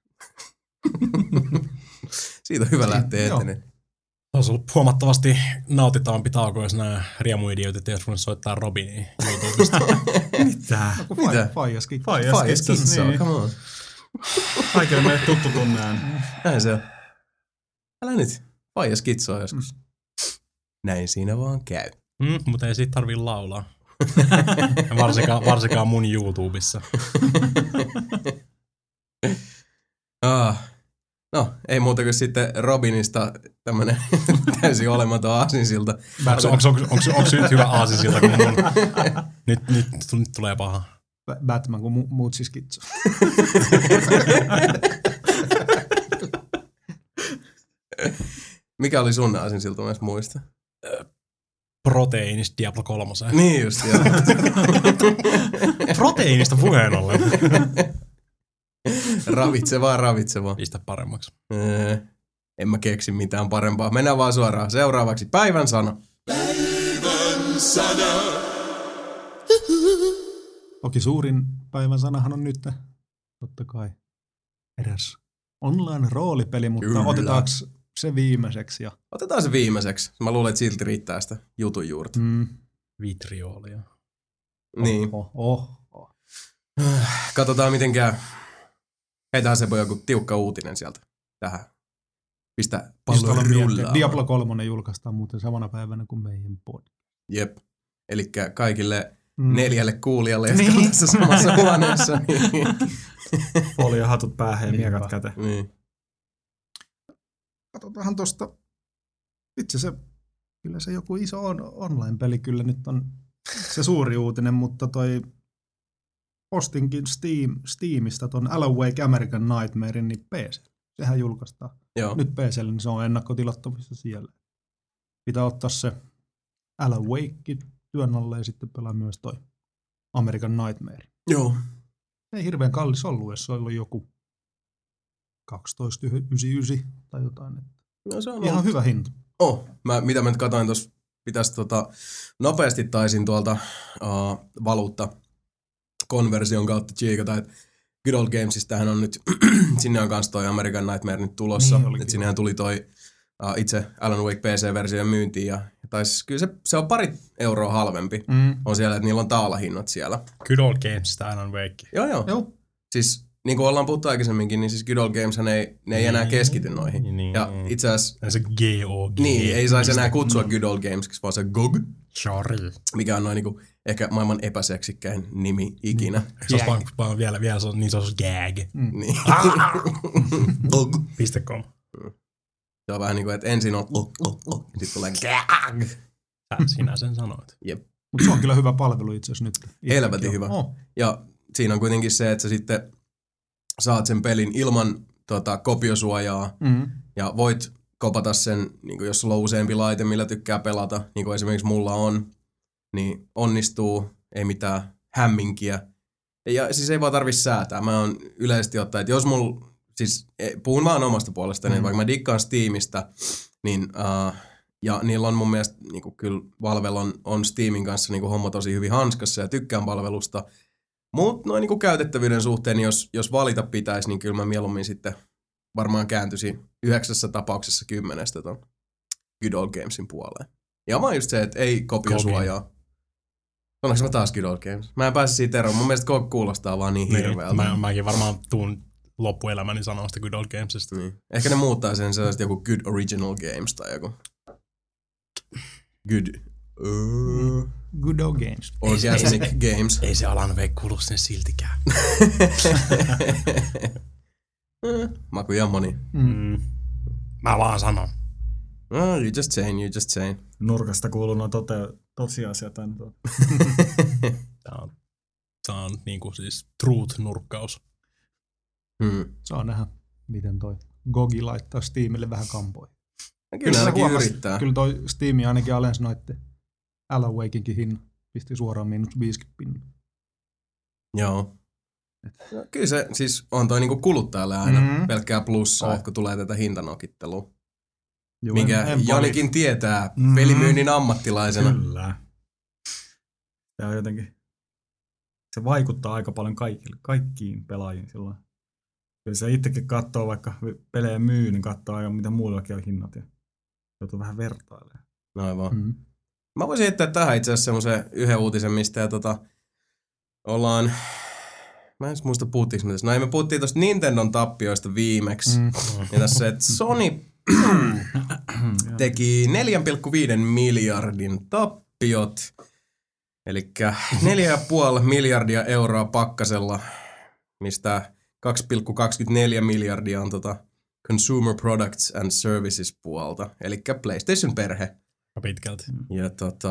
Siitä on hyvä lähteä eteneen. Olisi ollut huomattavasti nautittavampi tauko, jos nämä riemuidiotit ei olisi soittaa Robinia YouTubesta. Mitä? Mitä? Faijas Kitso, niin. Come on. Kaikille meille tuttu tunne. Näin se on. Älä nyt. Faijas Kitsoa joskus. Näin siinä vaan käy. Mutta ei siitä tarvii laulaa. varsinkaan mun YouTubessa. No, ei muuta kuin sitten Robinista tämmönen täysin olematon aasinsilta. Onko se nyt hyvä aasinsilta, kun mun... nyt tulee paha. Batman, kun muut siis Kitso. Mikä oli sun aasinsilta, mä muista? Proteiinista Diablo 3. Niin just, joo. Proteiinista puheen ollen. Ravitsevaa. Pistä paremmaksi. En mä keksi mitään parempaa. Mennään vaan suoraan. Seuraavaksi päivän sana. Päivän sana. Toki suurin päivän sanahan on nyt, totta kai, eräs online-roolipeli, mutta Kyllä. otetaanko se viimeiseksi? Otetaan se viimeiseksi. Mä luulen, että silti riittää sitä jutun juurta. Vitriolia. Niin. Katsotaan miten käy. Heitähän se joku tiukka uutinen sieltä tähän. Pistä pallo rullaa. Diablo 3 julkaistaan muuten samana päivänä kuin meidän pod. Jep. Elikkä kaikille 4 kuulijalle, jotka on tässä samassa huoneessa. Niin. Foliohatut päähän ja miekat käteen. Niin. Katsotaanhan tosta. Itse se, kyllä se joku iso online-peli kyllä nyt on se suuri uutinen, mutta toi postinkin Steamista ton Alan Wake American Nightmarein niin PC. Sehän julkaistaan. Joo. Nyt PC:lle, niin se on ennakkotilattavissa siellä. Pitää ottaa se Alan Wake työn alle ja sitten pelaa myös toi American Nightmare. Joo. Ei hirveän kallis ollut, jos se on ollut joku 12,99 tai jotain. No se on ihan hyvä hinta. Mitä mä nyt katsoin tuossa, pitäisi nopeasti taisin tuolta valuutta-konversion kautta chiikata, että Good Old Gamesistähän on nyt, sinne on kans toi American Nightmare nyt tulossa. Niin, että sinnehän tuli toi itse Alan Wake PC-versio myyntiin ja kyllä se on pari euroa halvempi. On siellä, että niillä on taalahinnat siellä. Good Old Gamesista Alan Wake. Joo. Siis niin kuin ollaan puhuttu aikaisemminkin, niin siis Good Old Gameshan ne ei enää keskity noihin. Niin. Ja itse asiassa... Se GOG. Niin, ei saisi enää kutsua Good Old Games, vaan se GOG. Sorry. Mikä on noin niinku ehkä maailman epäseksikkäin nimi ikinä. Se olisi vaan vielä niin se olisi GAG. Niin. .com. Se on vähän niin kuin, että ensin on sitten tulee GAG. Sinä sen sanoit. Jep. Mutta se on kyllä hyvä palvelu itse asiassa nyt. Helvetin hyvä. Ja siinä on kuitenkin se, että sä sitten saat sen pelin ilman kopiosuojaa ja voit kopata sen, niin kuin jos sulla on useampi laite, millä tykkää pelata, niin kuin esimerkiksi mulla on, niin onnistuu, ei mitään hämminkiä. Ja siis ei vaan tarvitse säätää. Mä oon yleisesti ottaen, että jos mulla, siis puhun vaan omasta puolestani, vaikka mä dikkaan Steamista, niin ja niillä on mun mielestä niin kuin kyllä Valvella on Steamin kanssa niin kuin homma tosi hyvin hanskassa ja tykkään palvelusta. Mutta noin niin käytettävyyden suhteen, niin jos valita pitäisi, niin kyllä mä mieluummin sitten varmaan kääntyisin 9 tapauksessa 10 ton Good Old Gamesin puoleen. Ja mä just se, että ei kopiosuojaa. Onneksi mä taas Good Old Games? Mä en pääse siitä eroon. Mun mielestä kuulostaa vaan niin hirveältä. Mäkin varmaan tuun loppuelämäni sanoista Good Old Gamesista. Niin. Ehkä ne muuttaa sen sellaista joku Good Original Games tai joku Good Old Games. Orgasmic Games. Ei se Alan Wake kuulu sinne siltikään. Makuja moni. Mä vaan sanon. You just saying. Nurkasta kuuluu noin tosiasiat. Tää on niinku siis truth-nurkkaus. Saa nähdä, miten toi Gogi laittaa Steamille vähän kampoihin. Kyllä ainakin yrittää. Kyllä toi Steam ainakin alensi noitte Alan Wakenkin hinnan. Pisti suoraan -50. Joo. No, kyllä se siis on toi niinku kuluttajalle aina pelkkää plussaa, kun tulee tätä hintanokittelua. Joo, minkä Janikin tietää pelimyynnin ammattilaisena. Kyllä. Se on jotenkin se vaikuttaa aika paljon kaikkiin pelaajiin silloin. Kyllä se itsekin katsoo, vaikka pelejä myy, niin katsoo aika mitä muullakin on hinnat ja joutuu vähän vertailemaan. No aivan. Mä voisin heittää tähän itse asiassa semmoisen yhden uutisen, mistä ja ollaan... Mä en muista puhuttiinko me tässä. No ei, me puhuttiin tuosta Nintendon tappioista viimeksi. Ja tässä, että Sony teki 4,5 miljardin tappiot. Elikkä 4,5 miljardia euroa pakkasella, mistä 2,24 miljardia on Consumer Products and Services puolta. Elikkä PlayStation-perhe. Pitkälti. Ja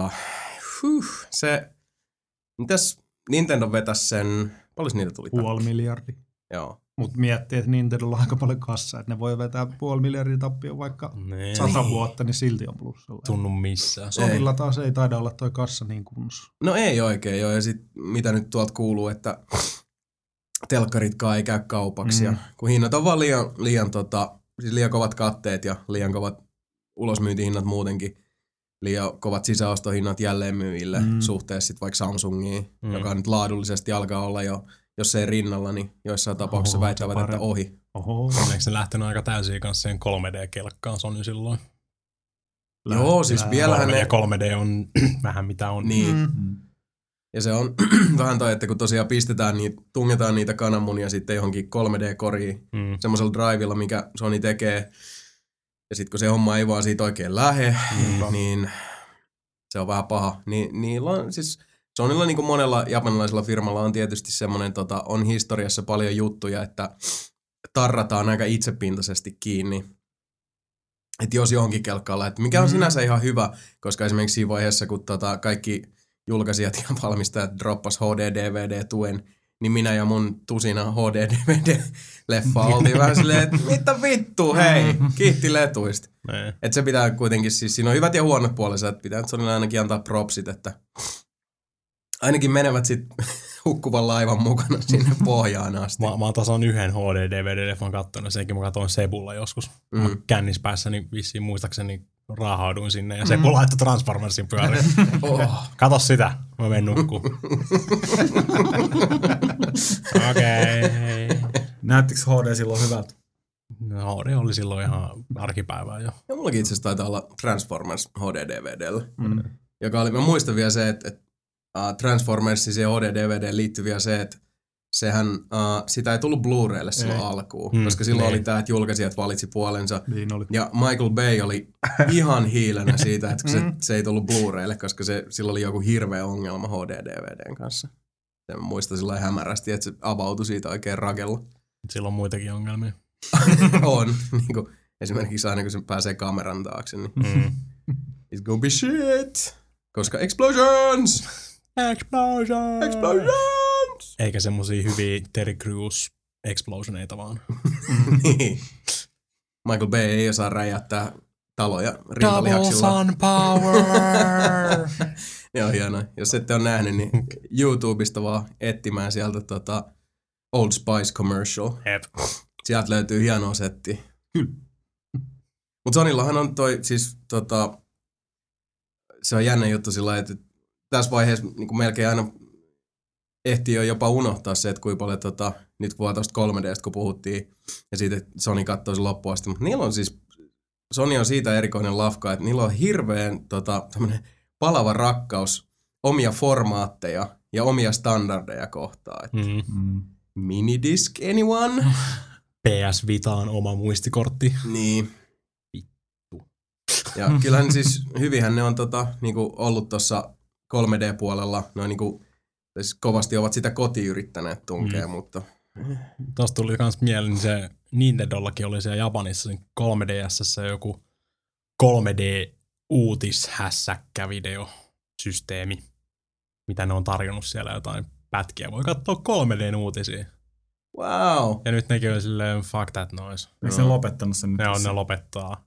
mitäs Nintendo vetäisi sen, paljon niitä tuli? 0,5 miljardia. Joo. Mutta miettii, että Nintendolla on aika paljon kassaa, että ne voi vetää 0,5 miljardia tappio vaikka 100 vuotta, niin silti on plussalla. Tunnu missään. Sonilla taas ei taida olla toi kassa niin kunnossa. No ei oikein joo, ja sit mitä nyt tuolta kuuluu, että telkkaritkaan ei käy kaupaksi, ja kun hinnat on vaan liian kovat katteet ja liian kovat ulosmyyntihinnat muutenkin, liian kovat sisäostohinnat jälleenmyyjille suhteessa sit vaikka Samsungiin, joka nyt laadullisesti alkaa olla jo, jos ei rinnalla, niin joissain tapauksissa väittävät, että ohi. Onneksi se lähtenyt aika täysin kanssa siihen 3D-kelkkaan Sony silloin. Joo, siis vielähän ja 3D on vähän mitä on. Niin. Ja se on vähän toi, että kun tosiaan tungetaan niitä kananmunia sitten johonkin 3D-koriin semmoisella drivilla, mikä Sony tekee. Ja sitten kun se homma ei vaan siitä oikein lähe, niin se on vähän paha. Niillä on siis... Sonylla niin kuin monella japanilaisella firmalla on tietysti semmoinen, on historiassa paljon juttuja, että tarrataan aika itsepintaisesti kiinni. Että jos johonkin kelkkaalla, että mikä on sinänsä ihan hyvä, koska esimerkiksi siinä vaiheessa, kun kaikki julkaisijat ja valmistajat droppas HD-DVD-tuen, niin minä ja mun tusina HD-DVD-leffaa oltiin vähän silleen, että mitä vittu, hei, kiitti letuista. Että se pitää kuitenkin, siis siinä on hyvät ja huonot puolensa, että pitää Sonylla ainakin antaa propsit, että ainakin menevät sitten hukkuvan laivan mukana sinne pohjaan asti. Mä oon tasan yhden HD-DVD-leffan kattonut, senkin mä katsoin Sebulla joskus. Mä kännispäässä, niin vissiin muistaakseni raahauduin sinne ja Sebu laittoi Transformersin pyöriin. Kato sitä, mä menen nukkuun. Okei. Näyttikö HD silloin hyvältä? No, HD oli silloin ihan arkipäivää jo. Ja mullakin itse asiassa taitaa olla Transformers HD-DVDllä. Joka oli, mä muistan vielä se, että Transformersin siihen HD-DVD liittyy vielä se, että sehän, sitä ei tullut Blu-raylle silloin alkuun, koska silloin oli tämä, että julkaisijat valitsi puolensa. Niin oli. Ja Michael Bay oli ihan hiilenä siitä, että se ei tullut Blu-raylle, koska silloin oli joku hirveä ongelma HD-DVDn kanssa. Ja mä muistan sillä hämärästi, että se avautui siitä oikein rakella. Silloin on muitakin ongelmia. On. Niin kuin, esimerkiksi aina kun se pääsee kameran taakse, niin it's gonna be shit. Koska explosions! Eikä semmosia hyviä Terry Crews explosioneita vaan. Niin. Michael Bay ei osaa räjäyttää taloja rintalihaksilla. Double sun power! Joo, hienoa. Jos ette ole nähnyt, niin YouTubesta vaan etsimään sieltä Old Spice commercial. Jep. Sieltä löytyy hienoa settiä. Kyllä. Mut Sonyllahan on se on jännä juttu sillä lailla, että tässä vaiheessa niin melkein aina ehtii jo jopa unohtaa se, että kuinka paljon nyt kun tuosta 3D:stä kun puhuttiin ja siitä, että Sony katsoi sen loppuun asti, mutta niillä on siis, Sony on siitä erikoinen lafka, että niillä on hirveän tämmöinen palava rakkaus omia formaatteja ja omia standardeja kohtaan. Minidisc, anyone? PS Vita on oma muistikortti. Niin. Ja kyllähän siis hyvinhän ne on niinku ollut tuossa 3D-puolella, noin niinku, siis kovasti ovat sitä kotiin yrittäneet tunkea, mutta... Tuosta tuli kans mieleen, se Nintendollakin oli siellä Japanissa 3DS:ssä joku 3D-uutishässäkkä-videosysteemi, mitä ne on tarjonnut siellä jotain pätkiä. Voi katsoa 3D-uutisia. Wow. Ja nyt nekin oli silleen, fuck that noise. Eikö se lopettanut sen? Ne lopettaa.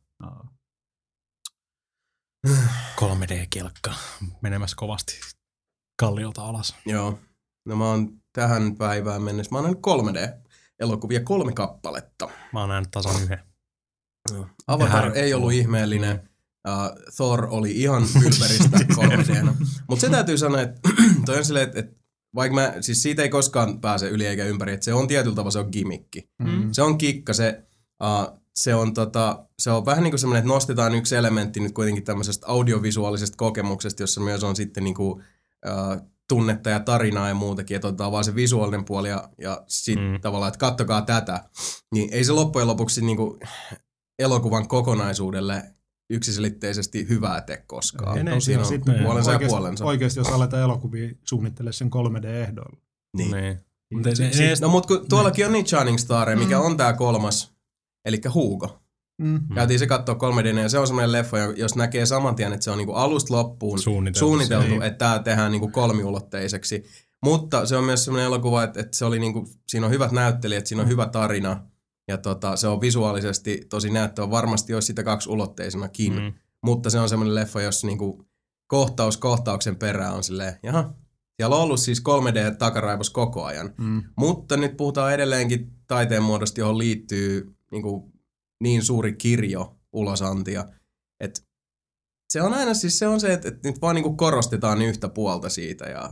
3D-kelkka menemässä kovasti kalliolta alas. Joo. No mä oon tähän päivään mennessä, mä oon nähnyt 3D-elokuvia 3 kappaletta. Mä oon nähnyt tasan yhden. Avatar ei ollut ihmeellinen. Thor oli ihan ylperistä 3D:nä. Mutta se täytyy sanoa, että toi on silleen, että vaikka siis siitä ei koskaan pääse yli eikä ympäri, että se on tietyllä tavalla, se on gimmikki. Se on kikka, se on vähän niin kuin semmoinen, että nostetaan yksi elementti nyt kuitenkin tämmöisestä audiovisuaalisesta kokemuksesta, jossa myös on sitten niin kuin, tunnetta ja tarinaa ja muutakin, että otetaan vaan se visuaalinen puoli ja sitten tavallaan, että kattokaa tätä. Niin ei se loppujen lopuksi niin kuin elokuvan kokonaisuudelle yksiselitteisesti hyvää tee koskaan. Siinä on puolensa ja puolensa. Oikeasti jos aletaan elokuvia suunnittelemaan sen 3D-ehdoilla. Niin. No mutta tuollakin on niin Shining Stareja, mikä on tää 3, eli Hugo. Käytiin se katsoa 3D, ja se on semmoinen leffa, jos näkee saman tien, että se on niinku alusta loppuun suunniteltu, että tää tehdään niinku kolmiulotteiseksi. Mutta se on myös semmoinen elokuva, että se oli niinku, siinä on hyvät näyttelijät, siinä on hyvä tarina, ja se on visuaalisesti tosi näyttävä. Varmasti olisi sitä 2-ulotteisenakin, mutta se on semmoinen leffa, jossa niinku kohtauksen perään on silleen, jaha, siellä on ollut siis 3D-takaraivos koko ajan. Mutta nyt puhutaan edelleenkin taiteen muodosta, johon liittyy niin suuri kirjo ulosantia, että se on aina siis se on se, että nyt vaan niinku korostetaan yhtä puolta siitä. Ja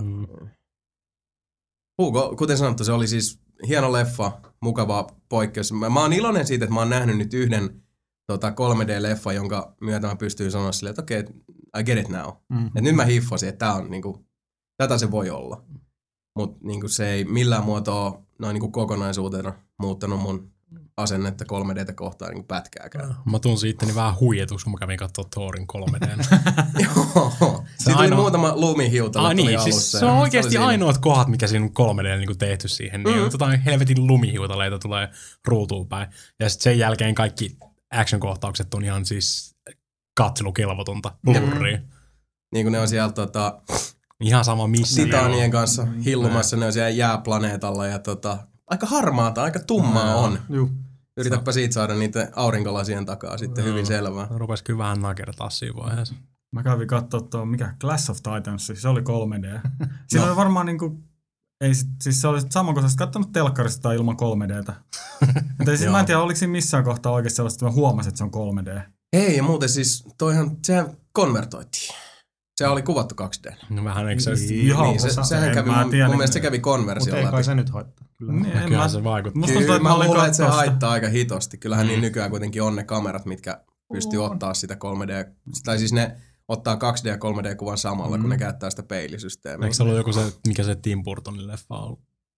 Hugo, kuten sanottu, se oli siis hieno leffa, mukava poikkeus. Mä oon iloinen siitä, että mä oon nähnyt nyt yhden 3D-leffa, jonka myötä mä pystyin sanoa silleen, että okei, I get it now. Että nyt mä hiffasin, että tää on niinku, tätä se voi olla. Mutta niinku se ei millään muotoa noin niinku kokonaisuutena muuttanut mun asennetta 3D:tä kohtaan niin pätkääkään. Mä tunsin itteni vähän huijetuksi, kun mä kävin katsoa Thorin 3D:n. Joo. Siitä tuli muutama lumihiutale niin, siis se on oikeasti ainoat kohdat, mikä siinä on 3D:llä niin tehty siihen. Niin helvetin lumihiutaleita tulee ruutuun päin. Ja sitten sen jälkeen kaikki action-kohtaukset on ihan siis katselukelvotonta blurria. Niin kuin ne on siellä ihan sama missä. Titanien kanssa hillumassa, ne on siellä jääplaneetalla ja aika harmaata, aika tummaa on. Yritäpä siitä saada niitä aurinkolasien takaa sitten hyvin selvää. Rupesi kyllä vähän nakertaa siinä vaiheessa. Mä kävin katsoa tuo, mikä Clash of Titans, se oli 3D. Siinä oli varmaan niinku, siis se oli sama, kun sä katsonut telkkarista tai ilman 3Dtä. Mä en tiedä, oliko siinä missään kohtaa oikeasti sellaista, että mä huomasin, että se on 3D. Ei, ja muuten siis sehän konvertoitiin. Se oli kuvattu 2D. No vähän eikö se sehän kävi, mun mielestä se kävi konversiolla. Mutta ei kai se nyt haittaa. Kyllä se vaikuttaa. Kyllä mä luulen, että se haittaa aika hitosti. Kyllähän niin nykyään kuitenkin on ne kamerat, mitkä pystyy ottaa sitä 3D. Tai siis ne ottaa 2D ja 3D-kuvan samalla, kun ne käyttää sitä peilisysteemiä. Eikö se ollut joku se, mikä se Tim Burtonin leffa on?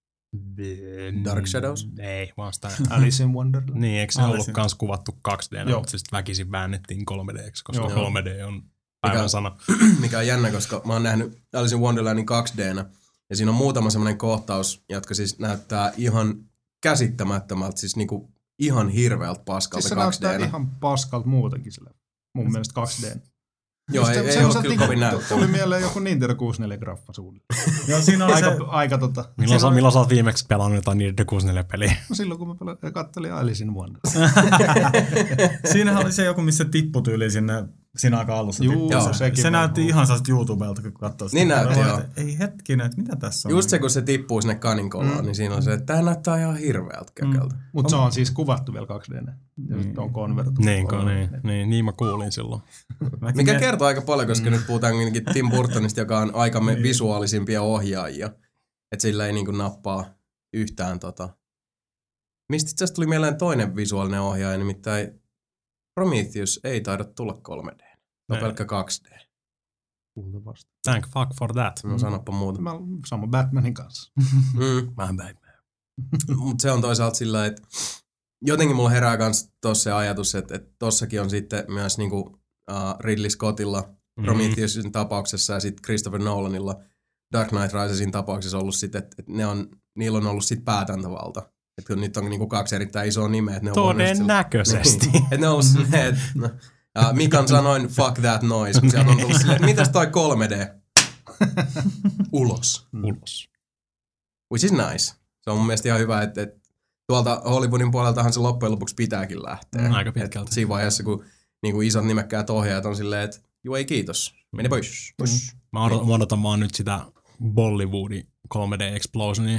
Dark Shadows? Ei, vaan sitä. Alice in Wonderland. Niin, eikö se ollut kans kuvattu 2D, mutta siis väkisin väännettiin 3D:ksi, koska 3D on päivän sana. Mikä on jännä, koska mä oon nähnyt Alice in Wonderlandin 2D:nä, ja siinä on muutama semmoinen kohtaus, jotka siis näyttää ihan käsittämättömältä, siis niinku ihan hirveältä paskalta 2D:nä. Siis se näyttää ihan paskalta muutenkin sille, mun mielestä 2D. Joo, ei ole kyllä kovin näyttävä. Tuli mieleen joku Nintendo 64-graffa suunnilleen. Joo, siinä oli aika Milloin sä oot viimeksi pelannut jotain Nintendo 64-peliä? No silloin, kun mä kattelin Alice in Wonderland. Siinähän oli se joku, missä tipputyyli siinä aika alussa. Joo, se näytti ihan sellaista YouTubelta, kun katsoo sitä. Niin näytti, joo. Ei hetkinen, että mitä tässä on? Just se, kun se tippuu sinne kaninkoloon, niin siinä on se, että tää näyttää ihan hirveältä kökältä. Mutta se on siis kuvattu vielä 2D. Ja sitten on konvertoitu. Niin mä kuulin silloin. Mikä kertoo aika paljon, koska nyt puhutaan kuitenkin Tim Burtonista, joka on aikamme visuaalisimpia ohjaajia. Että sillä ei niinku nappaa yhtään Mistä itse asiassa tuli mieleen toinen visuaalinen ohjaaja, nimittäin Prometheus ei taida tulla 3D. No pelkkä 2D. Kuultavasti. Thank fuck for that. No sanoppa muuta. Sama Batmanin kanssa. Mä Batman. Mutta se on toisaalta sillä, että jotenkin mulla herää kans tossa se ajatus, että tossakin on sitten myös niinku Ridley Scottilla Prometheusin tapauksessa ja sitten Christopher Nolanilla Dark Knight Risesin tapauksessa ollut sitten, että niillä on ollut sitten päätäntävalta. Että kun nyt on niinku 2 erittäin isoa nimeä. Todennäköisesti. Että ne on ollut silleen, että Mikan sanoin fuck that noise, kun sieltä on tullut silleen, että mitäs toi 3D? Ulos. Which is nice. Se on mun mielestä ihan hyvä, että tuolta Hollywoodin puoleltahan se loppujen lopuksi pitääkin lähteä. Aika pitkälti. Siinä vaiheessa, kun niinku isot nimekkäät ohjaajat on silleen, että joo ei kiitos, mene pois. Mä odotan vaan nyt sitä Bollywoodin 3D-explosionia.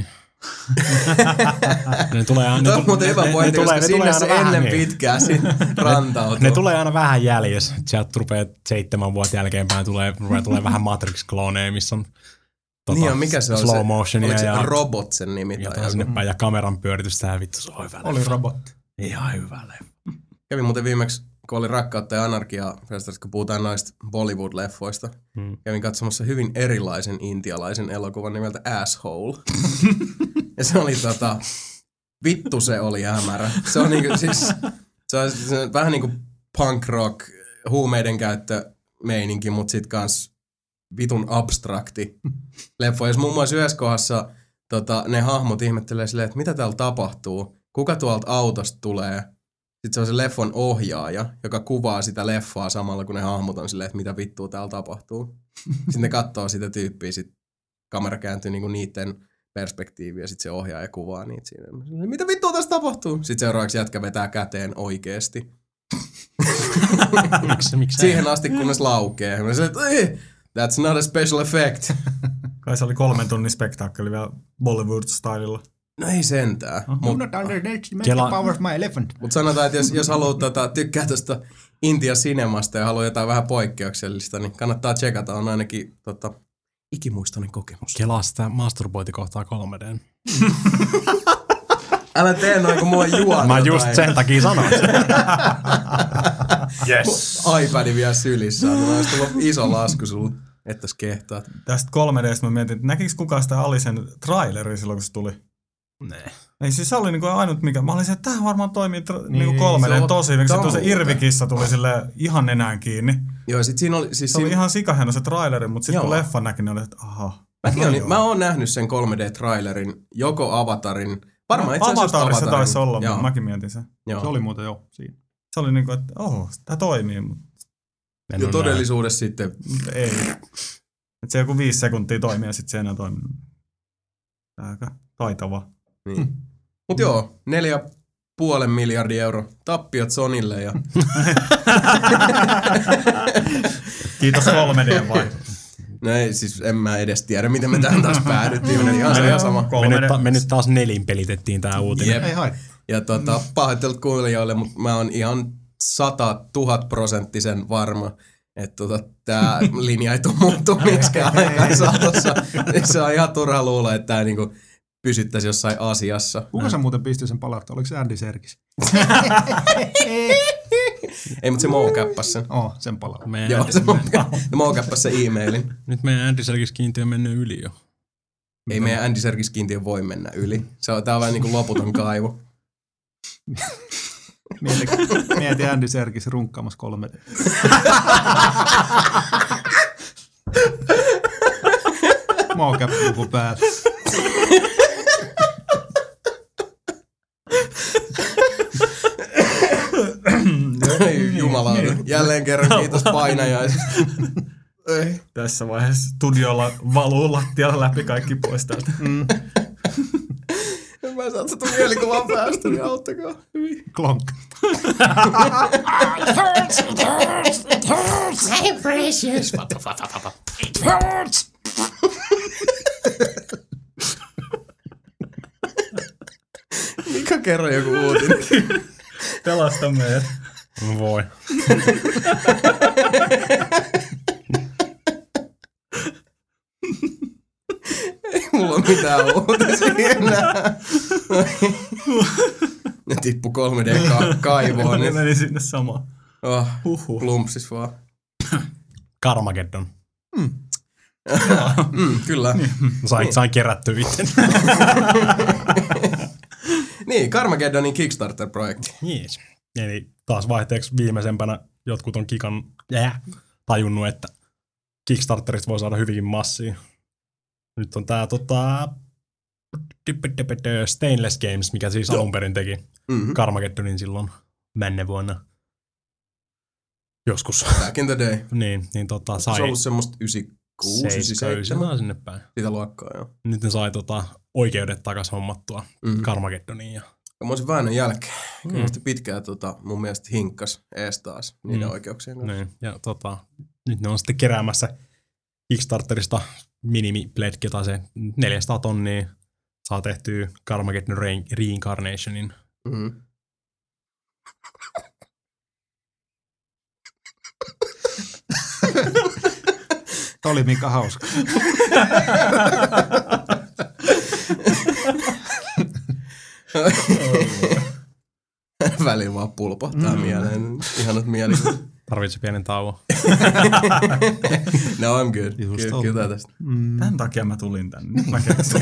Ne tulee aina, tämä on muuten hyvä pointti, koska sinne se ennen pitkään rantautuu. Ne tulee aina vähän jäljessä. Sieltä rupeaa 7 vuotta jälkeenpäin tulee vähän Matrix-klooneja, missä on Niin, mikä se on slow motionia oliko se ja Robot sen nimi? Jotain sinne päin ja kameran pyöritystä ja vittu, se on hyvä. Oli robotti. Ihan hyvä leffa. Kävin muuten viimeksi, kun oli Rakkautta ja anarkiaa, kun puhutaan noista Bollywood-leffoista, kävin katsomassa hyvin erilaisen intialaisen elokuvan nimeltä Asshole. Ja se oli vittu se oli hämärä. Se on niinku siis, se on vähän niinku punk rock, huumeiden käyttömeininki, mutta sit kans vitun abstrakti leffa. Jos muun muassa yhdessä kohdassa ne hahmot ihmettelee silleen, että mitä täällä tapahtuu, kuka tuolta autosta tulee. Sitten se on se leffon ohjaaja, joka kuvaa sitä leffaa samalla, kun ne hahmot on silleen, että mitä vittua täällä tapahtuu. Sitten ne katsoo sitä tyyppiä, sitten kamera kääntyy niinku niiden perspektiiviä, ja sitten se ohjaaja kuvaa niitä siinä. Mitä vittua tässä tapahtuu? Sitten seuraavaksi jätkä vetää käteen oikeesti. Miksi? Siihen asti, kunnes laukee. Mä sanoin, että that's not a special effect. Kai se oli 3 tunnin spektaakkeli vielä Bollywood-stylilla. No ei sentään. Mutta sanotaan, että jos haluaa tykkää tuosta Intia-sinemasta ja haluaa jotain vähän poikkeuksellista, niin kannattaa tsekata. On ainakin ikimuistoinen kokemus. Kelaa sitä masturbointikohtaa 3D. Älä tee noin, kun mua juon. Mä just sen takia sanoin. Yes. iPad vielä sylissä. Mulla olisi tullut iso lasku sulle, että kehtaat. Tästä 3D:stä mä mietin, että näkikö kukaan sitä Alisen traileria silloin, kun se tuli? Nee. Ei, siis se oli niinku ainut mikä. Mä olin se, että tämähän varmaan toimii niinku 3D tosi hyvin. Se Irvikissa tuli sille ihan nenään kiinni. Joo, sit siinä oli... Siis se oli ihan sikaheno se traileri, mutta sitten kun leffan näki, niin oli, että aha. Mä oon nähnyt sen 3D-trailerin, joko Avatarin... Varmaan itse asiassa Avatarissa taisi olla, mutta mäkin mietin sen. Joo. Se oli muuten siinä. Se oli niinku, että tää toimii. Ja todellisuudessa sitten... Ei. Että se joku 5 sekuntia toimii ja sitten se enää toimii. Aika taitava. Niin. Mut joo, 4,5 miljardia euro tappiot Sonille ja... Kiitos 3D vai? No ei, siis en mä edes tiedä, miten me tähän taas päädyttiin. Ihan se ihan sama. Me nyt taas nelinpelitettiin tää uutinen. Jep. Ei haittaa. Ja pahoittelut kuulijoille, mutta mä oon ihan 100 000% varma, että tää linja ei tule muuttua miksikään aikaan saatossa. Se on ihan turha luulla, että tää niinku pysyttäisi jossain asiassa. Kuka sä muuten pisti sen palautta? Oliko se Andy Serkis? Ei, mutta se mocappas sen. Sen palautta. Joo, se mocappas sen e-mailin. Nyt meidän Andy Serkis-kiintiö on mennyt yli jo. Ei meidän Andy Serkis-kiintiö voi mennä yli. Tää on vähän niin kuin loputon kaivo. Mieti Andy Serkis runkkaamassa 3D. Mocap-puku päällä. Jumalauta. Jälleen kerran kiitos painajaisista. Tässä vaiheessa studiolla valuu lattialla läpi kaikki pois täältä. Mä saan sitä mielikuvaa päästä, niin auttakaa. Klonk. It hurts, it hurts, it hurts. I'm precious. It hurts. Mika kerro joku uutinen. Pelasta meidät. Voi. Ei mulla ole mitään uutisia enää. Ne tippu 3D-kaivoon. Ne meni sinne samaan. Plumpsis vaan. Carmageddon. Kyllä. Sain kerättyä itse. Niin, Carmageddonin Kickstarter-projekti. Jees. Eli taas vaihteeksi viimeisempänä jotkut on Kikan tajunnut, että Kickstarterista voi saada hyvinkin massia. Nyt on tää Stainless Games, mikä siis alun perin teki Carmageddonin silloin menne vuonna. Joskus. Back in the day. niin sai... Se on ollut semmoista 96, 97. sinne päin. Sitä luokkaa, joo. Nyt ne sai oikeudet takas hommattua Carmageddoniin. Ja... Kammoisen väännön jälkeen. Kyllä pitkään mun mielestä hinkkas ees taas niiden oikeuksien kanssa. Niin. Ja nyt ne on sitten keräämässä Kickstarterista minimipledge, jota se 400 tonnia saa tehtyä Carmageddon Reincarnationin. Tämä oli Mika hauska. Välillä vaan pulpahtaa mieleen. Ihanat mielikuvat. Tarvitse pienen tauon. No, I'm good. Kyllä tästä. Tämän takia mä tulin tänne. Nyt mä keksin.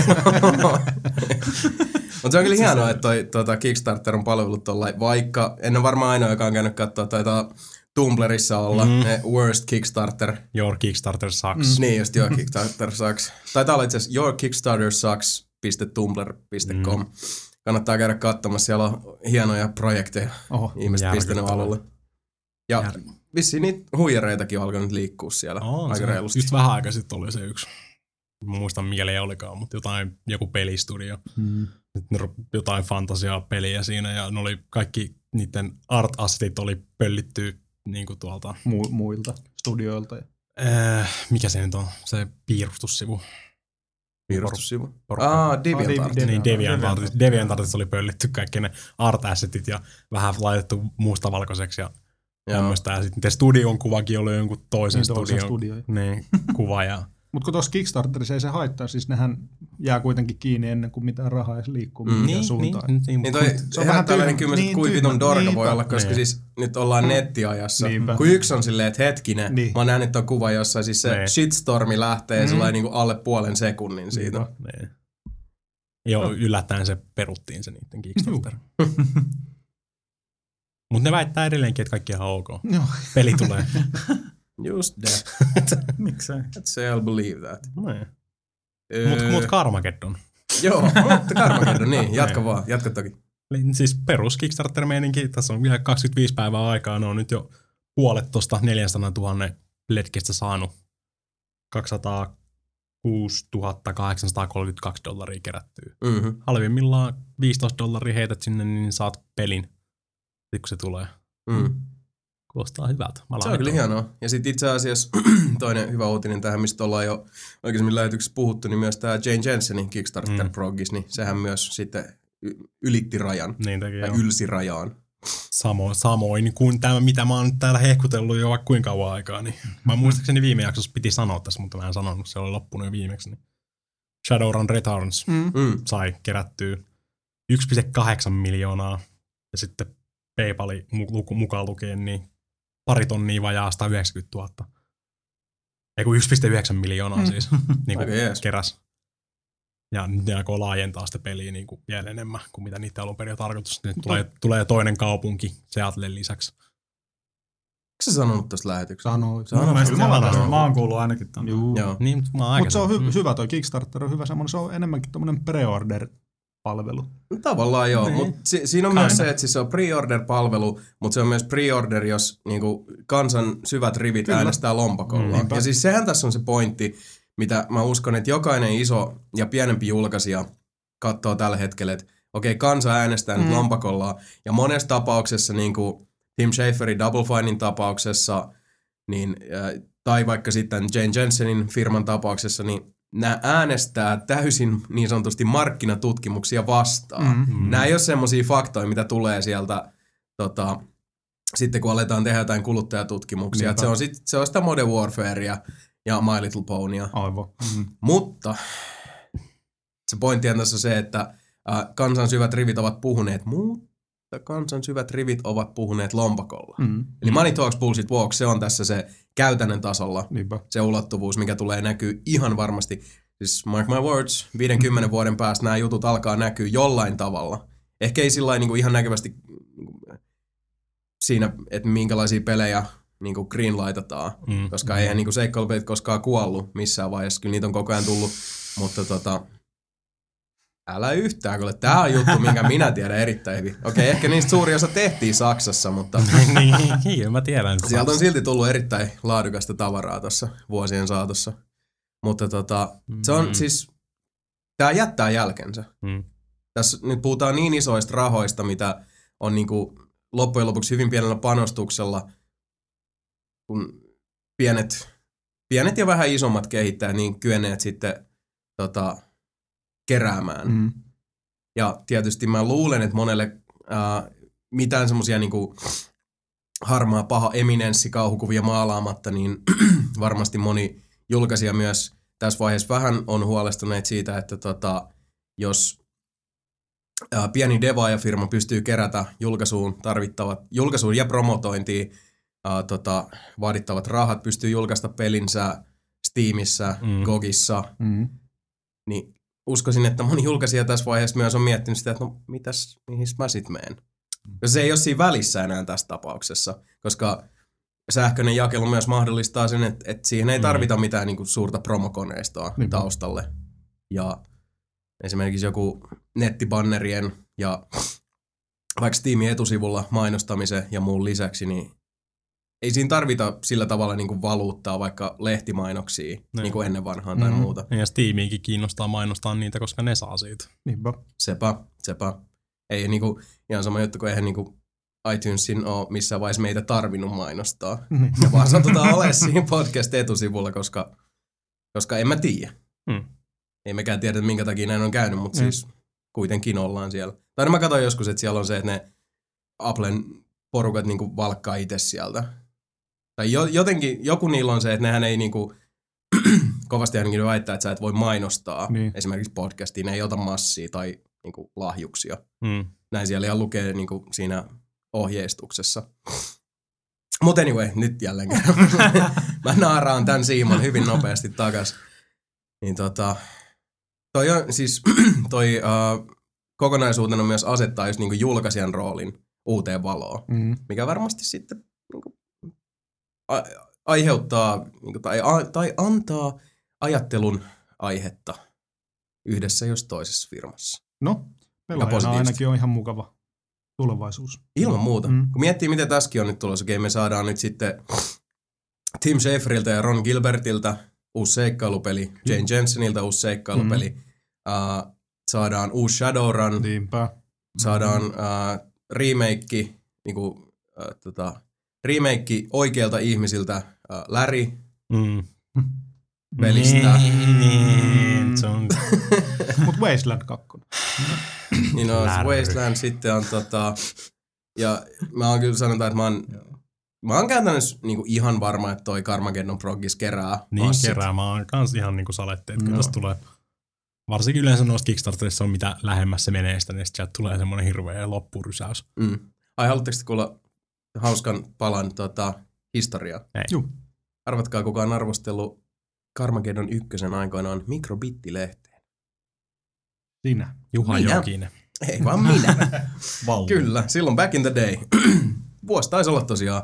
Mutta se on kyllä hienoa, että toi Kickstarter on palvellut tollain, vaikka en ole varmaan ainoa, joka on käynyt katsoa, taitaa Tumblrissa olla Worst Kickstarter. Your Kickstarter sucks. Niin, just Your Kickstarter sucks. Taitaa olla itse asiassa yourkickstartersucks.tumblr.com. Kannattaa käydä katsomassa, siellä on hienoja projekteja. Ihmiset pistänyt alulle. Ja vissiin niitä huijareitakin on alkanut liikkua siellä aika reilusti. Just vähän aikaa sitten oli se yksi. Mä muistan mikä ei olikaan, mutta joku pelistudio. Jotain fantasiapeliä siinä ja ne oli kaikki niiden art assetit oli pöllitty niinku tuolta. Muilta studioilta. Mikä se nyt on? Se piirustussivu. Piirustussivu? DeviantArt. Niin, DeviantArtissa oli pöllitty kaikki ne art assetit ja vähän laitettu mustavalkoiseksi ja tämmöistä. Ja sitten studion kuvakin oli jonkun toisen studion kuva. Mutta kun tuossa Kickstarterissa ei se haittaa, siis nehän jää kuitenkin kiinni ennen kuin mitään rahaa edes liikkuu mihinkään suuntaan. Niin se on vähän tällainen kymmenet kuivitun dorka voi olla, koska siis nyt ollaan nettiajassa. Kun yksi on silleen, että hetkinen, mä oon nähnyt tuon kuvan jossain, siis se shitstormi lähtee sellainen niin kuin alle puolen sekunnin siitä. Joo, yllättäen se peruttiin se niiden Kickstarter. Mutta ne väittää edelleenkin, että kaikki on ihan ok. Peli tulee. Just that. Miksei? Let's say I'll believe that. Mut Carmageddon. Joo, mutta Carmageddon, niin. Jatka toki. Siis perus Kickstarter-meininki. Tässä on vielä 25 päivää aikaa. Ne on nyt jo puolet tuosta 400 000 letkistä saanut. $206 832 kerättyy. Halvimmillaan $15 heität sinne, niin saat pelin. Sitten kun se tulee. Kuulostaa hyvältä. Se on kyllä hienoa. Ja sitten itse asiassa toinen hyvä uutinen tähän, mistä ollaan jo aikaisemmin lähetyksessä puhuttu, niin myös tämä Jane Jensenin Kickstarter-proggis, niin sehän myös sitten ylitti rajan. Niin teki, tai ylsi rajaan. Samoin kuin tämä, mitä mä oon nyt täällä hehkutellut jo vaikka kuinka kauan aikaa. Niin. Mä muistaakseni viime jaksossa piti sanoa tässä, mutta mä en sanonut, se oli loppunut jo viimeksi. Niin Shadowrun Returns sai kerättyä 1,8 miljoonaa ja sitten PayPalin mukaan lukien niin 2 tonnia vajaa 190 000. Eiku 1,9 miljoonaa siis niin keräs. Ja nyt ne aikoo laajentaa sitä peliä niin kuin vielä enemmän kuin mitä niitä alun perin on tarkoitus. Nyt tulee toinen kaupunki Seattlen lisäksi. Eikö sä sanonut tästä lähetyksestä? Sanoin. Mä oon kuullut ainakin tämän. Joo. Niin, mutta se on hyvä, toi Kickstarter on hyvä semmoinen, se on enemmänkin tommonen pre-order-palvelu. Tavallaan joo, mutta siinä on myös se, että siis se on pre-order-palvelu, mutta se on myös pre-order, jos niinku kansan syvät rivit äänestää lompakolla. Ja siis sehän tässä on se pointti, mitä mä uskon, että jokainen iso ja pienempi julkaisija katsoo tällä hetkellä, että okei, kansa äänestää nyt lompakolla. Ja monessa tapauksessa, niin kuin Tim Schaferin Double Finein tapauksessa, niin, tai vaikka sitten Jane Jensenin firman tapauksessa, niin nämä äänestää täysin niin sanotusti markkinatutkimuksia vastaan. Nämä ei ole semmoisia faktoja, mitä tulee sieltä sitten kun aletaan tehdä jotain kuluttajatutkimuksia. Että se on sitä Modern Warfarea ja My Little Ponyaa. Aivan. Mutta se pointti on tässä se, että kansan syvät rivit ovat puhuneet, mutta kansan syvät rivit ovat puhuneet lompakolla. Eli Money Talks, Bullshit Walks, se on tässä se käytännön tasolla se ulottuvuus, mikä tulee näkyy ihan varmasti. Siis mark my words, 50 vuoden päästä nämä jutut alkaa näkyä jollain tavalla. Ehkä ei sillä niin kuin ihan näkyvästi siinä, että minkälaisia pelejä niin kuin greenlightataan, koska eihän niin kuin seikkailupelit koskaan kuollut missään vaiheessa. Kyllä niitä on koko ajan tullut, mutta älä yhtään, kun tämä on juttu, minkä minä tiedän erittäin hyvin. Okei, ehkä niistä suuri osa tehtiin Saksassa, mutta niin, mä tiedän. Sieltä on silti tullut erittäin laadukasta tavaraa tuossa vuosien saatossa. Mutta se on siis, tämä jättää jälkensä. Tässä nyt puhutaan niin isoista rahoista, mitä on niinku loppujen lopuksi hyvin pienellä panostuksella, kun pienet ja vähän isommat kehittäjät niin kyenneet sitten keräämään. Ja tietysti mä luulen, että monelle mitään semmosia niinku harmaa paha eminenssi kauhukuvia maalaamatta, niin varmasti moni julkaisija myös tässä vaiheessa vähän on huolestuneet siitä, että jos pieni devaajafirma pystyy kerätä julkaisuun ja promotointiin vaadittavat rahat, pystyy julkaista pelinsä Steamissa, GOGissa, niin uskoisin, että moni julkaisija tässä vaiheessa myös on miettinyt sitä, että no mihin mä sit meen. Se ei ole siinä välissä enää tässä tapauksessa, koska sähköinen jakelu myös mahdollistaa sen, että siihen ei tarvita mitään niinku suurta promokoneistoa taustalle. Ja esimerkiksi joku nettibannerien ja vaikka Steamin etusivulla mainostamisen ja muun lisäksi, niin ei siinä tarvita sillä tavalla niinku valuuttaa vaikka lehtimainoksia niinku ennen vanhaan tai muuta. Ja Steamiinkin kiinnostaa mainostaa niitä, koska ne saa siitä. Niinpä. Sepä. Ei niinku ihan sama juttu, kun eihän niinku iTunesin ole missään vaiheessa meitä tarvinnut mainostaa. Ja vaan satutaan olemaan siinä podcast-etusivulla, koska en mä tiedä. Ei mekään tiedä, minkä takia näin on käynyt, mutta siis kuitenkin ollaan siellä. Tai mä katsoin joskus, että siellä on se, että ne Applen porukat niinku valkkaa itse sieltä. Tai jotenkin, joku niillä on se, että nehän ei niinku, kovasti ainakin väittää, että sä et voi mainostaa esimerkiksi podcastiin, ne ei ota massia tai niinku lahjuksia. Näin siellä ihan lukee niinku siinä ohjeistuksessa. Mutta anyway, nyt jälleen kerran. Mä naaraan tän Simon hyvin nopeasti takas. Niin toi kokonaisuutena myös asettaa just niinku julkaisijan roolin uuteen valoon, mikä varmasti sitten niinku aiheuttaa niinku, tai antaa ajattelun aihetta yhdessä jos toisessa firmassa. No, pelaajana ainakin on ihan mukava tulevaisuus. Ilman muuta. Kun miettii, miten tässäkin on nyt tulossa, me saadaan nyt sitten Tim Schaferilta ja Ron Gilbertiltä uusi seikkailupeli, Jane Jenseniltä uusi seikkailupeli, saadaan uusi Shadowrun, saadaan remake, niinku, remake oikeilta ihmisiltä Larry pelistä. Mut Wasteland 2. Niin Wasteland sitten on ja mä oon kyllä sanonut, että mä oon käytännössä niinku ihan varma, että toi Carmageddon Progis kerää. Niin kerää, mä oon kans ihan niinku saletteet, kun tästä tulee. Varsinkin yleensä noissa Kickstarterissa on mitä lähemmäs se menee sitä, niin sieltä tulee semmoinen hirveä loppurysäys. Ai, haluatteko kuulla hauskan palan historiaa? Joo. Arvatkaa, kuka on arvostellut Carmageddon 1 aikoinaan mikrobittilehteen. Sinä. Juha Jokinen. Ei vaan minä. Kyllä, silloin back in the day. Vuosi taisi olla tosiaan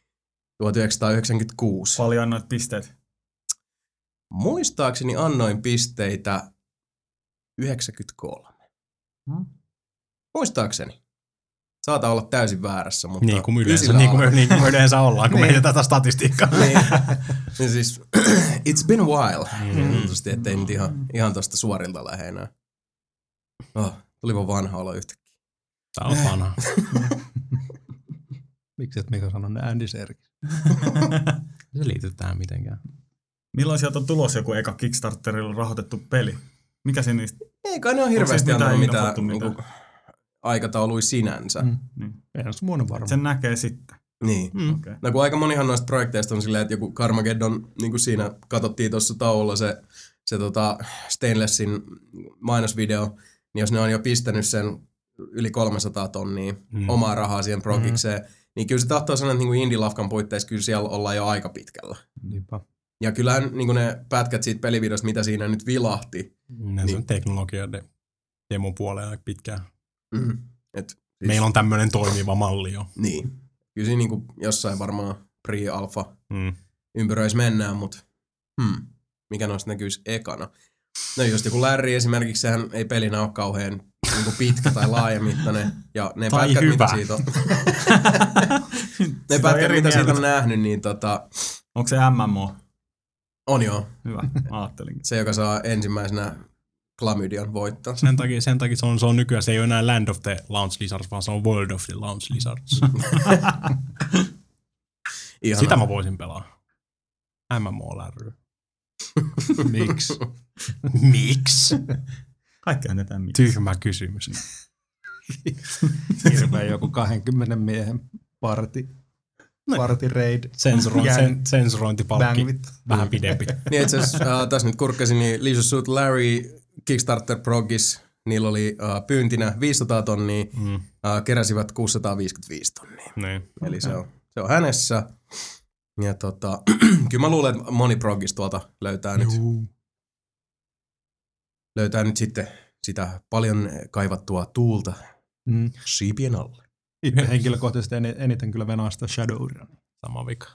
1996. Paljon annoit pisteet? Muistaakseni annoin pisteitä 93. Muistaakseni. Saattaa olla täysin väärässä, mutta niin kuin me yleensä ollaan, kun me heitetään tätä statistiikkaa. niin siis, it's been a while. Tuntusti, ettei nyt ihan tosta suorilta lähde enää. Tulipa vanha olo yhtäkkiä. Tää on vanha. Miksi et Mika sanonut Andy Serkis? Se liittyy tähän mitenkään. Milloin sieltä on tulossa joku eka Kickstarterilla rahoitettu peli? Mikä se niistä? Ei kai ne on hirveästi antanut mitään niinku aikataului sinänsä. Ensi vuonna varmaan. Sen näkee sitten. Niin. Okay. No kun aika monihan noista projekteista on silleen, että joku Carmageddon, niin kuin siinä katsottiin tuossa tauolla se Stainlessin mainosvideo, niin jos ne on jo pistänyt sen yli 300 tonnia omaa rahaa siihen progikseen, niin kyllä se tahtoo sanoa, että niin kuin indie-lafkan puitteissa kyllä siellä ollaan jo aika pitkällä. Niinpä. Ja kyllähän niin kuin ne pätkät siitä pelivideosta, mitä siinä nyt vilahti. Se on teknologia demon puoleen aika pitkään. Siis, meillä on tämmöinen toimiva malli jo. Niin. Kyllä siinä niin kuin jossain varmaan pre-alpha ympyröissä mennään, mutta mikä noista näkyisi ekana. No just joku Larry esimerkiksi, sehän ei pelinä ole kauhean niin kuin pitkä tai laajamittainen. Ja ne tai pätkät, hyvä. mitä siitä on, ne pätkät, mitä siitä on nähnyt, niin onko se MMO? On joo. Hyvä, ajattelinkin. Se, joka saa ensimmäisenä klamydian voittaa. Sen takia se on nykyään, se ei ole enää Land of the Launch Lizards, vaan se on World of the Launch Lizards. Sitä mä voisin pelaa. MMO-lärry. Miksi? Miksi? Kaikki annetaan miksi. Tyhmä kysymys. Hirveä joku 20 miehen parti. Party raid. Sensurointipalkki vähän pidempi. Niin itse asiassa tässä nyt kurkkasin, niin Leisure Suit Larry Kickstarter Progis, niillä oli pyyntinä 500 tonnia, keräsivät 655 tonnia. Niin. Eli se on hänessä. Ja kyllä mä luulen, että moni Progis tuolta löytää nyt sitten sitä paljon kaivattua tuulta siipien alle. Itse henkilökohtaisesti eniten kyllä venaa sitä Shadowrun. Sama vika.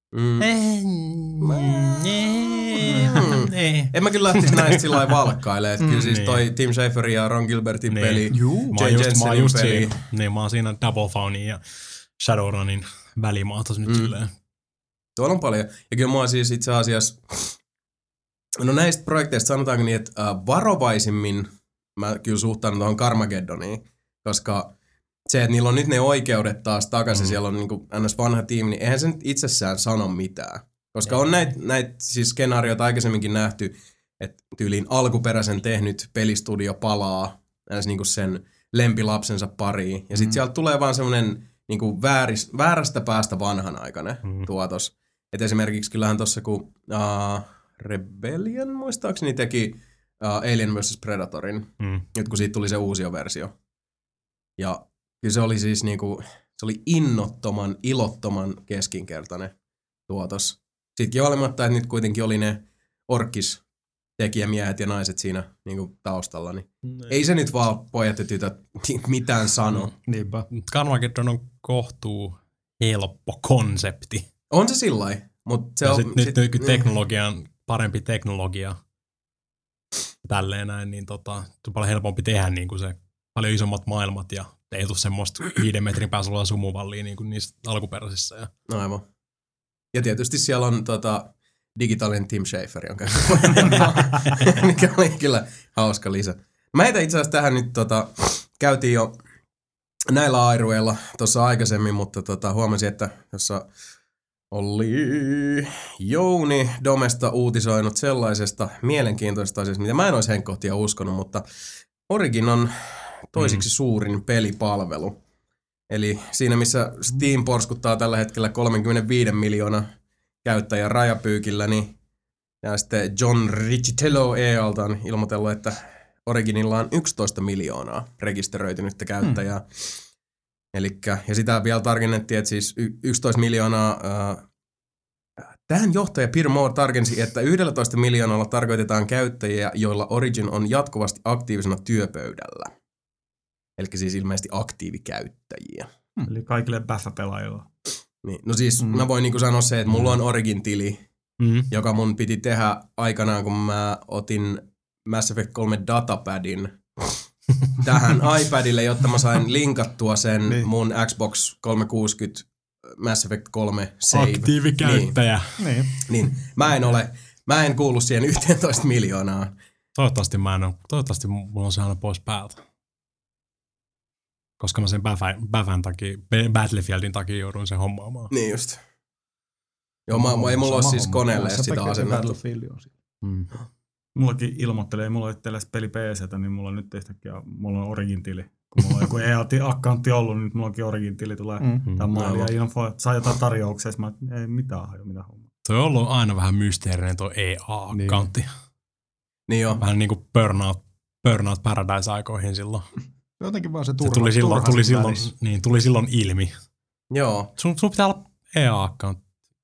En mä kyllä lähtisi näistä sillä lailla valkkailemaan. Kyllä siis toi Tim Schaferin ja Ron Gilbertin peli, Jay Jensenin peli. Mä oon siinä Double Faunin ja Shadowrunin välimaatos nyt silleen. Tuolla on paljon. Ja kyllä mua siis itse asiassa, no näistä projekteista sanotaanko niin, että varovaisimmin mä kyllä suhtaudun tuohon Carmageddoniin, koska se, että niillä on nyt ne oikeudet taas takaisin, siellä on niinku ns. Vanha tiimi, niin eihän se nyt itsessään sano mitään. Koska on näitä siis skenaarioita aikaisemminkin nähty, että tyyliin alkuperäisen tehnyt pelistudio palaa ns. Niinku sen lempilapsensa pariin. Ja sitten sieltä tulee vaan semmoinen niinku väärästä päästä vanhanaikainen tuotos. Et esimerkiksi kyllähän tossa kun Rebellion muistaakseni teki Alien vs. Predatorin, nyt kun siitä tuli se uusi versio. Ja kyllä se oli siis niinku, se oli ilottoman keskinkertainen tuotos. Sittenkin olematta, että nyt kuitenkin oli ne orkkis-tekijämiehet ja naiset siinä niinku taustalla, niin ei se nyt vaan pojat ja tytöt mitään sano. Niinpä. Carmageddon on kohtuu helppo konsepti. On se sillai, mutta se ja on... Nyt teknologian, parempi teknologia, tälleen näin, niin se on paljon helpompi tehdä niin kuin se paljon isommat maailmat ja ei tule semmoista 5 metrin päässä olevaa sumuvallia niin kuin niissä alkuperäisissä. Ja... Aivan. Ja tietysti siellä on digitaalinen Tim Schafer, mikä oli kyllä hauska lisä. Mä heitän itse asiassa tähän nyt, käytiin jo näillä airueilla tuossa aikaisemmin, mutta huomasin, että jossa oli Jouni Domesta uutisoinut sellaisesta mielenkiintoisesta asiasta, mitä mä en olisi henkkohtia uskonut, mutta Origin on toisiksi suurin pelipalvelu. Eli siinä, missä Steam porskuttaa tällä hetkellä 35 miljoonaa käyttäjän rajapyykillä, niin ja sitten John Riccitello EA:lta on ilmoitellut, että Originilla on 11 miljoonaa rekisteröitynyttä käyttäjää. Ja sitä vielä tarkennettiin, että siis 11 miljoonaa. Tähän johtaja Peter Moore tarkensi, että 11 miljoonalla tarkoitetaan käyttäjiä, joilla Origin on jatkuvasti aktiivisena työpöydällä. Eli siis ilmeisesti aktiivikäyttäjiä. Eli kaikille Baffa-pelaajilla. Niin. No siis mä voin niinku sanoa se, että mulla on Origin-tili, joka mun piti tehdä aikanaan, kun mä otin Mass Effect 3 datapadin tähän iPadille, jotta mä sain linkattua sen mun Xbox 360 Mass Effect 3 save. Aktiivikäyttäjä. Niin. Mä en kuulu siihen 11 miljoonaan. Toivottavasti mulla on se aina pois päältä. Koska mä sen Battlefieldin takia jouduin sen hommaamaan. Niin just. Joo, ei mulla ole siis koneelle sitä asennettu. Mullakin ilmoittelee, mulla ei tällaista peli PC:tä, niin mulla on nyt yhtäkkiä, mulla on Origin-tili. Kun mulla on joku EA-akkantti ollut, niin nyt mullakin Origin-tili tulee tämän mailia info, että saa jotain tarjouksia, mä ei mitään hommaa. Se on ollut aina vähän mysteerinen tuo EA-akkantti. Niin joo. Vähän niin kuin Burnout Paradise-aikoihin silloin. Jotenkin vaan se tuli silloin ilmi. Joo. Sun pitää olla EA-akkantti.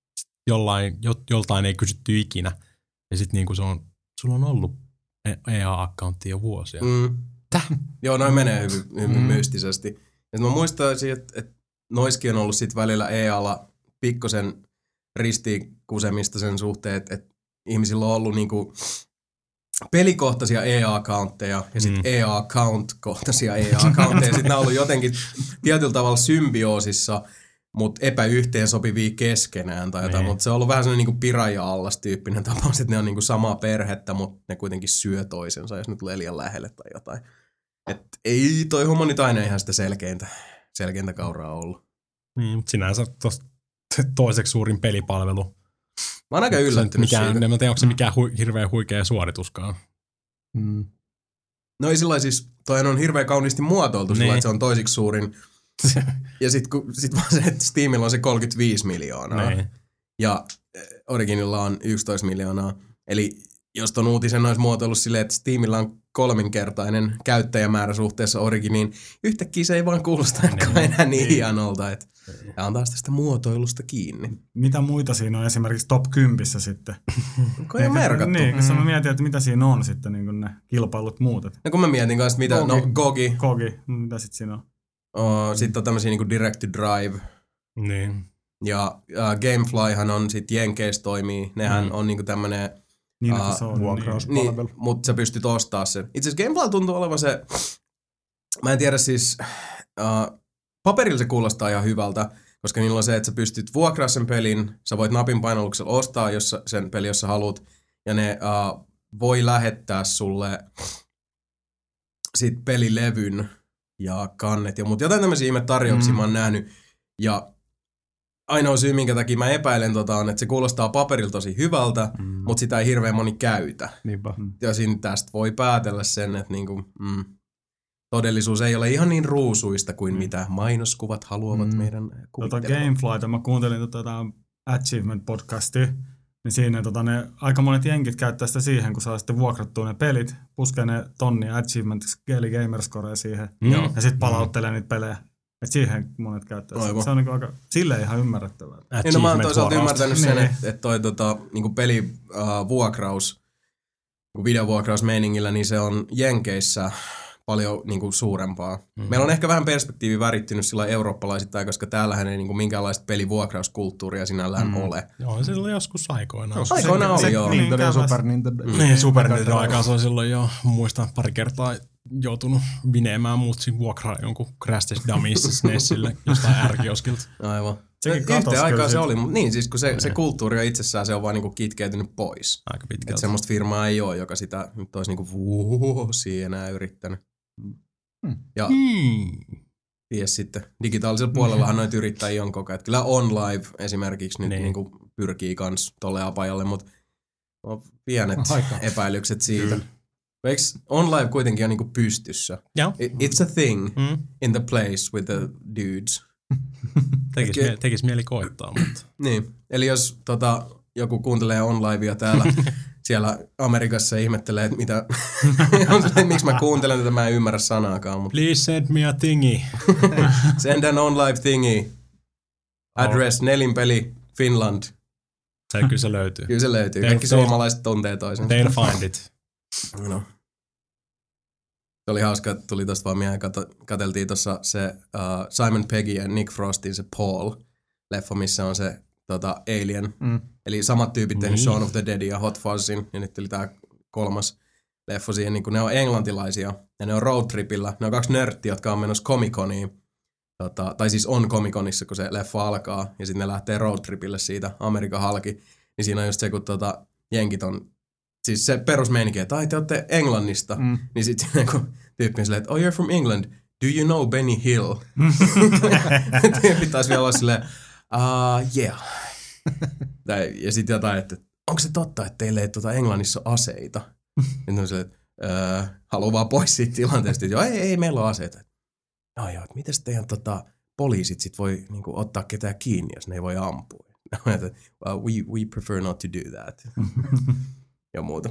Joltain ei kysytty ikinä. Ja sit niinku sulla on ollut EA-akkantti jo vuosia. Joo, noin menee hyvin mystisesti. Et mä muistaisin, että noiskin on ollut sit välillä EA:lla pikkosen ristiinkusemista sen suhteen, että ihmisillä on ollut niinku pelikohtaisia EA-accountteja ja sitten EA-account-kohtaisia EA-accountteja. Sitten nämä on ollut jotenkin tietyllä tavalla symbioosissa, mutta epäyhteensopivia keskenään tai jotain. Mutta se on ollut vähän sellainen niinku Piraja-allas-tyyppinen tapaus, että ne on niinku samaa perhettä, mutta ne kuitenkin syö toisensa, jos ne tulee liian lähelle tai jotain. Et ei toi homma nyt aina ihan sitä selkeintä kauraa ollut. Mutta sinänsä toiseksi suurin pelipalvelu. Mä oon aika yllättynyt siitä. En tiedä, onko se mikään hirveän huikea suorituskaan. No ei sillä siis, toihan on hirveän kauniisti muotoiltu sillä, että se on toisiksi suurin Ja sit vaan se, että Steamilla on se 35 miljoonaa. Niin. Ja Originilla on 11 miljoonaa. Eli jos ton uutisen olisi muotoillut silleen, että Steamilla on 3-kertainen käyttäjämäärä suhteessa Originiin, yhtäkkiä se ei vaan kuulosta enää niin hienolta. Tämä on taas tästä muotoilusta kiinni. Mitä muita siinä on esimerkiksi top 10 sitten? Kun ei ole merkattu. Niin, koska mä mietin, että mitä siinä on sitten niin ne kilpailut muut. No kun mä mietin kanssa, mitä... Gogi. Mitä sitten siinä on? Sitten on tämmöisiä niinku Direct to Drive. Niin. Ja Gameflyhan on sitten Jenkeissä toimii. Nehän on niinku tämmönen... vuokrauspalvelu. Niin, mutta sä pystyt ostaa sen. Itse asiassa Gamefly tuntuu olevan se... Mä en tiedä siis... paperilla se kuulostaa ihan hyvältä, koska niillä on se, että sä pystyt vuokraa sen pelin, sä voit napin painalluksella ostaa sen peli, jos sä haluat, ja ne voi lähettää sulle sit pelilevyn ja kannet ja mut jotain tämmöisiä tarjouksia mä oon nähnyt, ja ainoa syy, minkä takia mä epäilen on, että se kuulostaa paperilla tosi hyvältä, mutta sitä ei hirveän moni käytä. Niinpä. Ja siinä tästä voi päätellä sen, että niinku, todellisuus ei ole ihan niin ruusuista kuin mitä mainoskuvat haluavat meidän kuvittelemaan. Gameflyta, mä kuuntelin Achievement-podcastia, niin siinä ne aika monet jenkit käyttää sitä siihen, kun saa sitten vuokrattua ne pelit, puskee ne tonnia Achievements, eli Gamerscorea siihen, ja sitten palauttelee niitä pelejä. Et siihen monet käyttää. Se on niinku aika silleen ihan ymmärrettävää. No mä oon toisaalta ymmärtänyt sen, että toi niinku pelivuokraus, videovuokrausmeiningillä, niin se on Jenkeissä paljon niinku suurempaa. Meillä on ehkä vähän perspektiivi värittynyt sillä eurooppalaisittain, koska täällähän ei niinku minkäänlaista pelivuokrauskulttuuria sinällään ole. Joo, silloin joskus aikoinaan. Aikoinaan oli, joo. Nintendo ja Super Nintendo. Niin, Super Nintendo aikaan se on silloin jo, muistan pari kertaa joutunut vineemään muut siinä vuokraa jonkun Crash Test Dummies SNESille jostain R-kioskilta. Aivan. Yhteen aikaan se oli, mutta niin siis kun se kulttuuri on itsessään, se on vaan niinku kitkeytynyt pois. Aika pitkälti. Että semmoista firmaa ei ole, joka sitä nyt olisi niinku vuosia enää yrittänyt. Ja ties sitten, digitaalisella puolellahan noita yrittäjiä on koko ajan. Kyllä OnLive esimerkiksi nyt niinku pyrkii kans tolle apajalle, mutta on pienet epäilykset siitä. Eikö OnLive kuitenkin on niinku pystyssä? Joo. It's a thing in the place with the dudes. Tekis mieli koittaa, mutta... Niin, eli jos joku kuuntelee OnLivea täällä, siellä Amerikassa ihmettelee, että mitä... on se, että miksi mä kuuntelen tätä, mä en ymmärrä sanaakaan. Mutta... Please send me a thingy. Send an OnLive thingy. Address Nelinpeli, Finland. Kyllä se löytyy. Kyllä se löytyy. Kaikki suomalaiset tuntee toisen. They'll find it. No. Se oli hauska, että tuli tosta vaan mieleen, katseltiin tuossa se Simon Peggy ja Nick Frostin se Paul-leffa, missä on se Alien. Eli samat tyypit tehnyt Shaun of the Deadin ja Hot Fuzzin, ja nyt tuli tää 3. leffa siihen, niin kun ne on englantilaisia, ja ne on roadtripillä. Ne on 2 nörttiä, jotka on menossa Comic-Coniin, tai siis on Comic-Conissa, kun se leffa alkaa, ja sitten ne lähtee roadtripille siitä Amerikan halki. Niin siinä on just se, kun jenkit on, siis se perusmeininki, että ai te olette Englannista, niin sitten siinä kun tyyppi on silleen, että oh you're from England, do you know Benny Hill? Tyyppi taas vielä olla silleen, yeah. Ja sitten jotain, että onko se totta, että teille ei Englannissa aseita? Ja on silleen, että haluaa vaan pois siitä tilanteesta, että ei meillä ole aseita. Joo, että mites teidän poliisit sit voi niinku ottaa ketään kiinni, jos ne ei voi ampua? We prefer not to do that. Ja muuta.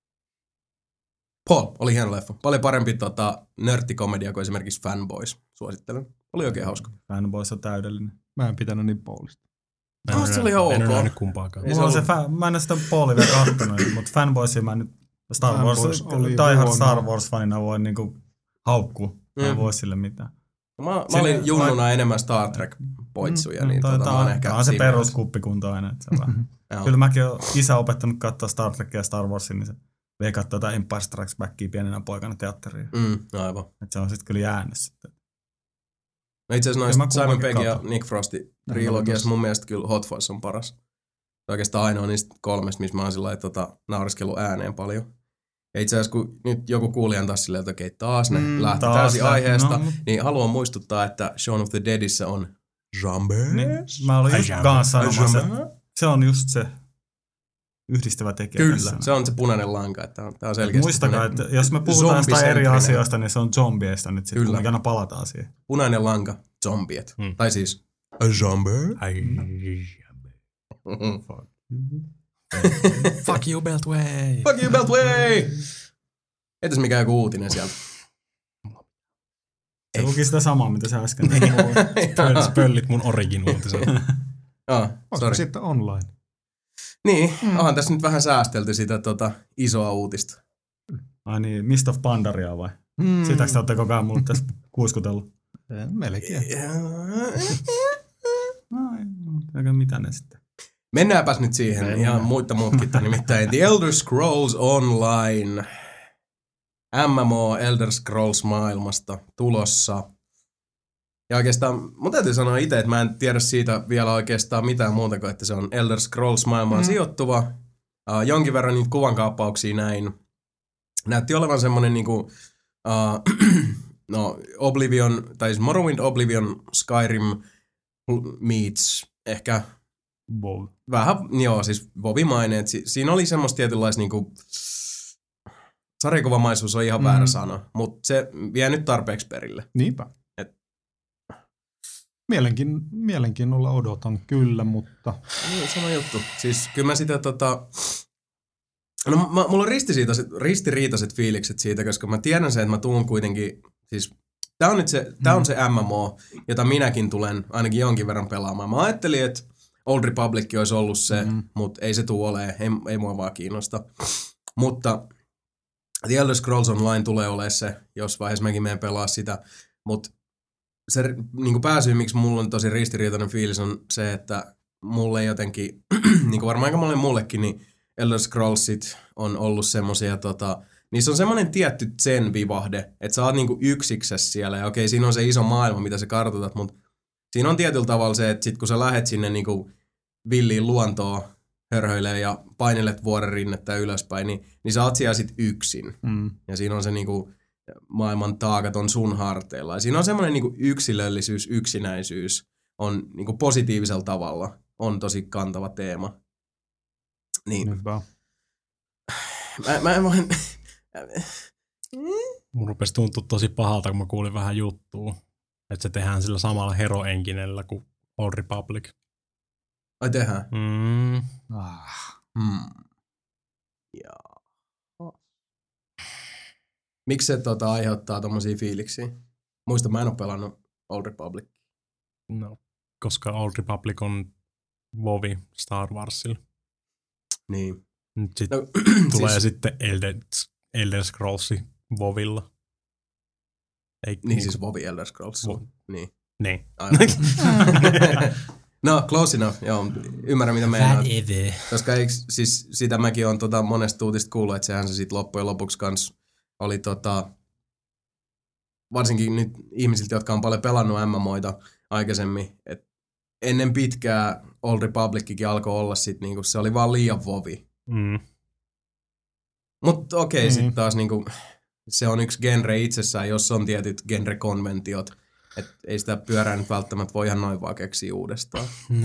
Paul oli hieno leffa. Paljon parempi nörttikomedia kuin esimerkiksi Fanboys. Suosittelen. Oli oikein hauska. Fanboys on täydellinen. Mä en pitänyt niin Paulista. Se oli ihan ok. En ole nähnyt kumpaakaan. Mä en ole sitä Paulia vielä kahtonut, mutta Fanboysia mä nyt Die Hard Star Wars-fanina voin niinku haukkua. Mä en voi sille mitään. Mä olin junnuna enemmän Star Trek-poitsuja. Niin tämä on se peruskuppikunta aina. Kyllä mäkin olen isä opettanut katsoa Star Trekia ja Star Warsin, niin se vei katsoa jotain Empire Strikes Backia pienenä poikana teatteriin. Aivan. Et se on sitten kyllä jäänyt sitten. No itse asiassa noista Simon Pegg ja Nick Frostin trilogiassa mun mielestä kyllä Hot Fuzz on paras. Oikeastaan ainoa niistä 3, missä mä oon sillä nauriskellut ääneen paljon. Ja itse asiassa kun nyt joku kuulija on taas silleen, että okei, taas ne lähti täysin aiheesta, niin haluan muistuttaa, että Shaun of the Deadissä on zombies. Niin, mä olin just kanssa sanomassa, se on just se. yhdistävä tekijä. Kyllä, se on se punainen lanka. Että tää on selkeästi. Muistakaa, että jos me puhutaan jostain eri asioista, niin se on zombieista nyt sitten, kun me aina palataan siihen. Punainen lanka, zombiet. Tai siis a zombie. Fuck you, Beltway! Fuck you, Beltway! Entäs mikä joku uutinen sieltä? Se luki sitä samaa, mitä sä äsken pöllit mun origin-uutisen. Olisiko sitten online? Niin, onhan tässä nyt vähän säästelty sitä isoa uutista. Ai niin, Mist of Pandaria vai? Sitäkö te olette koko ajan mulle tässä kuiskutellut? Melkein. Eikä mitään ne sitten. Mennäänpäs nyt siihen ihan muutkin, nimittäin The Elder Scrolls Online. MMO Elder Scrolls maailmasta tulossa. Ja oikeastaan mun täytyy sanoa itse, että mä en tiedä siitä vielä oikeastaan mitään muuta kuin, että se on Elder Scrolls maailmaan sijoittuva. Jonkin verran niitä kuvankaappauksia näin. Näytti olevan semmonen niinku, Oblivion, tai siis Morrowind, Oblivion, Skyrim meets ehkä WoW. Vähän, joo, siis WoW-mainen. Siinä oli semmoista tietynlaista niinku, sarjakuvamaisuus on ihan väärä sana, mutta se vie nyt tarpeeksi perille. Niinpä. Mielenkiinnolla odotan kyllä, mutta... Niin, sama juttu. Siis kyllä mä sitä mulla on ristiriitaiset fiilikset siitä, koska mä tiedän sen, että mä tuun kuitenkin... Siis tää on se MMO, jota minäkin tulen ainakin jonkin verran pelaamaan. Mä ajattelin, että Old Republic olisi ollut se, mutta ei se tule olemaan. Ei mua vaan kiinnosta. Mutta The Elder Scrolls Online tulee olemaan se, jos vaiheessa mäkin menen pelaa sitä. Mutta se niin pääsyy, miksi mulla on tosi ristiriitainen fiilis, on se, että mulle jotenkin, niin kuin varmaan aika monelle mullekin, niin Elder Scrollsit on ollut semmosia, niissä on semmoinen tietty zen-vivahde, että sä oot niinku yksiksessä siellä, ja okei, siinä on se iso maailma, mitä sä kartoitat, mutta siinä on tietyllä tavalla se, että sit kun sä lähet sinne niinku villiin luontoon hörhöilee ja painelet vuoren rinnettä ylöspäin, niin sä oot siellä sit yksin. Ja siinä on se niinku maailman taakat on sun harteilla. Ja siinä on semmoinen niinku yksilöllisyys, yksinäisyys on niinku positiivisella tavalla on tosi kantava teema. Niin. Hyvä. Mä en voin... Mun rupesi tuntua tosi pahalta, kun mä kuulin vähän juttua, että se tehdään sillä samalla Hero-enginellä kuin Old Republic. Ai tehdään? Joo. Miksi se aiheuttaa tommosia fiiliksiä? Muista, mä en oo pelannut Old Republic. No, koska Old Republic on WoW Star Warsilla. Niin. Nyt sit tulee siis, sitten Elder Scrollsi WoWilla. Niin siis WoW Elder Scrolls. Niin. Aivan. No, close enough. Joo, ymmärrän mitä meinaat. Koska siis sitä mäkin on monesta uutista kuullut, että sehän se sit loppujen lopuksi kans oli varsinkin nyt ihmisiltä, jotka on paljon pelannut MMOita aikaisemmin, että ennen pitkää Old Republicikin alkoi olla sit niinku, se oli vaan liian vovi. Mutta okei, sit taas niinku, se on yksi genre itsessään, jos on tietyt genre-konventiot, että ei sitä pyörää nyt välttämättä voi ihan noin vaan keksiä uudestaan.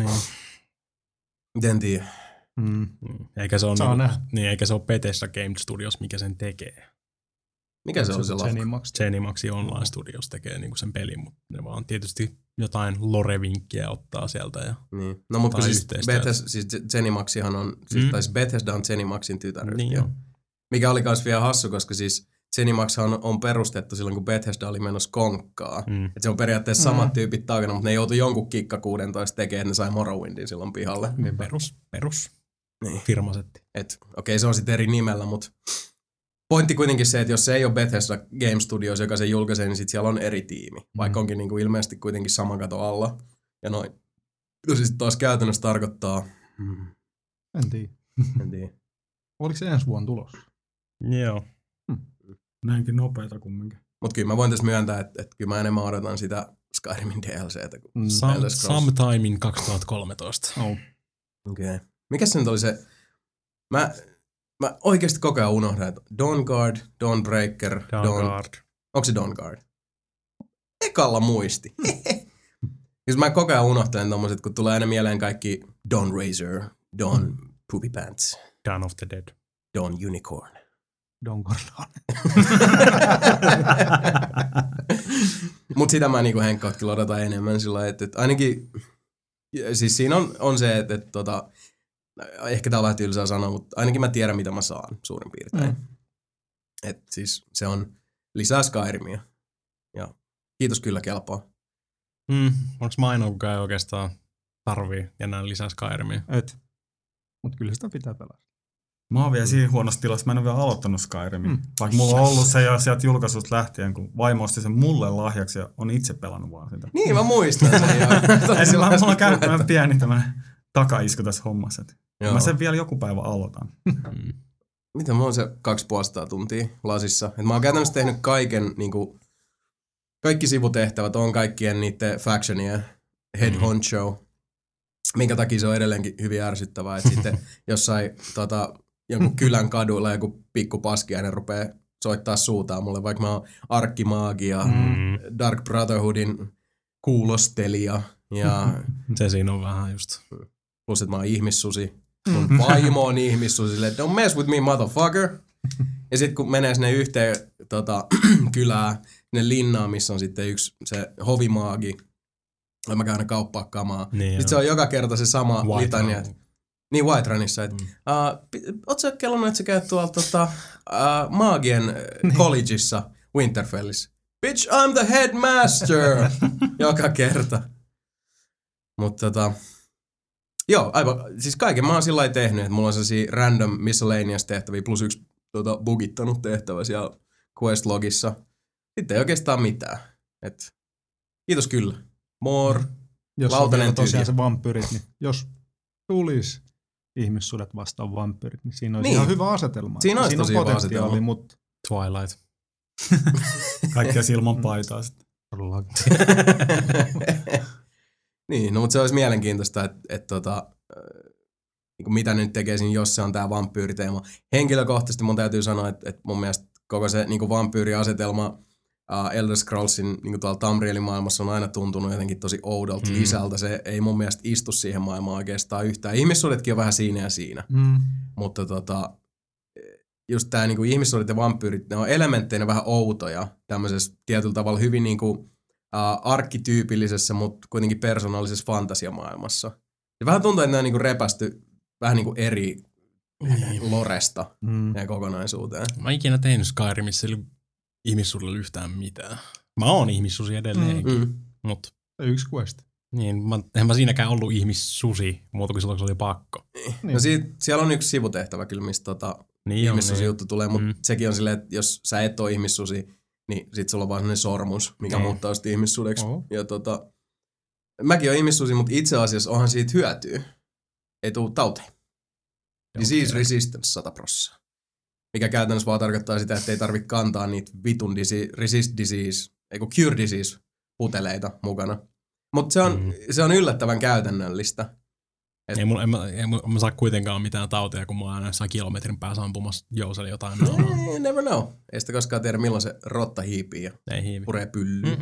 En tiedä. Eikä se ole Bethesda Game Studios, mikä sen tekee. Mikä se on se lafka? Zenimaxi Online Studios tekee niinku sen pelin, mutta ne vaan tietysti jotain lore-vinkkiä ottaa sieltä. Ja niin. No mutta siis Zenimaxihan on, siis Bethesda on Zenimaxin tytäryhtiö. Niin mikä oli myös vielä hassu, koska siis Zenimaxhan on perustettu silloin, kun Bethesda oli menossa konkkaa. Et se on periaatteessa samat tyypit takana, mutta ne joutui jonkun kikka 16 tekemään, että ne sai Morrowindin silloin pihalle. Niin perus firmasetti. Okei, se on sitten eri nimellä, mutta pointti kuitenkin se, että jos se ei ole Bethesda Game Studios, joka se julkaisee, niin sitten siellä on eri tiimi. Vaikka onkin niinku ilmeisesti kuitenkin sama kato alla. Ja noin. No siis taas käytännössä tarkoittaa... En tiedä. Oliko se ensi vuonna tulossa? Joo. Näinkin nopeita kumminkin. Mutta kyllä mä voin tässä myöntää, että kyllä mä enemmän odotan sitä Skyrimin DLCtä kuin Sometime in 2013. Okei. Mikäs se nyt oli se... Mä oikeasti koko ajan unohdan, että Dawnguard, Dawnbreaker, Onko se Dawnguard? Ekalla muisti. Siis mä koko ajan unohtelen tommoset, kun tulee aina mieleen kaikki Dawnrazer, Dawn Poopy Pants. Dawn of the Dead. Dawn Unicorn. Don Corleone. Mut sitä mä niinku Henkkautkin odotan enemmän sillä, että ainakin, siis siinä on se, että ehkä tää on vähän tylsää sanoa, mutta ainakin mä tiedän mitä mä saan suurin piirtein. Et siis se on lisää Skyrimia. Ja kiitos kyllä kelpaa. Onks mä ainoa, kuka ei oikeastaan tarvii enää lisää Skyrimia? Et. Mut kyllä sitä pitää pelata. Mä oon vielä siinä huonossa tilassa, mä en ole vielä aloittanut Skyrimin. Vaikka mulla on ollut se jo sieltä julkaisusta lähtien, kun vaimo osti sen mulle lahjaksi ja on itse pelannut vaan sitä. Niin, mä muistan sen jo. Mulla on käynyt pieni tämmönen takaisku tässä hommassa. Mä sen vielä joku päivä aloitan. Mitä mulla on se 2,5 tuntia lasissa? Et mä oon käytännössä tehnyt kaiken, niinku, kaikki sivutehtävät on kaikkien niiden factionien head honcho, minkä takia se on edelleenkin hyvin ärsyttävää, että sitten jossain jonkun kylän kaduilla joku pikku paskiainen rupeaa soittaa suutaan mulle, vaikka mä oon arkkimaagia, Dark Brotherhoodin kuulostelija ja se siinä on vähän just. Plus, että mä oon ihmissusi. Mun vaimo on ihmissusi silleen, don't mess with me, motherfucker. Ja sit kun menee sinne yhteen kylään, sinne linnaan, missä on sitten yksi se hovimaagi, ja mä käyn aina kauppaa kamaa. Niin sitten se on joka kerta se sama litania. Niin White Runissa, että oot sä kellonut, että sä käyt tuolla maagien collegeissa Winterfellissä? Bitch, I'm the headmaster! Joka kerta. Mutta joo, aivan. Siis kaiken mä oon sillä lailla tehnyt, että mulla on sellaisia random miscellaneous tehtäviä plus yksi bugittanut tehtävä siellä questlogissa. Sitten ei oikeastaan mitään. Et, kiitos kyllä. More. Jos on vielä tosiaan se vampyyrit, niin jos tulisi ihmissudet vastaan vampyyrit, niin siinä olisi ihan hyvä asetelma. Siinä olisi tosi hyvä asetelma. Mutta Twilight. Kaikkia silman paitaa sitten. Niin, no mutta se olisi mielenkiintoista, että niin mitä nyt tekisin, jos se on tämä vampyyriteema. Henkilökohtaisesti mun täytyy sanoa, että mun mielestä koko se niin vampyyriasetelma Elder Scrollsin niin tuolla Tamrielin maailmassa on aina tuntunut jotenkin tosi oudolta lisältä. Se ei mun mielestä istu siihen maailmaan oikeastaan yhtään. Ihmissuudetkin on vähän siinä ja siinä. Mutta just tää niin ihmissuudet ja vampyyrit, ne on elementteinä vähän outoja tämmöisessä tietyllä tavalla hyvin niin kuin arkkityypillisessä, mutta kuitenkin persoonallisessa fantasiamaailmassa. Ja vähän tuntuu, että ne on niinku repästy vähän niinku eri loresta ja kokonaisuuteen. Mä ikinä tehnyt Skyrimissä ihmissuudelle yhtään mitään. Mä oon ihmissusi edelleenkin, mutta yksi quest. Niin, eihän mä siinäkään ollut ihmissusi, muuta kuin silloin, kun se oli pakko. Niin. No siellä on yksi sivutehtävä kyllä, mistä ihmissusi-juttu tulee, mutta sekin on silleen, että jos sä et ole ihmissusi, niin sit sulla on vaan sellainen sormus, mikä muuttaa sitten ihmissuudeksi. Ja mäkin oon ihmissusi, mutta itse asiassa onhan siitä hyötyä. Ei tuu tauteen. Disease resistance 100%. Mikä käytännössä vaan tarkoittaa sitä, että ei tarvitse kantaa niitä vitun resist disease, cure disease puteleita mukana. Mutta se on yllättävän käytännöllistä. Ei mä saa kuitenkaan mitään tauteja, kun mä oon aina jossain kilometrin päässä ampumassa jouselle jotain. You never know. Ei sitä koskaan tiedä, milloin se rotta hiipii ja puree pyllyä.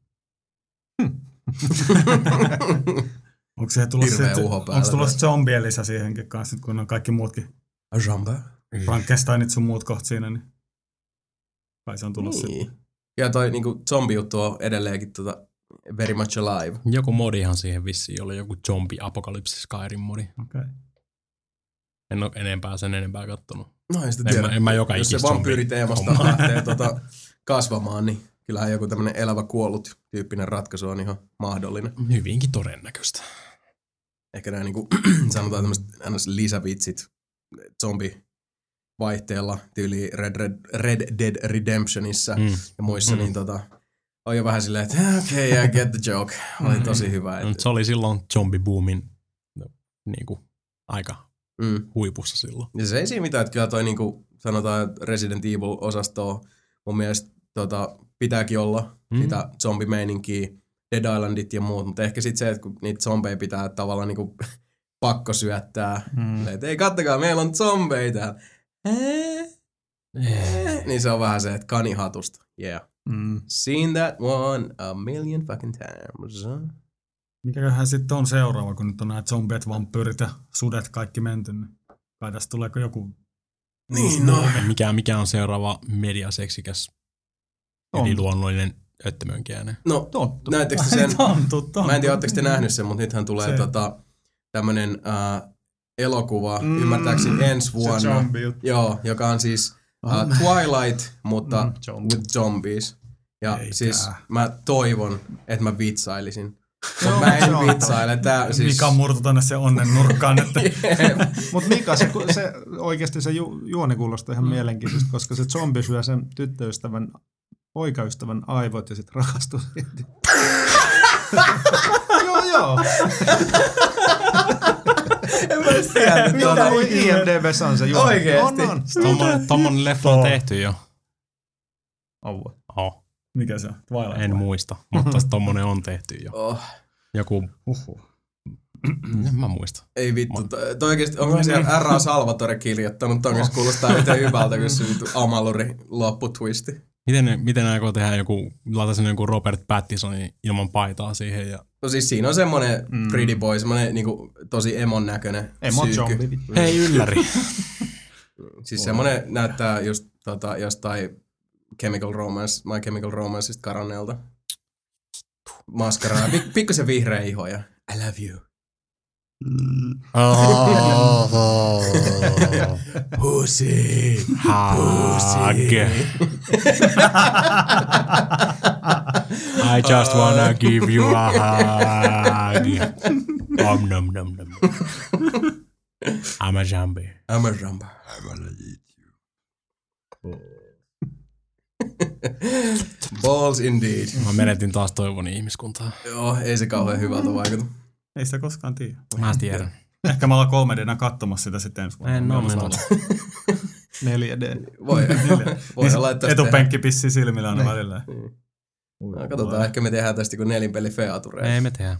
Onko se tulossa zombien lisä siihenkin kanssa, kun on kaikki muutkin Frankensteinit sun muut kohta siinä, niin kai se on tulossa sitten. Ja toi niinku zombi-juttu on edelleenkin very much alive. Joku modihan siihen vissiin oli, joku zombie-apokalypse Skyrim-modi. Okay. En ole sen enempää kattonut. No ei sitä tiedä. En mä joka ikistä jos se vampyyriteemasta lähtee kasvamaan, niin kyllähän joku tämmönen elävä kuollut tyyppinen ratkaisu on ihan mahdollinen. Hyvinkin todennäköistä. Ehkä nämä niinku, sanotaan tämmöiset lisävitsit zombi-vaihteella tyyli Red Dead Redemptionissa ja muissa, niin on jo vähän silleen, että I get the joke. Oli tosi hyvä. Se oli silloin zombie-boomin niinku, aika huipussa silloin. Ja se ei siinä mitään, että kyllä toi niinku, sanotaan Resident Evil-osastoa mun mielestä pitääkin olla sitä zombie-meininkiä, Dead Islandit ja muut, mutta ehkä sitten se, että kun niitä zombeja pitää tavallaan niinku pakko syöttää, että ei kattokaa, meillä on zombeja täällä. Niin se on vähän se, että kanihatusta. Yeah. Seen that one a million fucking times. Mikäköhän sitten on seuraava, kun nyt on nämä zombiet, vampyyrit ja sudet kaikki menty? Kai tästä tuleeko joku... Niin, no. Mikä on seuraava mediaseksikäs yliluonnollinen öttömönkiäinen? No, näettekö sen? Mä en tiedä, ootteko te nähnyt sen, mutta nythän tulee tämmönen elokuva, ymmärtääkseni ensi vuonna. Joo, joka on siis Twilight, mutta with zombies. Ja siis mä toivon, että mä vitsailisin. Mutta mä en vitsaile. Mika murtu tonne se onnen nurkkaan. Mutta Mika, oikeasti se juoni kuulostaa ihan mielenkiintoista, koska se zombi syö sen tyttöystävän, poikaystävän aivot ja sitten rakastuu siitä. Joo. En mä edes tiedä. IMDb:ssä on se juoni. Oikeesti? On. Tommonen leffa on tehty jo. Mikä se on? Twilight. En muista, mutta tommonen on tehty jo. Joku... En mä muista. Ei vittu. Toi oikeesti, onko siellä R.A. Salvatore kirjoittanut? Ton kanssa kuulostaa yhtä hyvältä, kun se vittu amaluri lopputwisti. Miten aikoo tehdä laita sen joku Robert Pattisonin ilman paitaa siihen? Ja... No siis siinä on semmonen pretty boy, semmonen niinku tosi emon näköinen zombi. Hei ylläri. Siis semmonen näyttää just jostain My Chemical Romanceista karanneelta. Maskaraa. Pikkusen vihreä iho ja I love you. Pussy. Hug. I just wanna give you a hug. Nom nom nom. I'm a zombie. I'm gonna eat you. Balls indeed. Mä menetin taas toivoni ihmiskuntaa. Joo, ei se kauhean hyvältä vaikuta. Ei sitä koskaan tiedä. Mä tiedän. Ehkä mä ollaan 3D:nä katsomassa sitä sitten ensi vuonna. En oo menossa. 4D. Voi olla, että etupenkki pissii silmillä aina välillä. No, katsotaan, ehkä me tehdään tästä kuin nelinpeli featureja. Ei me tehdä.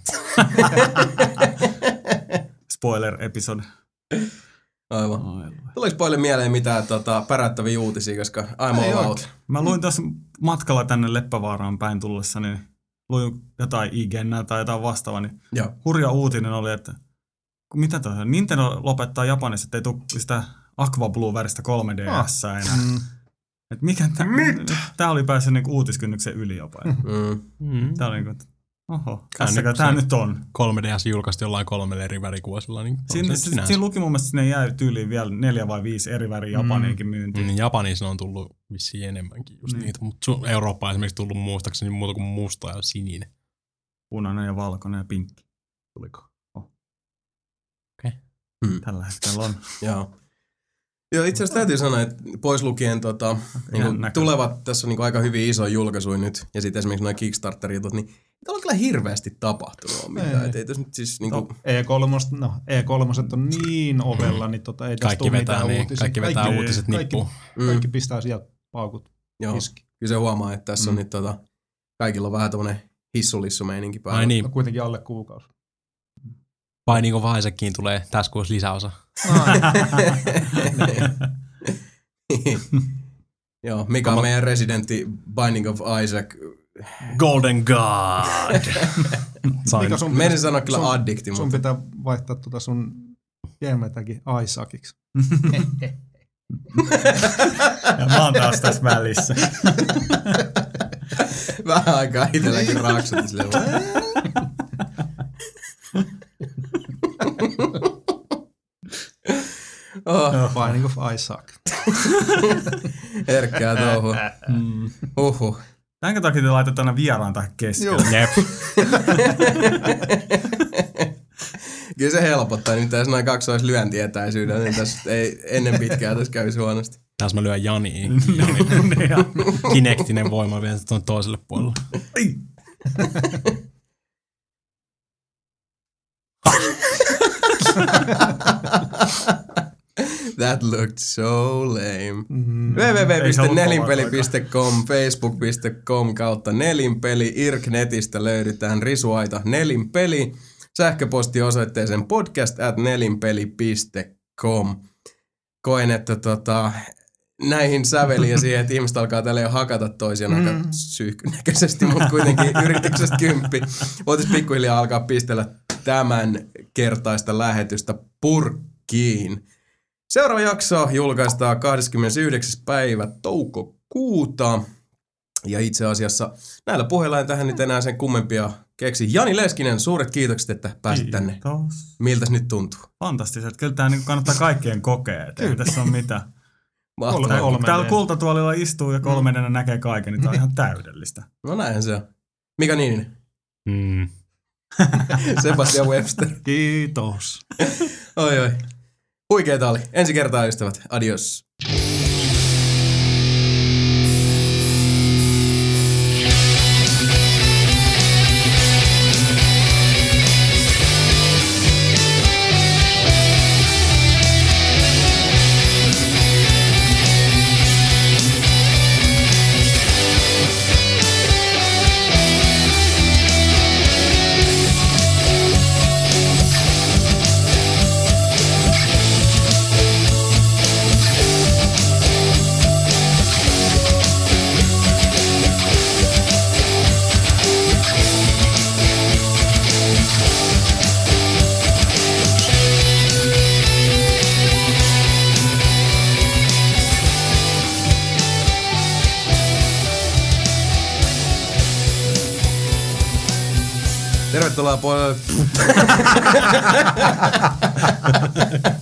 Spoiler-episode. Aivan. Tuleeko poille mieleen mitään päräyttäviä uutisia, koska I'm all out? Mä luin tässä matkalla tänne Leppävaaraan päin tullessa, niin luin jotain IGNää tai jotain vastaavaa, niin hurja uutinen oli, että mitä toi on? Nintendo lopettaa Japanissa, ettei tule sitä Aqua Blue-väristä 3DS enää. Et mikä tää oli päässyt niinku uutiskynnyksen yli jopa. Tää oli niinku, oho, tässäkö tää nyt on? 3DS julkaisi jollain 3 eri värikuosilla. Niin siinä luki mun mielestä, sinne jäi tyyliin vielä 4 vai 5 eri väriä Japaniinkin myyntiin. Japanissa on tullut vissiin enemmänkin just niitä, mutta Eurooppa on esimerkiksi tullut muistaakseni muuta kuin musta ja sininen. Punainen ja valkoinen ja pinkki. Tuliko? Okei. Tällä hetkellä on. Joo, itse asiassa täytyy sanoa, että pois lukien niin tulevat, tässä on niin aika hyvin iso julkaisuja nyt, ja sitten esimerkiksi nuo Kickstarter-jutut, niin täällä on kyllä hirveästi tapahtunut mitään. Ei tässä nyt siis niinku... E3 on niin ovella, niin ei tästä tule mitään uutisia. Kaikki vetää uutiset nippuun. Kaikki pistää sieltä paukut iski. Kyllä se huomaa, että tässä on nyt kaikilla on vähän tommonen hissulissu-meininki päällä. Ai niin. No, kuitenkin alle kuukausi. Binding of Isaaciin tulee tässä kuussa lisäosa. Joo, mikä on meidän residentti Binding of Isaac? Golden God. Meidän sanoa kyllä addikti. Sun pitää vaihtaa sun gamertagin Isaaciksi. Ja mä oon taas tässä välissä. Vähän aikaa itselläkin raaksutti silleen. Binding of Isaac. Herkkää touhua. Tämänkö takia te laitetaan aina vieraan tähän keskelle? Jep. Kyllä se helpottaa. Nyt tässä noin 2 olisi lyöntietäisyydellä, niin tässä ei ennen pitkään tässä kävisi huonosti. Tässä mä lyön Janiin. Kinektinen voima vielä tuon toiselle puolelle. That looked so lame. www.nelinpeli.com, facebook.com kautta nelinpeli, irknetistä löydetään risuaita nelinpeli, sähköpostiosoitteeseen podcast@nelinpeli.com. Koen, että näihin säveliin ja siihen, että ihmiset alkaa tälle jo hakata toisiaan aika syyhkynäköisesti, mutta kuitenkin yrityksestä 10. Voitaisiin pikkuhiljaa alkaa pistellä tämän kertaista lähetystä purkkiin. Seuraava jakso julkaistaan 29. päivä toukokuuta. Ja itse asiassa näillä puheilla en tähän nyt enää sen kummempia keksi. Jani Leskinen, suuret kiitokset, että pääsit tänne. Miltäs nyt tuntuu? Fantastiset. Kyllä tämä niin kannattaa kaikkien kokea. Ei tässä ole mitään. Mahtavaa. Täällä kultatuolilla istuu ja kolmannena näkee kaiken, niin tämä on ihan täydellistä. No näinhän se on. Mika Niininen. Sebastian Webster. Kiitos. Oi. Huikeeta oli. Ensi kertaa, ystävät. Adios. Tervetuloa